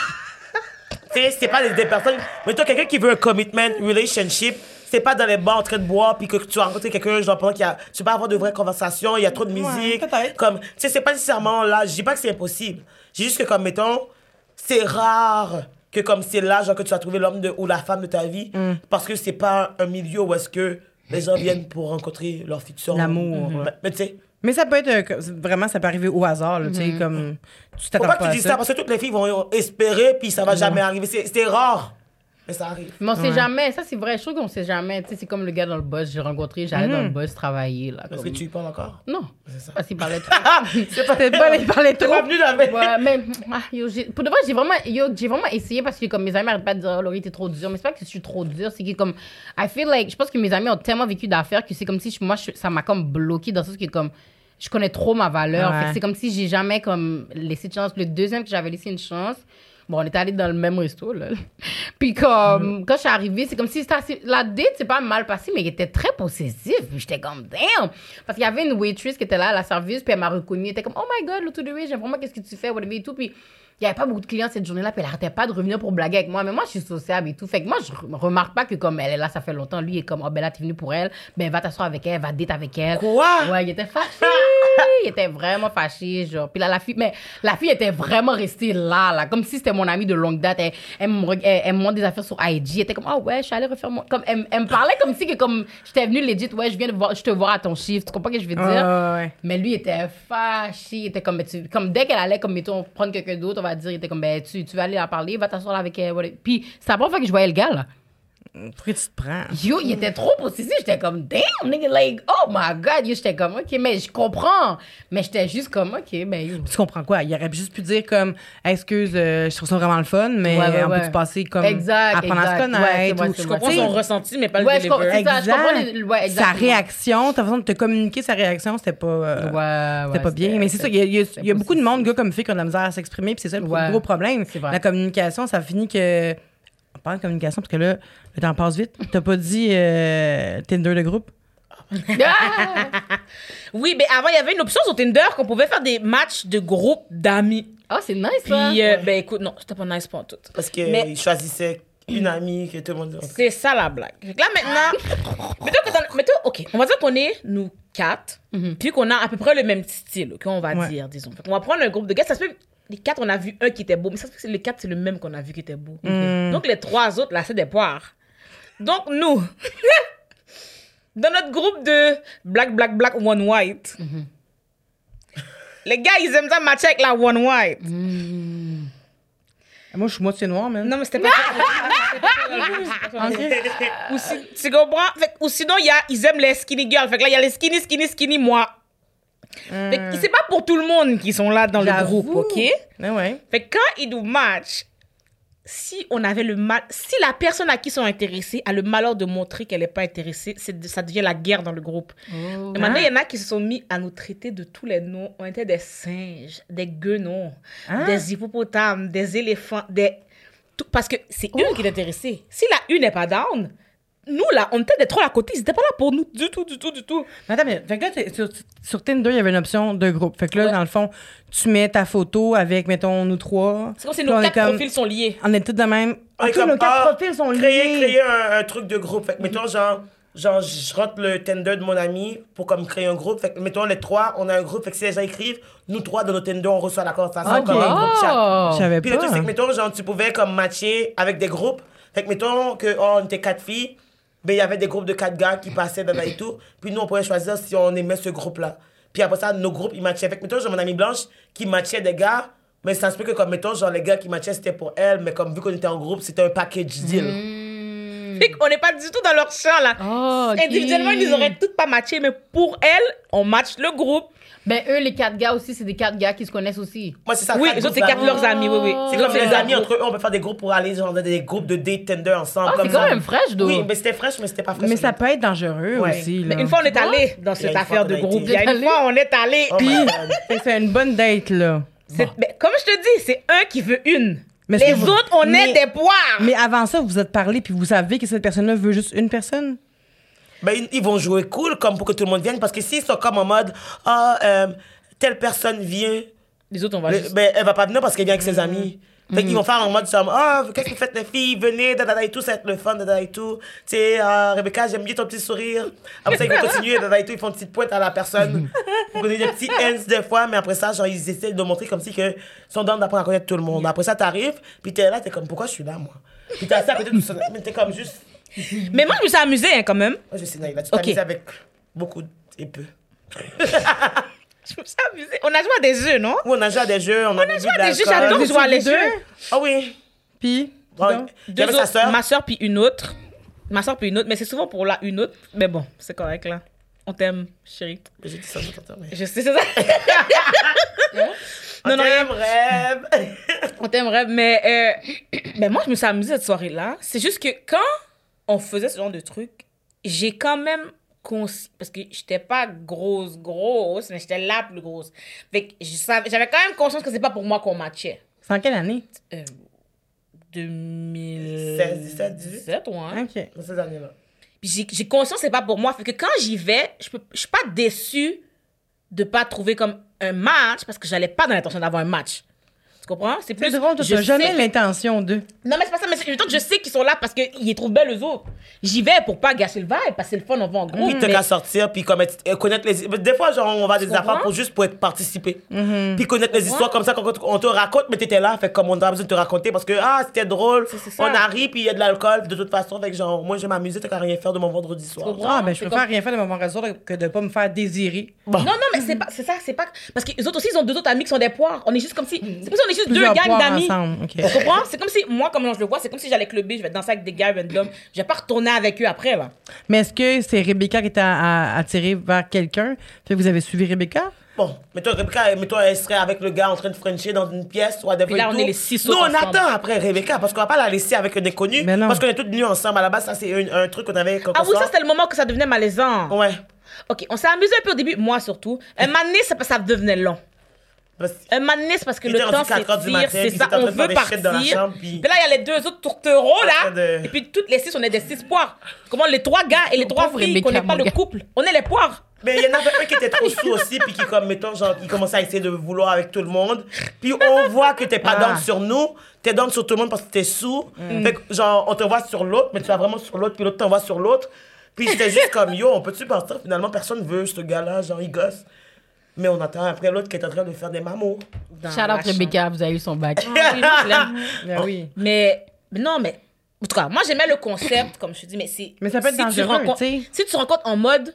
Speaker 4: Tu sais, c'est pas des personnes... Mettons, quelqu'un qui veut un commitment, relationship, c'est pas dans les bars en train de boire, puis que tu rencontres quelqu'un, genre, pendant qu'il y a... Tu peux pas avoir de vraies conversations, il y a trop de musique.
Speaker 2: peut-être.
Speaker 4: Comme, tu sais, c'est pas nécessairement là... Je dis pas que c'est impossible. J'ai juste que, comme, mettons, c'est rare que, comme, c'est là, genre, que tu vas trouver l'homme ou la femme de ta vie, parce que c'est pas un milieu où est-ce que les gens viennent pour rencontrer leur futur...
Speaker 2: L'amour.
Speaker 4: Mais tu sais...
Speaker 2: Mais ça peut être vraiment, ça peut arriver au hasard, là, tu sais, comme tu
Speaker 4: Faut
Speaker 2: t'attends
Speaker 4: pas
Speaker 2: pas
Speaker 4: que tu
Speaker 2: à
Speaker 4: dises
Speaker 2: ça.
Speaker 4: ça, parce que toutes les filles vont espérer, puis ça va jamais arriver. C'est rare, mais ça arrive.
Speaker 5: Mais on sait jamais, ça c'est vrai, je trouve qu'on sait jamais. Tu sais, c'est comme le gars dans le bus, j'ai rencontré, j'allais dans le bus travailler. Là,
Speaker 4: Est-ce
Speaker 5: comme...
Speaker 4: que tu y parles encore?
Speaker 5: Non,
Speaker 4: C'est ça.
Speaker 5: parce qu'il parlait trop.
Speaker 4: C'est pas
Speaker 2: Peut-être pas les parler
Speaker 4: T'es
Speaker 2: trop.
Speaker 4: pas venu avec.
Speaker 5: Ouais, mais pour de vrai, j'ai vraiment essayé parce que comme mes amis n'arrêtent pas de dire, oh, Laurie, t'es trop dur. Mais c'est pas que je suis trop dur, c'est que comme, I feel like, je pense que mes amis ont tellement vécu d'affaires que c'est comme si ça m'a comme bloqué dans ce que comme, je connais trop ma valeur.
Speaker 2: Ouais.
Speaker 5: Fait que c'est comme si j'ai jamais comme laissé de chance. Le deuxième que j'avais laissé une chance, bon, on était allés dans le même resto, là. Puis comme, quand je suis arrivée, c'est comme si la date, c'est pas mal passé, mais il était très possessif. Puis j'étais comme, damn! Parce qu'il y avait une waitress qui était là à la service, puis elle m'a reconnue. Elle était comme, oh my god, l'auto de j'aime vraiment qu'est-ce que tu fais, whatever et tout. Puis il y avait pas beaucoup de clients cette journée-là, puis elle arrêtait pas de revenir pour blaguer avec moi. Mais moi, je suis sociable et tout. Fait que moi, je remarque pas que comme elle est là, ça fait longtemps, lui, il est comme, oh ben là, t'es venu pour elle, ben va t'asseoir avec elle, va date avec elle.
Speaker 4: Quoi?
Speaker 5: Ouais, il était fâché. Il était vraiment fâché, genre. Puis là, la fille était vraiment restée là, comme si c'était mon amie de longue date. Elle me montre des affaires sur IG. Elle était comme, ah ouais, je suis allée refaire mon. Comme, elle me parlait comme si que, comme, j'étais venue legit, ouais, je te vois à ton chiffre. Tu comprends ce que je veux dire?
Speaker 2: Ouais.
Speaker 5: Mais lui, il était fâché. Il était comme, comme dès qu'elle allait, comme, mettons, prendre quelqu'un d'autre, on va dire, il était comme, ben, tu vas aller la parler, va t'asseoir là avec elle. Voilà. Puis, c'est la première fois que je voyais le gars, là.
Speaker 2: Pourquoi tu te prends?
Speaker 5: Yo, il était trop possessif. J'étais comme, damn, nigga, like, oh my God. Yo, j'étais comme, OK, mais je comprends. Mais j'étais juste comme, OK, ben yo.
Speaker 2: Tu comprends quoi? Il aurait juste pu dire comme, excuse, je trouve ça vraiment le fun, mais on peut-tu passer comme apprendre à se connaître?
Speaker 3: Je comprends son ressenti, mais pas le
Speaker 5: Ouais,
Speaker 3: deliver.
Speaker 5: je comprends
Speaker 2: Sa réaction, ta façon de te communiquer sa réaction, c'était pas, c'était pas bien. Mais c'est ça, il y a beaucoup de monde, gars comme filles, qui ont de la misère à s'exprimer, puis c'est ça le gros problème. La communication, ça finit que... On parle de communication, parce que là, le temps passe vite. T'as pas dit Tinder de groupe?
Speaker 3: Oui, mais avant, il y avait une option sur Tinder qu'on pouvait faire des matchs de groupe d'amis.
Speaker 5: Ah, c'est nice,
Speaker 3: Puis,
Speaker 5: ça.
Speaker 3: ben écoute, non, c'était pas nice pour tout.
Speaker 4: Parce qu'ils choisissaient une amie que tout le monde...
Speaker 3: C'est ça la blague. Fait que là, maintenant, mettons, OK, on va dire qu'on est, nous, 4, puis qu'on a à peu près le même style, qu'on va dire, disons. Fait qu'on va prendre un groupe de gars, ça se peut... Les 4, on a vu un qui était beau, mais ça se peut que les 4, c'est le même qu'on a vu qui était beau. Donc, les 3 autres, là, c'est des poires. Donc, nous, dans notre groupe de black, one white, les gars, ils aiment ça matcher avec la one white.
Speaker 2: Moi, je suis moitié noire, man.
Speaker 3: Non, mais c'était pas ou tu comprends? Fait, ou sinon, ils aiment les skinny girls. Fait que là, il y a les skinny, moi. Fait que c'est pas pour tout le monde qui sont là dans le groupe, OK?
Speaker 2: Ouais.
Speaker 3: Fait que quand ils nous matchent, si la personne à qui ils sont intéressés a le malheur de montrer qu'elle n'est pas intéressée, ça devient la guerre dans le groupe. Et maintenant, il y en a qui se sont mis à nous traiter de tous les noms. On était des singes, des guenons, des hippopotames, des éléphants, parce que c'est une qui est intéressée. Si la une n'est pas down, nous, là, on était des trolls à côté. Ils n'étaient pas là pour nous du tout.
Speaker 2: Attends, mais fait que là, sur Tinder, il y avait une option de groupe. Fait que là, dans le fond, tu mets ta photo avec, mettons, nous 3.
Speaker 3: C'est comme si nos 4 profils sont liés.
Speaker 2: On est tous de même.
Speaker 4: Nos
Speaker 2: 4 profils sont liés.
Speaker 4: Créer un truc de groupe. Fait que, mettons, genre, je rentre le Tinder de mon ami pour comme créer un groupe. Fait que, mettons, les 3, on a un groupe. Fait que si les gens écrivent, nous 3, dans nos Tinder, on reçoit la conversation comme un groupe chat.
Speaker 2: Je savais
Speaker 4: Puis
Speaker 2: pas.
Speaker 4: le truc, c'est que, mettons, genre, tu pouvais comme matcher avec des groupes. Fait que, mettons, on était 4 filles. Ben, il y avait des groupes de 4 gars qui passaient dans et tout. Puis nous, on pouvait choisir si on aimait ce groupe-là. Puis après ça, nos groupes, ils matchaient. Fait que, mettons, j'ai mon amie Blanche qui matchait des gars. Mais ça se peut que, comme, mettons, genre, les gars qui matchaient, c'était pour elle. Mais comme, vu qu'on était en groupe, c'était un package deal.
Speaker 3: Fait qu'on n'est pas du tout dans leur champ, là. Individuellement, ils auraient toutes pas matché. Mais pour elle, on match le groupe.
Speaker 5: Ben, eux, les 4 gars aussi, c'est des 4 gars qui se connaissent aussi.
Speaker 4: Moi, c'est ça.
Speaker 3: Oui, les autres, c'est 4 leurs amis, oui.
Speaker 4: C'est comme les amis entre eux, on peut faire des groupes pour aller genre dans des groupes de date Tinder ensemble.
Speaker 5: C'est quand même fraîche, d'où.
Speaker 4: Oui, mais c'était fraîche, mais c'était pas fraîche.
Speaker 2: Mais ça peut être dangereux aussi. Là.
Speaker 3: Mais une fois, on est allé dans cette affaire de groupe. Il y a une fois, on est allé.
Speaker 2: Puis, c'est une bonne date, là.
Speaker 3: Mais comme je te dis, c'est un qui veut une.
Speaker 2: Mais
Speaker 3: les autres, on est des poires.
Speaker 2: Mais avant ça, vous vous êtes parlé, puis vous savez que cette personne-là veut juste une personne?
Speaker 4: Ben, ils vont jouer cool, comme pour que tout le monde vienne. Parce que s'ils sont comme en mode, telle personne vient,
Speaker 3: les autres, on va juste...
Speaker 4: ben, elle va pas venir parce qu'elle vient avec ses amis. Fait qu'ils vont faire en mode, qu'est-ce que vous faites les filles, venez, dada et tout, ça va être le fun, dada et tout. Tu sais, Rebecca, j'aime bien ton petit sourire. Après ça, ils vont continuer, dada et tout, ils font une petite pointe à la personne. Ils donnent des petits hands des fois, mais après ça, genre, ils essaient de montrer comme si ils sont dans d'apprendre à connaître tout le monde. Après ça, t'arrives, puis t'es là, t'es comme, pourquoi je suis là, moi? Puis t'es assis à côté de tout ça, mais t'es comme juste...
Speaker 3: Mais moi, je me suis amusée, hein, quand même.
Speaker 4: Moi, je sais, Naïla, tu t'es amusée avec beaucoup et peu.
Speaker 3: Je me suis amusée. On a joué à des jeux, non?
Speaker 4: Oui, on a joué à des jeux. On a
Speaker 3: joué à des jeux. J'adore jouer à des jeux.
Speaker 4: Ah oui.
Speaker 2: Puis,
Speaker 3: deux autres, sa soeur. Ma soeur puis une autre. Ma soeur puis une autre. Mais c'est souvent pour la une autre. Mais bon, c'est correct, là. On t'aime, chérie.
Speaker 4: J'ai dit ça, mais...
Speaker 3: Je sais, c'est ça.
Speaker 4: On t'aime, rêve.
Speaker 3: On t'aime, rêve. Mais moi, je me suis amusée cette soirée-là. C'est juste que quand on faisait ce genre de truc, j'ai quand même... parce que j'étais pas grosse, mais j'étais la plus grosse. Fait que j'avais quand même conscience que c'est pas pour moi qu'on matchait.
Speaker 2: C'est en quelle année?
Speaker 3: 2016, 17, 18. Ouais.
Speaker 2: OK.
Speaker 4: Dans ces années-là.
Speaker 3: Puis j'ai conscience que c'est pas pour moi. Fait que quand j'y vais, je suis pas déçue de pas trouver comme un match parce que j'allais pas dans l'intention d'avoir un match. Tu comprends? C'est plus...
Speaker 2: C'est drôle, tu n'as jamais l'intention de...
Speaker 3: Non, mais c'est pas ça. Mais je sais qu'ils sont là parce qu'ils les trouvent belles, eux autres. J'y vais pour pas gâcher le vibe, parce que c'est le fun, on va en groupe.
Speaker 4: Puis t'as qu'à sortir, puis comme connaître les... Des fois, genre, on va à des affaires pour juste pour être participer. Puis connaître les histoires comme ça, quand on te raconte, mais t'étais là, fait comme on a besoin de te raconter, parce que, c'était drôle, on arrive, puis il y a de l'alcool, de toute façon, fait que genre, moi, je vais m'amuser, t'as qu'à rien faire de mon vendredi soir.
Speaker 2: Ah, ben je préfère rien faire de mon vendredi soir que de pas me faire désirer.
Speaker 3: Non, mais c'est ça, c'est pas... Parce que les autres aussi, ils ont 2 autres amis qui sont des poires. On est juste comme si... C'est comme si on est juste
Speaker 2: Plusieurs
Speaker 3: 2 gangs
Speaker 2: poires
Speaker 3: d'amis.
Speaker 2: ensemble, ok.
Speaker 3: Tu comprends? C'est comme si, moi, comme je le vois, c'est comme si j'allais clubber, je vais danser avec des gars random. Je vais pas retourner avec eux après, là.
Speaker 2: Mais est-ce que c'est Rebecca qui était attirée vers quelqu'un? Fait que vous avez suivi Rebecca?
Speaker 4: Bon, Rebecca, elle serait avec le gars en train de frencher dans une pièce ou à
Speaker 3: Puis là, on est les 6
Speaker 4: Nous, on
Speaker 3: ensemble.
Speaker 4: attend après Rebecca parce qu'on va pas la laisser avec un inconnu.
Speaker 2: Mais non.
Speaker 4: Parce qu'on est toutes venues ensemble. À la base, ça, c'est un truc qu'on avait.
Speaker 3: Ah oui, ça, c'était le moment que ça devenait malaisant.
Speaker 4: Ouais.
Speaker 3: OK, on s'est amusé un peu au début, moi surtout. Un moment donné, ça devenait long. Un moment donné, c'est parce que
Speaker 4: Il
Speaker 3: le
Speaker 4: était
Speaker 3: temps
Speaker 4: rendu 4 heures du
Speaker 3: s'étire,
Speaker 4: matin,
Speaker 3: c'est
Speaker 4: puis
Speaker 3: ça,
Speaker 4: il était en
Speaker 3: on
Speaker 4: train de faire
Speaker 3: veut
Speaker 4: des shit dans la
Speaker 3: partir.
Speaker 4: chambre,
Speaker 3: Puis
Speaker 4: puis-
Speaker 3: là, il y a les 2 autres tourtereaux, là.
Speaker 4: En train de-
Speaker 3: Et puis toutes les 6, on est des 6 poires. Comment les 3 gars et les 3
Speaker 5: Pauvre
Speaker 3: filles,
Speaker 5: Rebecca,
Speaker 3: qu'on n'est pas
Speaker 5: mon
Speaker 3: le
Speaker 5: gars.
Speaker 3: couple. On est les poires.
Speaker 4: Mais il y en avait un qui était trop sous aussi, puis qui, comme, mettons, genre, il commençait à essayer de vouloir avec tout le monde. Puis on voit que t'es pas down sur nous, t'es down sur tout le monde parce que t'es sous. Fait que, genre, on te voit sur l'autre, mais tu vas vraiment sur l'autre, puis l'autre t'envoie sur l'autre. Puis c'était juste comme, yo, on peut-tu partir? Finalement, personne veut ce gars-là, genre, il gosse. Mais on attend après l'autre qui est en train de faire des mamours.
Speaker 3: Dans
Speaker 5: Shout
Speaker 3: la
Speaker 5: out
Speaker 3: chambre.
Speaker 5: Rebecca, vous avez eu son bac.
Speaker 3: Ah oui, moi, je l'aime.
Speaker 2: Ben oui.
Speaker 3: Mais non, mais. En tout cas, moi, j'aimais le concept, comme je te dis, mais c'est.
Speaker 2: Mais ça peut être
Speaker 3: si tu
Speaker 2: dangereux,
Speaker 3: rencontres-
Speaker 2: tu sais.
Speaker 3: Si tu te rencontres en mode.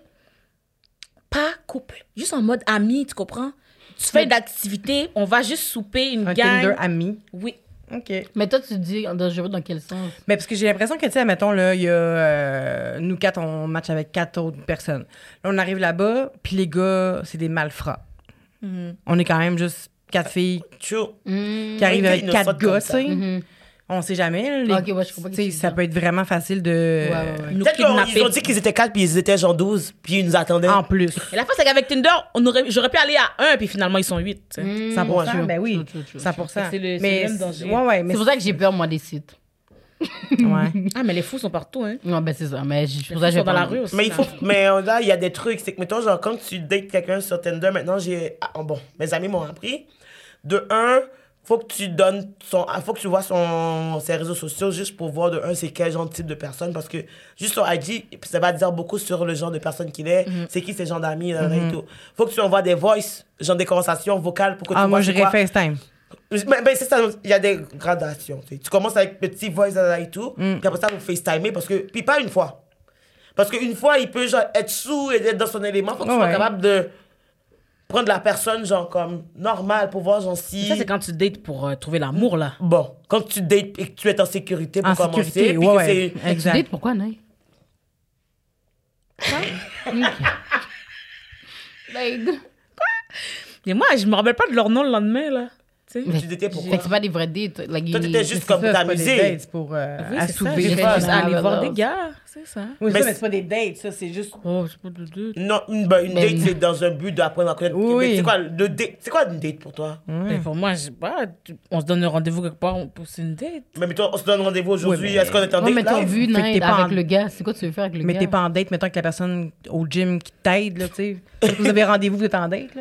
Speaker 3: Pas couple, juste en mode ami, tu comprends? Tu fais une activité, on va juste souper, une
Speaker 2: Un
Speaker 3: gang.
Speaker 2: Tinder ami.
Speaker 3: Oui.
Speaker 2: OK.
Speaker 5: Mais toi, tu dis dangereux dans quel sens?
Speaker 2: Mais parce que j'ai l'impression que, tu sais, mettons, là, il y a. Nous 4, on match avec 4 autres personnes. Là, on arrive là-bas, puis les gars, c'est des malfrats. On est quand même juste 4 filles
Speaker 4: True.
Speaker 2: qui arrivent
Speaker 4: Ouais,
Speaker 2: avec
Speaker 4: ils nous
Speaker 2: 4
Speaker 4: sortent comme
Speaker 2: gars, tu
Speaker 4: ça.
Speaker 2: sais. On sait jamais.
Speaker 5: Ok, ouais, je comprends
Speaker 2: Tu
Speaker 5: ce que
Speaker 2: sais,
Speaker 5: tu
Speaker 2: ça
Speaker 5: dis.
Speaker 2: peut être vraiment facile de.
Speaker 5: Ouais.
Speaker 3: Nous
Speaker 4: Peut-être
Speaker 3: kidnapper.
Speaker 4: qu'ils ont dit qu'ils étaient 4, puis ils étaient genre 12, puis ils nous attendaient.
Speaker 2: En plus.
Speaker 3: Et la fois, c'est qu'avec Tinder, j'aurais pu aller à 1, puis finalement, ils sont 8.
Speaker 2: 100%.
Speaker 5: True,
Speaker 2: Ben oui.
Speaker 5: true, true.
Speaker 2: 100%.
Speaker 3: C'est le
Speaker 2: mais
Speaker 3: même danger.
Speaker 2: Ouais, ouais. Mais
Speaker 5: C'est pour ça que j'ai peur, moi, des sites.
Speaker 2: Ouais.
Speaker 3: Ah, mais les fous sont partout, hein.
Speaker 5: Non, ben c'est ça. Mais c'est
Speaker 3: Les
Speaker 5: pour
Speaker 3: fous
Speaker 5: ça que
Speaker 3: sont
Speaker 5: j'ai
Speaker 3: dans la
Speaker 5: peur.
Speaker 3: rue aussi.
Speaker 4: Mais il
Speaker 3: là.
Speaker 4: faut, mais là, il y a des trucs. C'est que, mettons, genre, quand tu dates quelqu'un sur Tinder, maintenant, bon, mes amis m'ont appris. De un, faut que tu donnes faut que tu vois ses réseaux sociaux juste pour voir de un, c'est quel genre de type de personne. Parce que juste sur IG, ça va dire beaucoup sur le genre de personne qu'il est. C'est qui ces gens d'amis, là, et tout. Faut que tu envoies des voices, genre des conversations vocales pour que tu
Speaker 2: Ah,
Speaker 4: vois
Speaker 2: moi,
Speaker 4: c'est
Speaker 2: j'irais
Speaker 4: quoi.
Speaker 2: FaceTime.
Speaker 4: Ben, c'est ça, il y a des gradations. Tu commences avec petit voice là, et tout, puis après ça, vous FaceTimer, parce que, puis pas une fois. Parce qu'une fois, il peut genre, être sous et être dans son élément. Faut que tu sois
Speaker 2: Ouais.
Speaker 4: capable de prendre la personne, genre, comme normale pour voir, genre, si.
Speaker 3: Ça, c'est quand tu dates pour trouver l'amour, là.
Speaker 4: Bon, quand tu dates et que tu es en sécurité pour
Speaker 2: En
Speaker 4: commencer.
Speaker 2: sécurité,
Speaker 4: puis
Speaker 2: ouais,
Speaker 4: que
Speaker 2: ouais.
Speaker 4: c'est-
Speaker 5: Tu dates,
Speaker 2: Exact.
Speaker 5: pourquoi, Naï?
Speaker 3: Mais moi, je me rappelle pas de leur nom le lendemain, là. Tu sais.
Speaker 4: Tu datais pourquoi?
Speaker 5: Fait que c'est pas des vrais dates. Like,
Speaker 4: Toi, t'étais
Speaker 2: Mais
Speaker 4: juste
Speaker 2: c'est
Speaker 4: comme pour
Speaker 2: ça, c'est pas des
Speaker 4: t'amuser.
Speaker 2: dates, c'est pour
Speaker 3: Oui, c'est ça.
Speaker 2: assouver.
Speaker 3: J'ai
Speaker 5: les
Speaker 3: fait
Speaker 5: fun.
Speaker 3: juste aller
Speaker 5: Ah,
Speaker 3: voir
Speaker 5: love.
Speaker 3: des gars, c'est ça.
Speaker 2: Oui,
Speaker 4: Mais
Speaker 2: ça, mais c'est pas des dates, ça, c'est juste.
Speaker 3: Oh, c'est pas de deux.
Speaker 4: Non, une
Speaker 5: Mais-
Speaker 4: date, c'est dans un but d'apprendre à connaître.
Speaker 2: Oui.
Speaker 4: Mais c'est quoi, le date? C'est quoi une date pour toi?
Speaker 3: Mais pour moi, je sais pas, on se donne un rendez-vous quelque part pour c'est une date.
Speaker 4: Mais mettons, on se donne rendez-vous aujourd'hui.
Speaker 2: Oui, mais-
Speaker 4: Est-ce qu'on est en
Speaker 5: Ouais,
Speaker 4: date
Speaker 5: mais t'as
Speaker 4: live?
Speaker 5: vu,
Speaker 2: Fait que
Speaker 5: Naï,
Speaker 2: t'es pas
Speaker 5: avec
Speaker 2: en-
Speaker 5: le gars. C'est quoi tu veux faire avec le
Speaker 2: Mais
Speaker 5: gars?
Speaker 2: t'es pas en date, mettons, avec la personne au gym qui t'aide, là, tu sais. Peut-être que vous avez rendez-vous, vous êtes en date, là.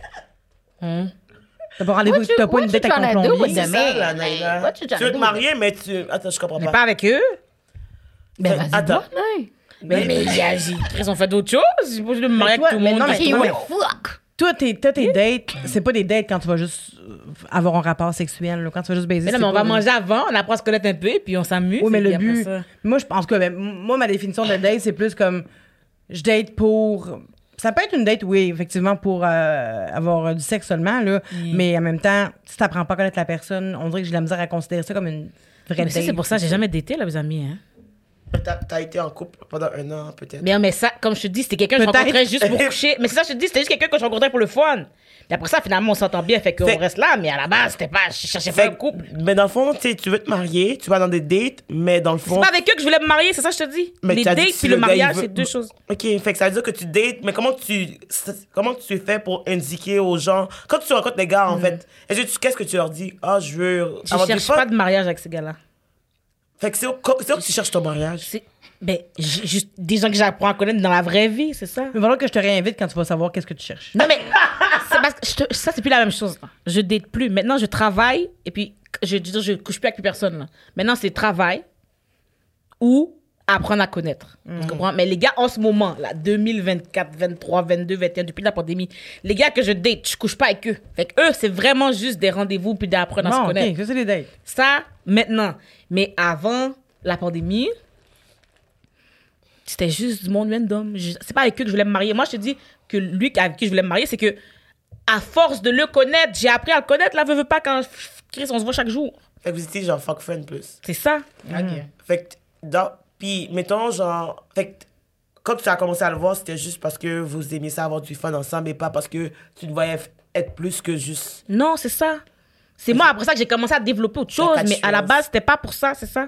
Speaker 2: T'as pas rendez-vous, t'as pas une date avec ton
Speaker 5: tryna do
Speaker 2: plombier.
Speaker 5: with
Speaker 4: C'est
Speaker 5: them?
Speaker 4: ça, la
Speaker 5: Hey,
Speaker 4: Naïla.
Speaker 5: what you tryna
Speaker 4: Tu veux te
Speaker 5: do?
Speaker 4: marier, mais tu... Attends, je comprends
Speaker 3: Mais
Speaker 4: pas.
Speaker 3: pas avec eux.
Speaker 5: Ben, vas-y,
Speaker 4: Attends.
Speaker 5: toi, Naï.
Speaker 3: Mais ils ont fait d'autres choses. J'ai pas obligé de me marier
Speaker 2: toi,
Speaker 3: avec tout le
Speaker 2: mais
Speaker 3: monde.
Speaker 2: non, mais
Speaker 5: Ok,
Speaker 2: toi,
Speaker 5: ouais, fuck.
Speaker 2: Toi, tes dates, c'est pas des dates quand tu vas juste avoir un rapport sexuel, là. Quand tu vas juste baiser.
Speaker 3: Mais non,
Speaker 2: c'est
Speaker 3: mais on
Speaker 2: pas
Speaker 3: va
Speaker 2: des-
Speaker 3: manger avant, on apprend à se connaître un peu, puis on s'amuse.
Speaker 2: Oui, mais
Speaker 3: et
Speaker 2: le
Speaker 3: puis après
Speaker 2: but.
Speaker 3: ça-
Speaker 2: Moi, je pense que moi, ma définition de date, c'est plus comme je date pour. Ça peut être une date, oui, effectivement, pour avoir du sexe seulement, là. Mais en même temps, si t'apprends pas à connaître la personne, on dirait que j'ai de la misère à considérer ça comme une vraie
Speaker 3: Mais ça,
Speaker 2: date.
Speaker 3: c'est pour ça que j'ai jamais daté, là, mes amis. Hein.
Speaker 4: T'as été en couple pendant 1 an, peut-être.
Speaker 3: Mais ça, comme je te dis, c'était quelqu'un que je
Speaker 2: Peut-être.
Speaker 3: rencontrais juste pour coucher. Mais c'est ça, je te dis, c'était juste quelqu'un que je rencontrais pour le fun. Puis après ça, finalement, on s'entend bien, fait qu'on
Speaker 4: Fait-
Speaker 3: reste là. Mais à la base, c'était pas, je cherchais pas
Speaker 4: Fait
Speaker 3: un couple.
Speaker 4: mais dans le fond, tu sais, tu veux te marier, tu vas dans des dates, mais dans le
Speaker 3: C'est
Speaker 4: fond...
Speaker 3: pas avec eux que je voulais me marier, c'est ça que je te dis.
Speaker 4: Mais
Speaker 3: Les
Speaker 4: t'as dit
Speaker 3: dates
Speaker 4: que si
Speaker 3: puis le
Speaker 4: gars, il
Speaker 3: mariage,
Speaker 4: veut-
Speaker 3: c'est deux choses.
Speaker 4: OK, fait que ça veut dire que tu dates, mais comment tu fais pour indiquer aux gens... Quand tu rencontres les gars, en fait, qu'est-ce que tu leur dis? Ah, je veux
Speaker 3: Je
Speaker 4: avoir du
Speaker 3: cherche
Speaker 4: fun.
Speaker 3: pas de mariage avec ces gars-là.
Speaker 4: Fait que c'est où que tu cherches ton mariage.
Speaker 3: C'est juste des gens que j'apprends à connaître dans la vraie vie, c'est ça.
Speaker 2: Mais voilà que je te réinvite quand tu vas savoir qu'est-ce que tu cherches.
Speaker 3: Non, mais c'est parce que ça, c'est plus la même chose. Là. Je date plus. Maintenant, je travaille et puis je couche plus avec plus personne. Là. Maintenant, c'est travail ou apprendre à connaître. Tu comprends? Mais les gars, en ce moment, là, 2024, 23, 22, 21, depuis la pandémie, les gars que je date, je couche pas avec eux. Fait que eux, c'est vraiment juste des rendez-vous puis d'apprendre à se
Speaker 2: Bon,
Speaker 3: connaître.
Speaker 2: OK, ça, c'est des dates.
Speaker 3: Ça, maintenant. Mais avant la pandémie, c'était juste du monde random. C'est pas avec eux que je voulais me marier. Moi, je te dis que lui avec qui je voulais me marier, c'est que à force de le connaître, j'ai appris à le connaître. Là, veux pas quand Chris, on se voit chaque jour.
Speaker 4: Fait que vous étiez genre fuck friend plus.
Speaker 3: C'est ça.
Speaker 5: OK.
Speaker 4: Fait que, puis mettons, genre, fait que quand tu as commencé à le voir, c'était juste parce que vous aimiez ça avoir du fun ensemble et pas parce que tu te voyais être plus que juste.
Speaker 3: Non, c'est ça. C'est moi, après ça, que j'ai commencé à développer autre chose. Mais à la base, c'était pas pour ça, c'est ça.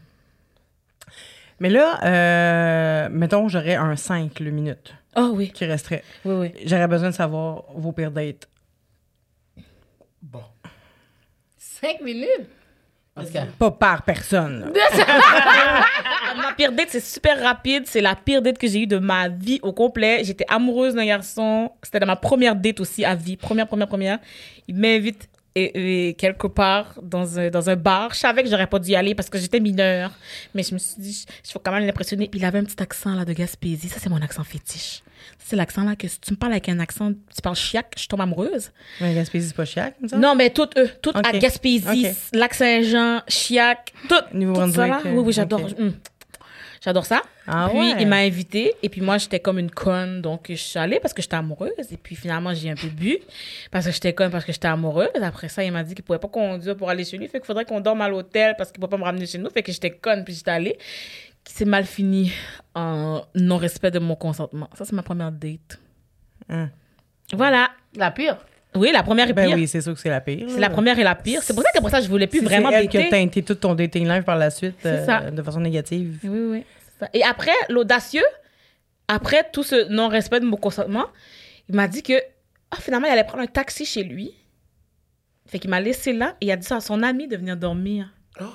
Speaker 2: Mais là, mettons, j'aurais un 5 le minute
Speaker 3: Oh oui.
Speaker 2: qui resterait.
Speaker 3: Oui, oui.
Speaker 2: J'aurais besoin de savoir vos pires dates.
Speaker 4: Bon.
Speaker 5: 5 minutes? OK.
Speaker 2: Pas par personne.
Speaker 3: Ma pire date, c'est super rapide. C'est la pire date que j'ai eue de ma vie au complet. J'étais amoureuse d'un garçon. C'était dans ma première date aussi à vie. Première. Il m'invite quelque part dans un bar. Je savais que j'aurais pas dû y aller parce que j'étais mineure. Mais je me suis dit, je faut quand même l'impressionner. Il avait un petit accent là de Gaspésie. Ça, c'est mon accent fétiche. C'est l'accent là que si tu me parles avec un accent, tu parles chiac, je tombe amoureuse.
Speaker 2: Mais Gaspésie, c'est pas chiac, comme ça?
Speaker 3: Non, mais toutes
Speaker 2: Ok.
Speaker 3: à Gaspésie,
Speaker 2: Ok.
Speaker 3: Lac-Saint-Jean, Chiac, tout ça là.
Speaker 2: Nouveau-Brunswick,
Speaker 3: Oui, j'adore.
Speaker 2: ok.
Speaker 3: J'adore ça.
Speaker 2: Ah
Speaker 3: Puis,
Speaker 2: ouais.
Speaker 3: il m'a invitée. Et puis, moi, j'étais comme une conne. Donc, je suis allée parce que j'étais amoureuse. Et puis, finalement, j'ai un peu bu parce que j'étais conne, parce que j'étais amoureuse. Après ça, il m'a dit qu'il ne pouvait pas conduire pour aller chez lui. Fait qu'il faudrait qu'on dorme à l'hôtel parce qu'il ne pouvait pas me ramener chez nous. Fait que j'étais conne. Puis, j'étais allée. Qui s'est mal fini en non-respect de mon consentement. Ça, c'est ma première date. Voilà.
Speaker 5: La pire.
Speaker 3: Oui, la première est
Speaker 2: Ben
Speaker 3: pire.
Speaker 2: oui, c'est sûr que c'est la pire.
Speaker 3: C'est la première et la pire. C'est pour ça qu'après ça, je voulais plus vraiment
Speaker 2: C'est elle qui a
Speaker 3: dater.
Speaker 2: teinté tout ton dating life par la suite
Speaker 3: C'est ça.
Speaker 2: de façon négative.
Speaker 3: Oui, c'est ça. Et après, l'audacieux, après tout ce non-respect de mon consentement, il m'a dit que finalement, il allait prendre un taxi chez lui. Fait qu'il m'a laissé là et il a dit ça à son ami de venir dormir.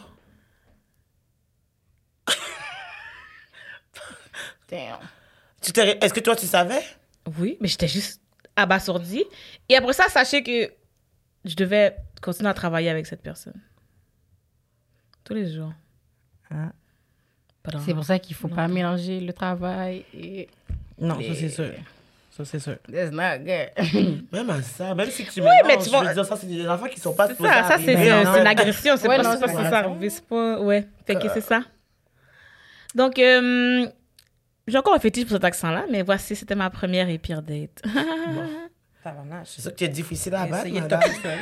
Speaker 5: Damn.
Speaker 4: Est-ce que toi, tu savais?
Speaker 3: Oui, mais j'étais juste abasourdie. Et après ça, sachez que je devais continuer à travailler avec cette personne. Tous les jours.
Speaker 2: Ah.
Speaker 3: Pardon.
Speaker 5: C'est pour ça qu'il faut pas mélanger le travail et...
Speaker 2: Non, ça c'est sûr. Ça c'est sûr.
Speaker 5: That's not good.
Speaker 4: Même à ça, même si tu
Speaker 3: mais
Speaker 4: mélanges,
Speaker 3: tu
Speaker 4: je
Speaker 3: vois-
Speaker 4: veux dire, ça, c'est des enfants qui sont pas
Speaker 3: C'est
Speaker 4: supposés
Speaker 3: ça, ça c'est
Speaker 4: arriver.
Speaker 3: c'est une agression. C'est
Speaker 5: Ouais,
Speaker 3: pas
Speaker 5: non,
Speaker 3: c'est pas
Speaker 5: c'est
Speaker 3: ça
Speaker 5: ça.
Speaker 3: ça arrive. C'est pas... Ouais, fait que c'est ça. Donc, j'ai encore un fétiche pour cet accent-là, mais voici, c'était ma première et pire date.
Speaker 4: C'est ça qui est difficile à battre,
Speaker 2: Essayez de
Speaker 4: madame.
Speaker 2: topper ça.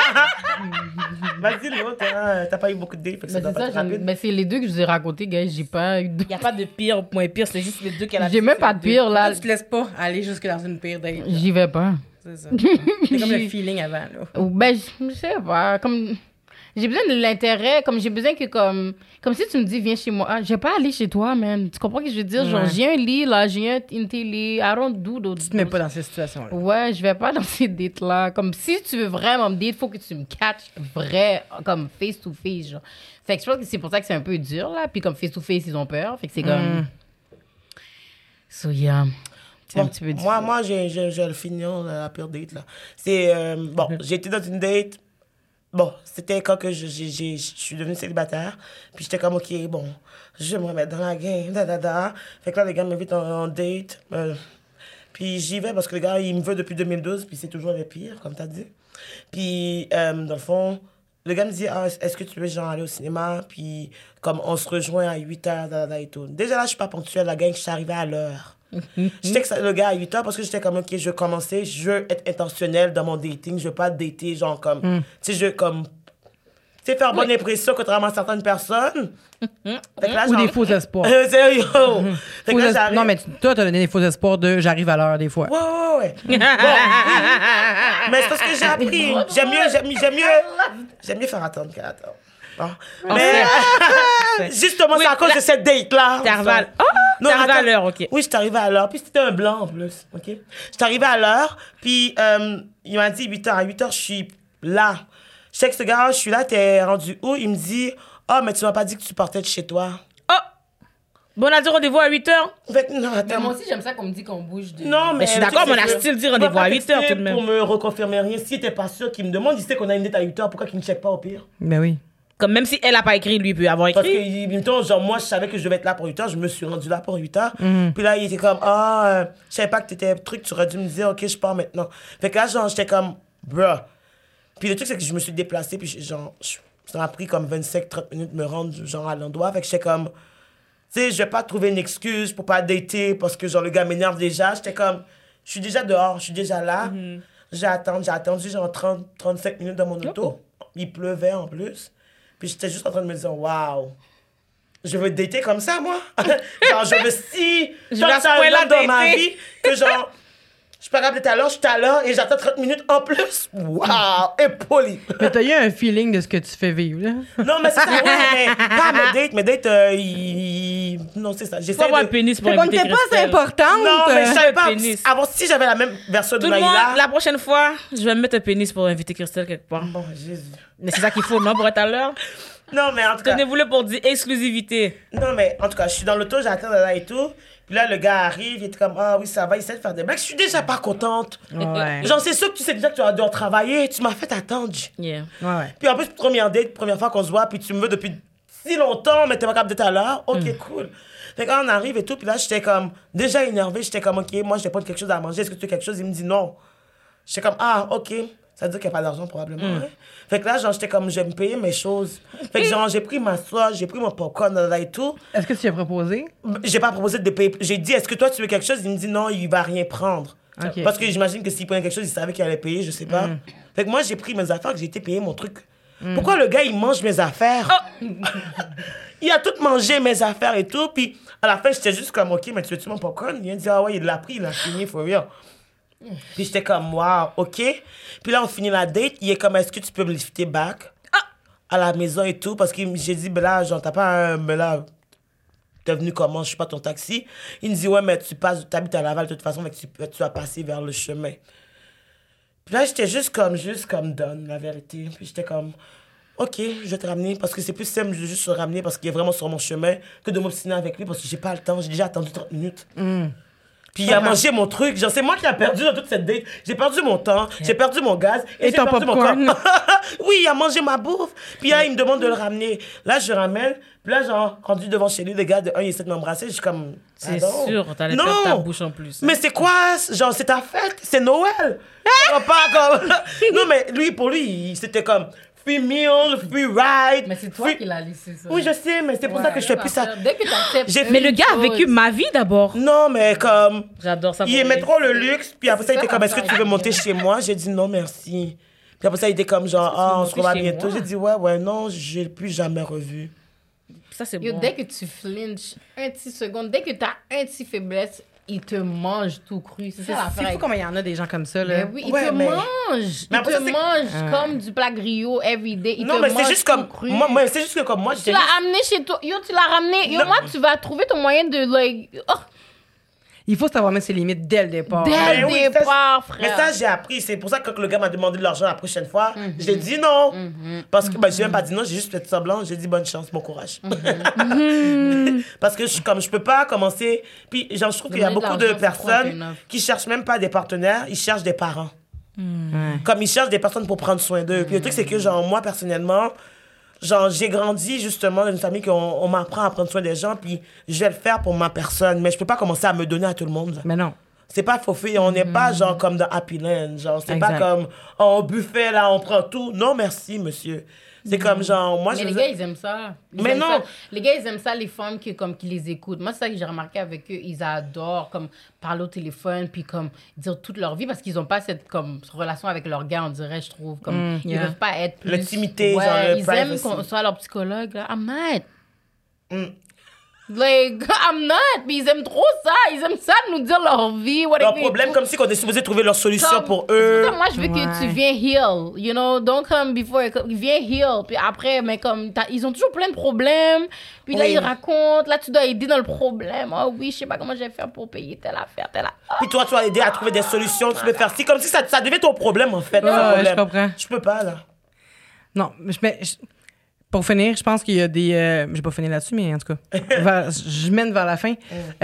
Speaker 4: Vas-y, l'autre, hein, t'as pas eu beaucoup de dates, fait que ça
Speaker 5: Mais
Speaker 4: doit
Speaker 5: c'est
Speaker 4: pas
Speaker 5: ça,
Speaker 4: être rapide.
Speaker 5: mais c'est les deux que je vous ai racontés, gars. J'ai pas eu de...
Speaker 3: Il n'y a pas de pire ou moins pire, c'est juste les deux qu'elle a
Speaker 5: J'ai même pas de pire, là.
Speaker 2: Là, tu te laisses pas aller jusque dans une pire date. là.
Speaker 5: J'y vais pas.
Speaker 2: C'est ça. C'est comme le feeling avant, là.
Speaker 5: Ou ben, je sais pas. Comme... J'ai besoin de l'intérêt. Comme j'ai besoin que, comme si tu me dis, viens chez moi. Ah, je vais pas aller chez toi, man. Tu comprends ce que je veux dire? Genre,
Speaker 2: Ouais.
Speaker 5: j'ai un lit, là. J'ai une télé. I don't do those.
Speaker 2: Tu te mets pas dans ces situations-là.
Speaker 5: Ouais, je vais pas dans ces dates-là. Comme si tu veux vraiment me date, faut que tu me catches vrai, comme face-to-face, genre. Fait que je pense que c'est pour ça que c'est un peu dur, là. Puis comme face-to-face, ils ont peur. Fait que c'est comme... So, yeah. C'est un
Speaker 4: Bon,
Speaker 5: petit peu difficile.
Speaker 4: moi j'ai le finion, la pire date, là. C'est, bon, j'ai été dans une date. Bon, c'était quand que je suis devenue célibataire. Puis j'étais comme, OK, bon, je vais me remettre dans la game, Fait que là, les gars m'invitent en date. Puis j'y vais parce que le gars, il me veut depuis 2012, puis c'est toujours le pire, comme t'as dit. Puis, dans le fond, le gars me dit, est-ce que tu veux genre aller au cinéma? Puis, comme on se rejoint à 8h, et tout. Déjà là, je suis pas ponctuelle, la gang, je suis arrivée à l'heure. J'étais que le gars à 8h parce que j'étais comme, OK, je veux commencer, je veux être intentionnelle dans mon dating, je veux pas dater, genre comme, tu sais, je veux comme, tu sais, faire bonne impression contrairement à certaines personnes. Fait que là,
Speaker 2: Ou
Speaker 4: genre-
Speaker 2: des faux espoirs.
Speaker 4: Sérieux. Fait que là,
Speaker 2: Faux
Speaker 4: j'arrive-
Speaker 2: non, mais toi, t'as donné des faux espoirs de j'arrive à l'heure, des fois.
Speaker 4: Ouais. Bon, mais c'est parce que j'ai appris. J'aime mieux faire attendre qu'attendre. Bon. Mais justement,
Speaker 3: Oui,
Speaker 4: c'est à cause
Speaker 3: là-
Speaker 4: de cette date-là.
Speaker 3: T'es arrivé à
Speaker 4: Non,
Speaker 3: t'es arrivé à
Speaker 4: attends.
Speaker 3: l'heure, OK.
Speaker 4: Oui, je suis arrivée à l'heure. Puis c'était un blanc en plus. OK? Je suis arrivée à l'heure. Puis il m'a dit 8h. À 8h, je suis là. Je sais que ce gars, je suis là, t'es rendu où? Il me dit, mais tu m'as pas dit que tu partais de chez toi.
Speaker 3: Oh! Bon, on a dit rendez-vous à 8h.
Speaker 4: Fait que, non,
Speaker 5: Mais
Speaker 4: attends.
Speaker 5: moi aussi, j'aime ça qu'on me dit qu'on bouge de...
Speaker 4: Non, mais
Speaker 3: je suis d'accord, mais on a
Speaker 4: c'est
Speaker 3: still dit
Speaker 4: sûr.
Speaker 3: rendez-vous à
Speaker 4: Il va
Speaker 3: 8
Speaker 4: pas
Speaker 3: heures,
Speaker 4: texter
Speaker 3: tout de même.
Speaker 4: Pour me reconfirmer rien. S'il était pas sûr qu'il me demande, il sait qu'on a une date à 8h, pourquoi qu'il ne check pas au pire?
Speaker 2: Ben oui.
Speaker 3: Comme même si elle a pas écrit, lui il peut avoir
Speaker 4: Parce que,
Speaker 3: écrit.
Speaker 4: en même temps, genre, moi, je savais que je devais être là pour 8h, je me suis rendu là pour 8h. Puis là, il était comme, je savais pas que t'étais truc, tu aurais dû me dire, OK, je pars maintenant. Fait que là, genre, j'étais comme, bruh. Puis le truc, c'est que je me suis déplacée, puis genre, ça m'a pris comme 25-30 minutes de me rendre, genre, à l'endroit. Fait que j'étais comme, tu sais, je vais pas trouver une excuse pour pas dater parce que, genre, le gars m'énerve déjà. J'étais comme, je suis déjà dehors, je suis déjà là. J'ai attendu genre 35 minutes dans mon auto. Il pleuvait en plus. Puis j'étais juste en train de me dire, waouh, je veux dater comme ça, moi. Genre, je veux si tant
Speaker 3: vais à ce point-là
Speaker 4: dans ma
Speaker 3: dater.
Speaker 4: vie que genre, je suis pas capable d'être à l'heure, je suis à l'heure et j'attends 30 minutes en plus. Waouh, impoli.
Speaker 2: Mais t'as eu un feeling de ce que tu fais vivre, là.
Speaker 4: Non, mais c'est ça, ouais, mais pas mes dates, non, c'est ça.
Speaker 3: Faut
Speaker 4: J'essaie
Speaker 3: avoir un
Speaker 4: de...
Speaker 3: pénis pour
Speaker 2: Fait qu'on
Speaker 3: inviter
Speaker 2: n'était pas assez
Speaker 3: Christelle.
Speaker 2: importante.
Speaker 4: Non, mais je savais pas.
Speaker 3: pénis.
Speaker 4: Avant, si j'avais la même version
Speaker 3: Tout
Speaker 4: de
Speaker 3: le monde,
Speaker 4: Maïla...
Speaker 3: la prochaine fois, je vais me mettre un pénis pour inviter Christelle quelque part.
Speaker 4: Bon, Jésus.
Speaker 3: Mais c'est ça qu'il faut, non, pour être à l'heure.
Speaker 4: Non, mais en tout cas...
Speaker 3: Tenez-vous-le pour dire exclusivité.
Speaker 4: Non, mais en tout cas, je suis dans l'auto, j'attends là et tout. Puis là, le gars arrive, il est comme, ah oui, ça va, il essaie de faire des blagues. Je suis déjà pas contente.
Speaker 2: Ouais.
Speaker 4: Genre, c'est sûr que tu sais déjà que tu vas devoir travailler. Tu m'as fait attendre.
Speaker 3: Yeah.
Speaker 2: Ouais.
Speaker 4: Puis en plus, première date, première fois qu'on se voit, puis tu me veux depuis si longtemps, mais t'es pas capable d'être à l'heure. Ok, cool. Fait que quand on arrive et tout, puis là, j'étais comme, déjà énervée. J'étais comme, ok, moi, j'ai pas quelque chose à manger. Est-ce que tu veux quelque chose? Il me dit non. J'étais comme, ah, ok. Ça veut dire qu'il n'y a pas d'argent, probablement. Hein? Fait que là, genre, j'étais comme, je vais me payer mes choses. Fait que genre, j'ai pris ma soie, j'ai pris mon popcorn là et tout.
Speaker 2: Est-ce que tu lui as proposé?
Speaker 4: J'ai pas proposé de payer. J'ai dit, est-ce que toi, tu veux quelque chose? Il me dit non, il va rien prendre.
Speaker 2: Ok.
Speaker 4: Parce que j'imagine que s'il prenait quelque chose, il savait qu'il allait payer, je sais pas. Fait que moi, j'ai pris mes affaires, que j'ai été payer mon truc. Pourquoi le gars, il mange mes affaires? Il a tout mangé, mes affaires et tout. Puis à la fin, j'étais juste comme, ok, mais tu veux-tu mon popcorn? Il a dit, ah ouais, il l'a pris, il a fini, for real. Puis j'étais comme, wow, ok. Puis là, on finit la date. Il est comme, est-ce que tu peux me lifter back à la maison et tout? Parce que j'ai dit, ben là, genre, t'as pas un. Ben là, t'es venu comment? Je suis pas ton taxi. Il me dit, ouais, mais t'habites à Laval de toute façon, mais tu vas passer vers le chemin. Puis là, j'étais juste comme done, la vérité. Puis j'étais comme, ok, je vais te ramener. Parce que c'est plus simple de juste se ramener parce qu'il est vraiment sur mon chemin que de m'obstiner avec lui parce que j'ai pas le temps. J'ai déjà attendu 30 minutes. Puis il a mangé mon truc. Genre, c'est moi qui ai perdu dans toute cette date. J'ai perdu mon temps, j'ai perdu mon gaz et j'ai
Speaker 2: ton
Speaker 4: perdu mon
Speaker 2: popcorn.
Speaker 4: corps. Oui, il a mangé ma bouffe. Puis là, il me demande de le ramener. Là, je le ramène. Puis là, genre, rendu devant chez lui, le gars de 1, il essaie de m'embrasser. Je suis comme...
Speaker 3: C'est
Speaker 4: pardon.
Speaker 3: sûr, t'allais perdre ta bouche en plus.
Speaker 4: Mais c'est quoi? Genre, c'est ta fête. C'est Noël. On va pas comme... Non, mais lui, pour lui, c'était comme... Free meal, free ride.
Speaker 5: Mais c'est toi
Speaker 4: free-
Speaker 5: qui l'as laissé ça.
Speaker 4: Oui, je sais, mais c'est pour ça que je fais plus ça.
Speaker 5: Dès que t'acceptes.
Speaker 4: J'ai
Speaker 3: Mais le gars a vécu ma vie d'abord.
Speaker 4: Non, mais comme...
Speaker 3: J'adore ça.
Speaker 4: Il aimait trop le luxe, puis après ça, il était comme, est-ce que tu veux monter chez moi? J'ai dit non, merci. Puis après ça, il était comme genre, ah, on se revoit
Speaker 3: monter chez
Speaker 4: bientôt.
Speaker 3: moi?
Speaker 4: J'ai dit ouais, non, j'ai plus jamais revu.
Speaker 3: Ça, c'est
Speaker 5: Yo,
Speaker 3: bon.
Speaker 5: dès que tu flinches un petit seconde, dès que t'as un petit faiblesse, il te mange tout cru. C'est ça
Speaker 2: C'est
Speaker 5: l'affaire.
Speaker 2: fou comment il y en a des gens comme ça,
Speaker 5: Mais
Speaker 2: là.
Speaker 5: oui, il
Speaker 4: Ouais,
Speaker 5: te
Speaker 4: mais-
Speaker 5: mange.
Speaker 4: Mais
Speaker 5: Il
Speaker 4: après
Speaker 5: te
Speaker 4: ça, c'est-
Speaker 5: mange comme du plat griot everyday. Il
Speaker 4: Non,
Speaker 5: te
Speaker 4: mais
Speaker 5: mange
Speaker 4: c'est juste
Speaker 5: tout
Speaker 4: comme,
Speaker 5: cru.
Speaker 4: moi, c'est juste que comme moi,
Speaker 5: Tu
Speaker 4: j'étais
Speaker 5: l'as
Speaker 4: juste-
Speaker 5: amené chez toi. Yo, tu l'as ramené. Yo,
Speaker 4: Non.
Speaker 5: moi, tu vas trouver ton moyen de, like... Oh,
Speaker 2: Il faut savoir mettre ses limites dès le départ.
Speaker 5: dès
Speaker 4: Mais
Speaker 5: le
Speaker 4: oui, ça,
Speaker 5: départ,
Speaker 4: Mais
Speaker 5: frère.
Speaker 4: ça, j'ai appris. C'est pour ça que quand le gars m'a demandé de l'argent la prochaine fois, j'ai dit non. Parce que, j'ai même pas dit non, j'ai juste fait semblant. J'ai dit bonne chance, bon courage. Parce que je peux pas commencer. Puis, genre, je trouve qu'il y a
Speaker 5: Demander de
Speaker 4: beaucoup de
Speaker 5: l'argent, c'est trop un
Speaker 4: personnes
Speaker 5: turn-off.
Speaker 4: qui cherchent même pas des partenaires, ils cherchent des parents. Comme ils cherchent des personnes pour prendre soin d'eux. Puis le truc, c'est que, genre, moi, personnellement, genre, j'ai grandi justement dans une famille qu'on m'apprend à prendre soin des gens, puis je vais le faire pour ma personne. Mais je peux pas commencer à me donner à tout le monde.
Speaker 2: Mais non.
Speaker 4: C'est pas faux fait, on n'est pas genre comme dans Happy Land. Genre, c'est pas
Speaker 2: Exact.
Speaker 4: comme oh, au buffet, là, on prend tout. Non, merci, monsieur. C'est comme genre, moi,
Speaker 5: Mais
Speaker 4: je
Speaker 5: les
Speaker 4: veux
Speaker 5: gars,
Speaker 4: dire-
Speaker 5: ils aiment ça. Ils
Speaker 4: Mais
Speaker 5: aiment
Speaker 4: non.
Speaker 5: ça. Les gars, ils aiment ça, les femmes qui les écoutent. Moi, c'est ça que j'ai remarqué avec eux. Ils adorent comme parler au téléphone puis comme dire toute leur vie parce qu'ils n'ont pas cette comme relation avec leur gars, on dirait, je trouve. Comme, ils ne
Speaker 2: yeah.
Speaker 5: peuvent pas être plus...
Speaker 4: L'intimité,
Speaker 5: Ouais,
Speaker 4: genre, le
Speaker 5: ils aiment
Speaker 4: privacy.
Speaker 5: qu'on soit leur psychologue. Là. I'm not.
Speaker 4: Mm.
Speaker 5: Like, I'm not. Mais ils aiment trop ça. Ils aiment ça de nous dire leur vie. What
Speaker 4: leur
Speaker 5: they-
Speaker 4: problème, comme si on est supposé trouver leur solution
Speaker 5: Comme-
Speaker 4: pour
Speaker 5: c'est
Speaker 4: eux.
Speaker 5: pour ça, moi, je veux que
Speaker 2: Ouais.
Speaker 5: tu viens heal. You know, don't come before. Viens heal. Puis après, mais comme, ils ont toujours plein de problèmes. Puis là,
Speaker 4: Oui.
Speaker 5: ils racontent. Là, tu dois aider dans le problème. Oh oui, je sais pas comment je vais faire pour payer telle affaire, telle affaire.
Speaker 4: Puis toi, tu vas aider à trouver des solutions, tu peux faire ci, comme si ça devient ton problème, en fait. ton
Speaker 2: Ouais,
Speaker 4: problème.
Speaker 2: je comprends.
Speaker 4: Je peux pas, là.
Speaker 2: Non, mais pour finir, je pense qu'il y a des... j'ai pas fini là-dessus, mais en tout cas, je mène vers la fin.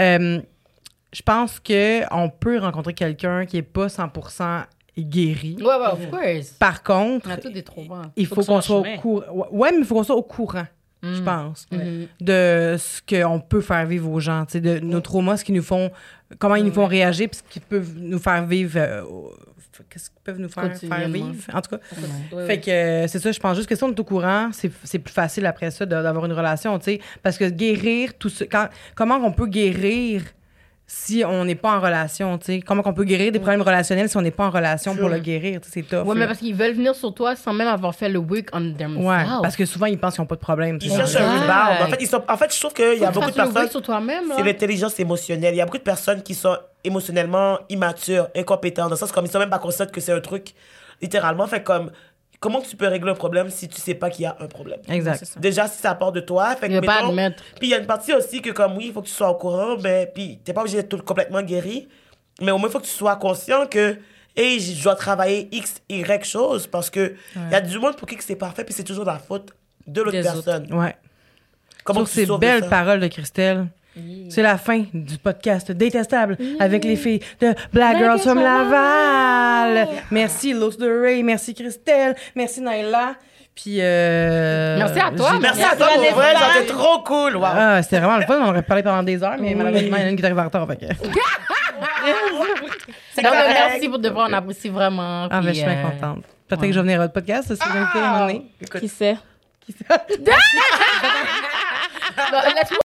Speaker 2: Je pense qu'on peut rencontrer quelqu'un qui est pas 100% guéri.
Speaker 5: Ouais, ouais, of course.
Speaker 2: Par contre,
Speaker 5: On a tous des troubles.
Speaker 2: il
Speaker 3: Faut
Speaker 2: faut
Speaker 3: que
Speaker 2: qu'on
Speaker 3: ça
Speaker 2: soit
Speaker 3: chemin.
Speaker 2: au courant. Ouais, mais il faut qu'on soit au courant, je pense, de ce qu'on peut faire vivre aux gens, tu sais, de nos traumas, ce qu'ils nous font, comment ils nous font réagir, puis ce qu'ils peuvent nous faire vivre. Qu'est-ce qu'ils peuvent nous faire
Speaker 5: Quotidiennement.
Speaker 2: vivre, en tout cas.
Speaker 5: Ouais,
Speaker 2: Fait que c'est ça, je pense juste que si on est au courant, c'est plus facile après ça d'avoir une relation, tu sais. Parce que guérir tout ce. Comment on peut guérir si on n'est pas en relation, tu sais. Comment on peut guérir des problèmes relationnels si on n'est pas en relation pour le guérir, tu sais, c'est tough.
Speaker 5: Ouais, mais
Speaker 2: là.
Speaker 5: parce qu'ils veulent venir sur toi sans même avoir fait le work on themselves.
Speaker 2: Ouais, parce que souvent, ils pensent qu'ils n'ont pas de problème. tu
Speaker 4: Ils
Speaker 2: sais.
Speaker 4: cherchent un rebound. En fait, je trouve qu'il y a beaucoup de
Speaker 5: Faut que tu fasses le work
Speaker 4: personnes...
Speaker 5: sur toi-même, là.
Speaker 4: C'est l'intelligence émotionnelle. Il y a beaucoup de personnes qui sont émotionnellement immatures, incompétentes. Dans le sens comme ils sont même pas conscients que c'est un truc, littéralement. Fait comme, comment tu peux régler un problème si tu sais pas qu'il y a un problème?
Speaker 2: Exact.
Speaker 4: Déjà, si ça part de toi, fait que,
Speaker 5: Il veut pas
Speaker 4: mettons-
Speaker 5: admettre.
Speaker 4: Puis il y a une partie aussi que comme, oui, il faut que tu sois au courant, ben, puis t'es pas obligé d'être complètement guéri, mais au moins, il faut que tu sois conscient que, hey, je dois travailler X, Y chose, parce que il y a du monde pour qui que c'est parfait, puis c'est toujours la faute de l'autre
Speaker 3: Des
Speaker 4: personne.
Speaker 2: Ouais.
Speaker 4: Comment
Speaker 2: Sur
Speaker 4: tu
Speaker 2: ces
Speaker 4: sauves
Speaker 2: belles
Speaker 4: ça?
Speaker 2: paroles de Christelle, c'est la fin du podcast Détestable avec les filles de Black Girls from Laval. Merci Los de Ray, merci Christelle, merci Naila. Puis
Speaker 5: Merci à toi,
Speaker 4: Merci à toi, pour vrai, genre, t'es trop cool. Wow.
Speaker 2: Ah, c'était vraiment le fun, on aurait parlé pendant des heures, mais malheureusement, il y en a une qui est arrivée en retard. Fait que...
Speaker 4: C'est
Speaker 5: Non, mais
Speaker 4: correct.
Speaker 5: merci pour de voir, on apprécie vraiment.
Speaker 2: Ah, ben, je suis bien contente. Peut-être que je vais venir à votre podcast, si vous invitez à un moment donné.
Speaker 3: Qui sait?
Speaker 5: Laisse-moi